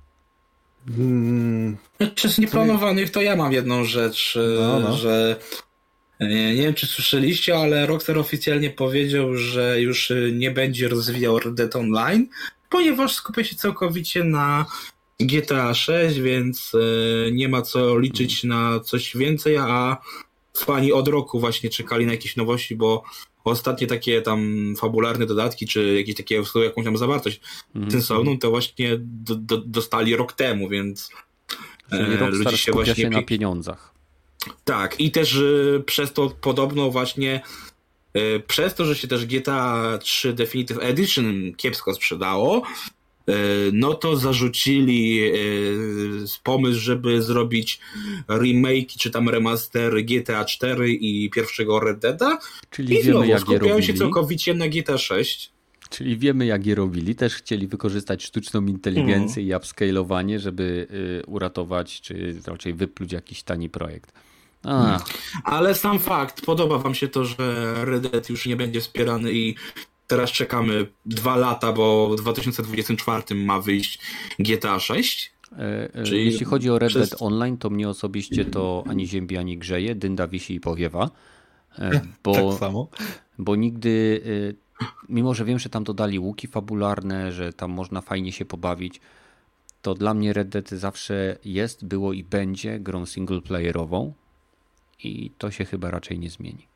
Z nieplanowanych to ja mam jedną rzecz, że nie wiem, czy słyszeliście, ale Rockstar oficjalnie powiedział, że już nie będzie rozwijał Red Dead Online, ponieważ skupia się całkowicie na GTA 6, więc nie ma co liczyć na coś więcej, a fani od roku właśnie czekali na jakieś nowości, bo ostatnie takie tam fabularne dodatki, czy jakieś takie jakąś tam zawartość sensowną, to właśnie dostali rok temu, więc Czyli Rockstar Ludzie się skupia właśnie się na pieniądzach. Tak, i też przez to podobno właśnie przez to, że się też GTA 3 Definitive Edition kiepsko sprzedało, no to zarzucili pomysł, żeby zrobić remake czy tam remaster GTA 4 i pierwszego Red Deada. Czyli I wiemy, znowu jak je skupiają się robili. całkowicie na GTA 6. Czyli wiemy, jak je robili. Też chcieli wykorzystać sztuczną inteligencję i upscalowanie, żeby uratować, czy raczej wypluć jakiś tani projekt. Ale sam fakt, podoba wam się to, że Red Dead już nie będzie wspierany i teraz czekamy 2 lata, bo w 2024 ma wyjść GTA 6? Czyli jeśli chodzi o Red Dead Online, to mnie osobiście to ani ziębi, ani grzeje, dynda wisi i powiewa. Tak samo. Bo nigdy, mimo że wiem, że tam dodali łuki fabularne, że tam można fajnie się pobawić, to dla mnie Red Dead zawsze jest, było i będzie grą singleplayerową i to się chyba raczej nie zmieni.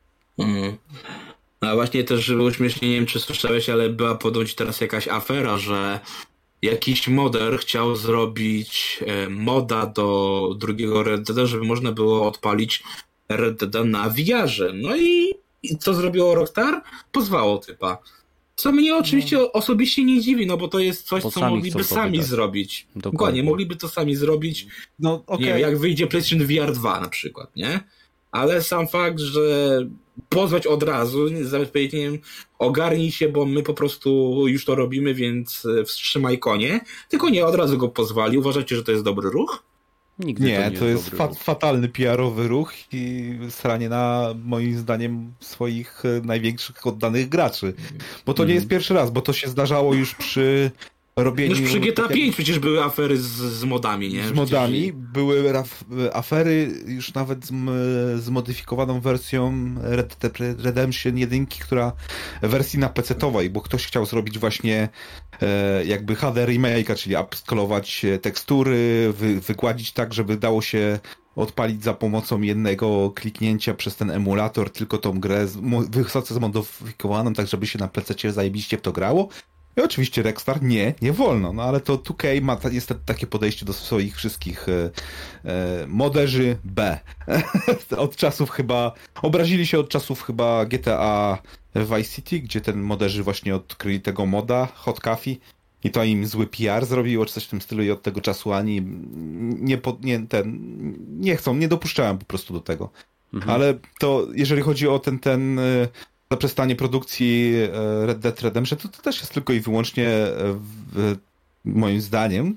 A właśnie też było śmiesznie, nie wiem czy słyszałeś, ale była ponoć teraz jakaś afera, że jakiś modder chciał zrobić moda do drugiego Red Deada, żeby można było odpalić Red Deada na VR-ze. No i co zrobiło Rockstar? Pozwało typa. Co mnie oczywiście osobiście nie dziwi, no bo to jest coś, co mogliby sami zrobić. Dokładnie, mogliby to sami zrobić. No, okay. Nie wiem, jak wyjdzie PlayStation VR 2 na przykład, nie? Ale sam fakt, że pozwać od razu, zamiast powiedzieć, nie wiem, ogarnij się, bo my po prostu już to robimy, więc wstrzymaj konie. Tylko nie, od razu go pozwali. Uważacie, że to jest dobry ruch? Nigdy nie, to jest fatalny PR-owy ruch i sranie na, moim zdaniem, swoich największych oddanych graczy. Bo to nie jest pierwszy raz, bo to się zdarzało już przy robieniu... Już przy GTA 5 przecież były afery z modami, nie? Z modami. Były afery już nawet z modyfikowaną wersją Red Dead Redemption 1, która wersji na PC-towej, bo ktoś chciał zrobić właśnie jakby HD remake'a, czyli upskalować tekstury, wygładzić tak, żeby dało się odpalić za pomocą jednego kliknięcia przez ten emulator tylko tą grę wysoce zmodyfikowaną, tak żeby się na PC zajebiście w to grało. I oczywiście Rockstar nie wolno, no ale to 2K ma niestety takie podejście do swoich wszystkich moderzy B. Od czasów chyba, obrazili się od czasów chyba GTA Vice City, gdzie ten moderzy właśnie odkryli tego moda, Hot Coffee, i to im zły PR zrobiło, czy coś w tym stylu i od tego czasu ani nie chcą, nie dopuszczałem po prostu do tego. Ale to jeżeli chodzi o ten zaprzestanie produkcji Red Dead Redemption, to też jest tylko i wyłącznie moim zdaniem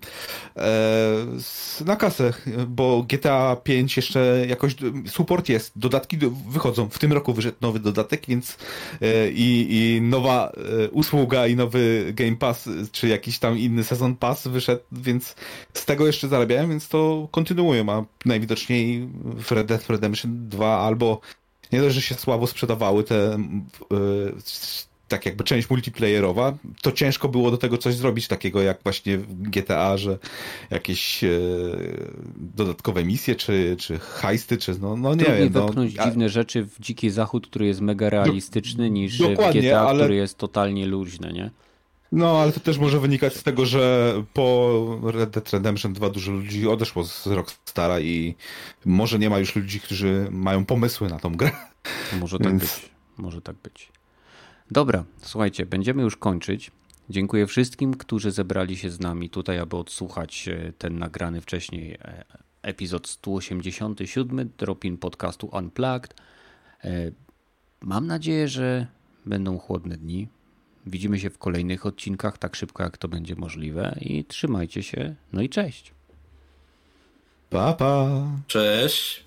na kasę, bo GTA 5 jeszcze jakoś support jest, dodatki wychodzą, w tym roku wyszedł nowy dodatek, więc i nowa usługa i nowy Game Pass, czy jakiś tam inny Season Pass wyszedł, więc z tego jeszcze zarabiałem, więc to kontynuuję, a najwidoczniej w Red Dead Redemption 2 albo nie dość, że się słabo sprzedawały te tak jakby część multiplayerowa, to ciężko było do tego coś zrobić takiego jak właśnie w GTA, że jakieś dodatkowe misje, czy heisty, czy no nie trudniej wiem. wepchnąć dziwne rzeczy w Dziki Zachód, który jest mega realistyczny, niż w GTA, który jest totalnie luźny, nie? No, ale to też może wynikać z tego, że po Red Dead Redemption 2 dużo ludzi odeszło z Rockstara i może nie ma już ludzi, którzy mają pomysły na tą grę. Może tak być. Może tak być. Dobra, słuchajcie, będziemy już kończyć. Dziękuję wszystkim, którzy zebrali się z nami tutaj, aby odsłuchać ten nagrany wcześniej epizod 187 Drop-in podcastu Unplugged. Mam nadzieję, że będą chłodne dni. Widzimy się w kolejnych odcinkach tak szybko, jak to będzie możliwe i trzymajcie się. No i cześć. Pa, pa. Cześć.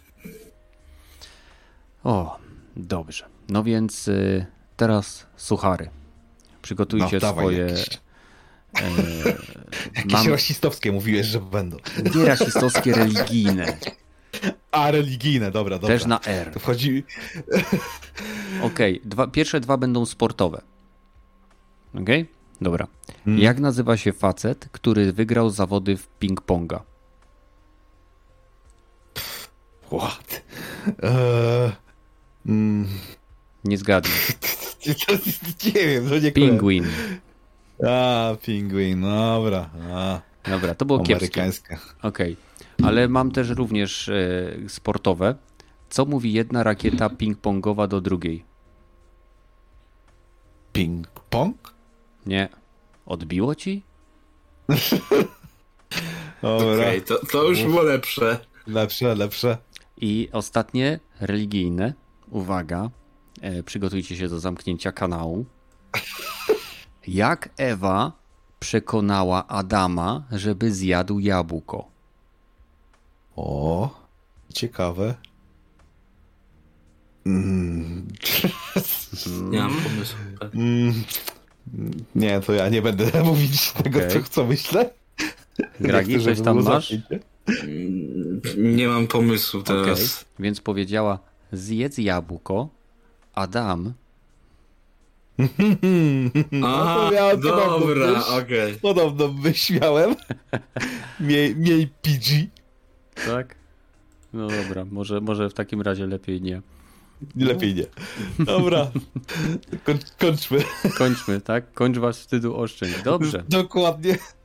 O, dobrze. No więc teraz suchary. Przygotujcie swoje... Jakieś rasistowskie mówiłeś, że będą. Nie rasistowskie, religijne. A, religijne, dobra. Też na R. To wchodzi... Okej, pierwsze dwa będą sportowe. Okej? Dobra. Jak nazywa się facet, który wygrał zawody w ping-ponga? What? Nie zgadnę. Nie wiem, że nie Pingwin. Pingwin, dobra. Dobra, to było kiepskie. Amerykańskie. Okej. Ale mam też również sportowe. Co mówi jedna rakieta ping-pongowa do drugiej? Ping-pong? Nie. Odbiło ci? Dobra. Okej, to już było lepsze. Lepsze. I ostatnie, religijne. Uwaga, przygotujcie się do zamknięcia kanału. Jak Ewa przekonała Adama, żeby zjadł jabłko? O, ciekawe. Nie mam pomysłu. Nie, to ja nie będę mówić tego, Okej. co myślę. Gragi, Nie chcę, coś żeby tam było masz? zamknięcie. Nie mam pomysłu Okej, teraz. więc powiedziała zjedz jabłko, Adam. Aha, to miałem dobra, podobną okej. Podobno wyśmiałem. Miej PG. Tak? No dobra, może w takim razie lepiej nie. Lepiej nie. Dobra. Kończmy. Kończmy, tak? Kończ was wstydu oszczędź. Dobrze. Dokładnie.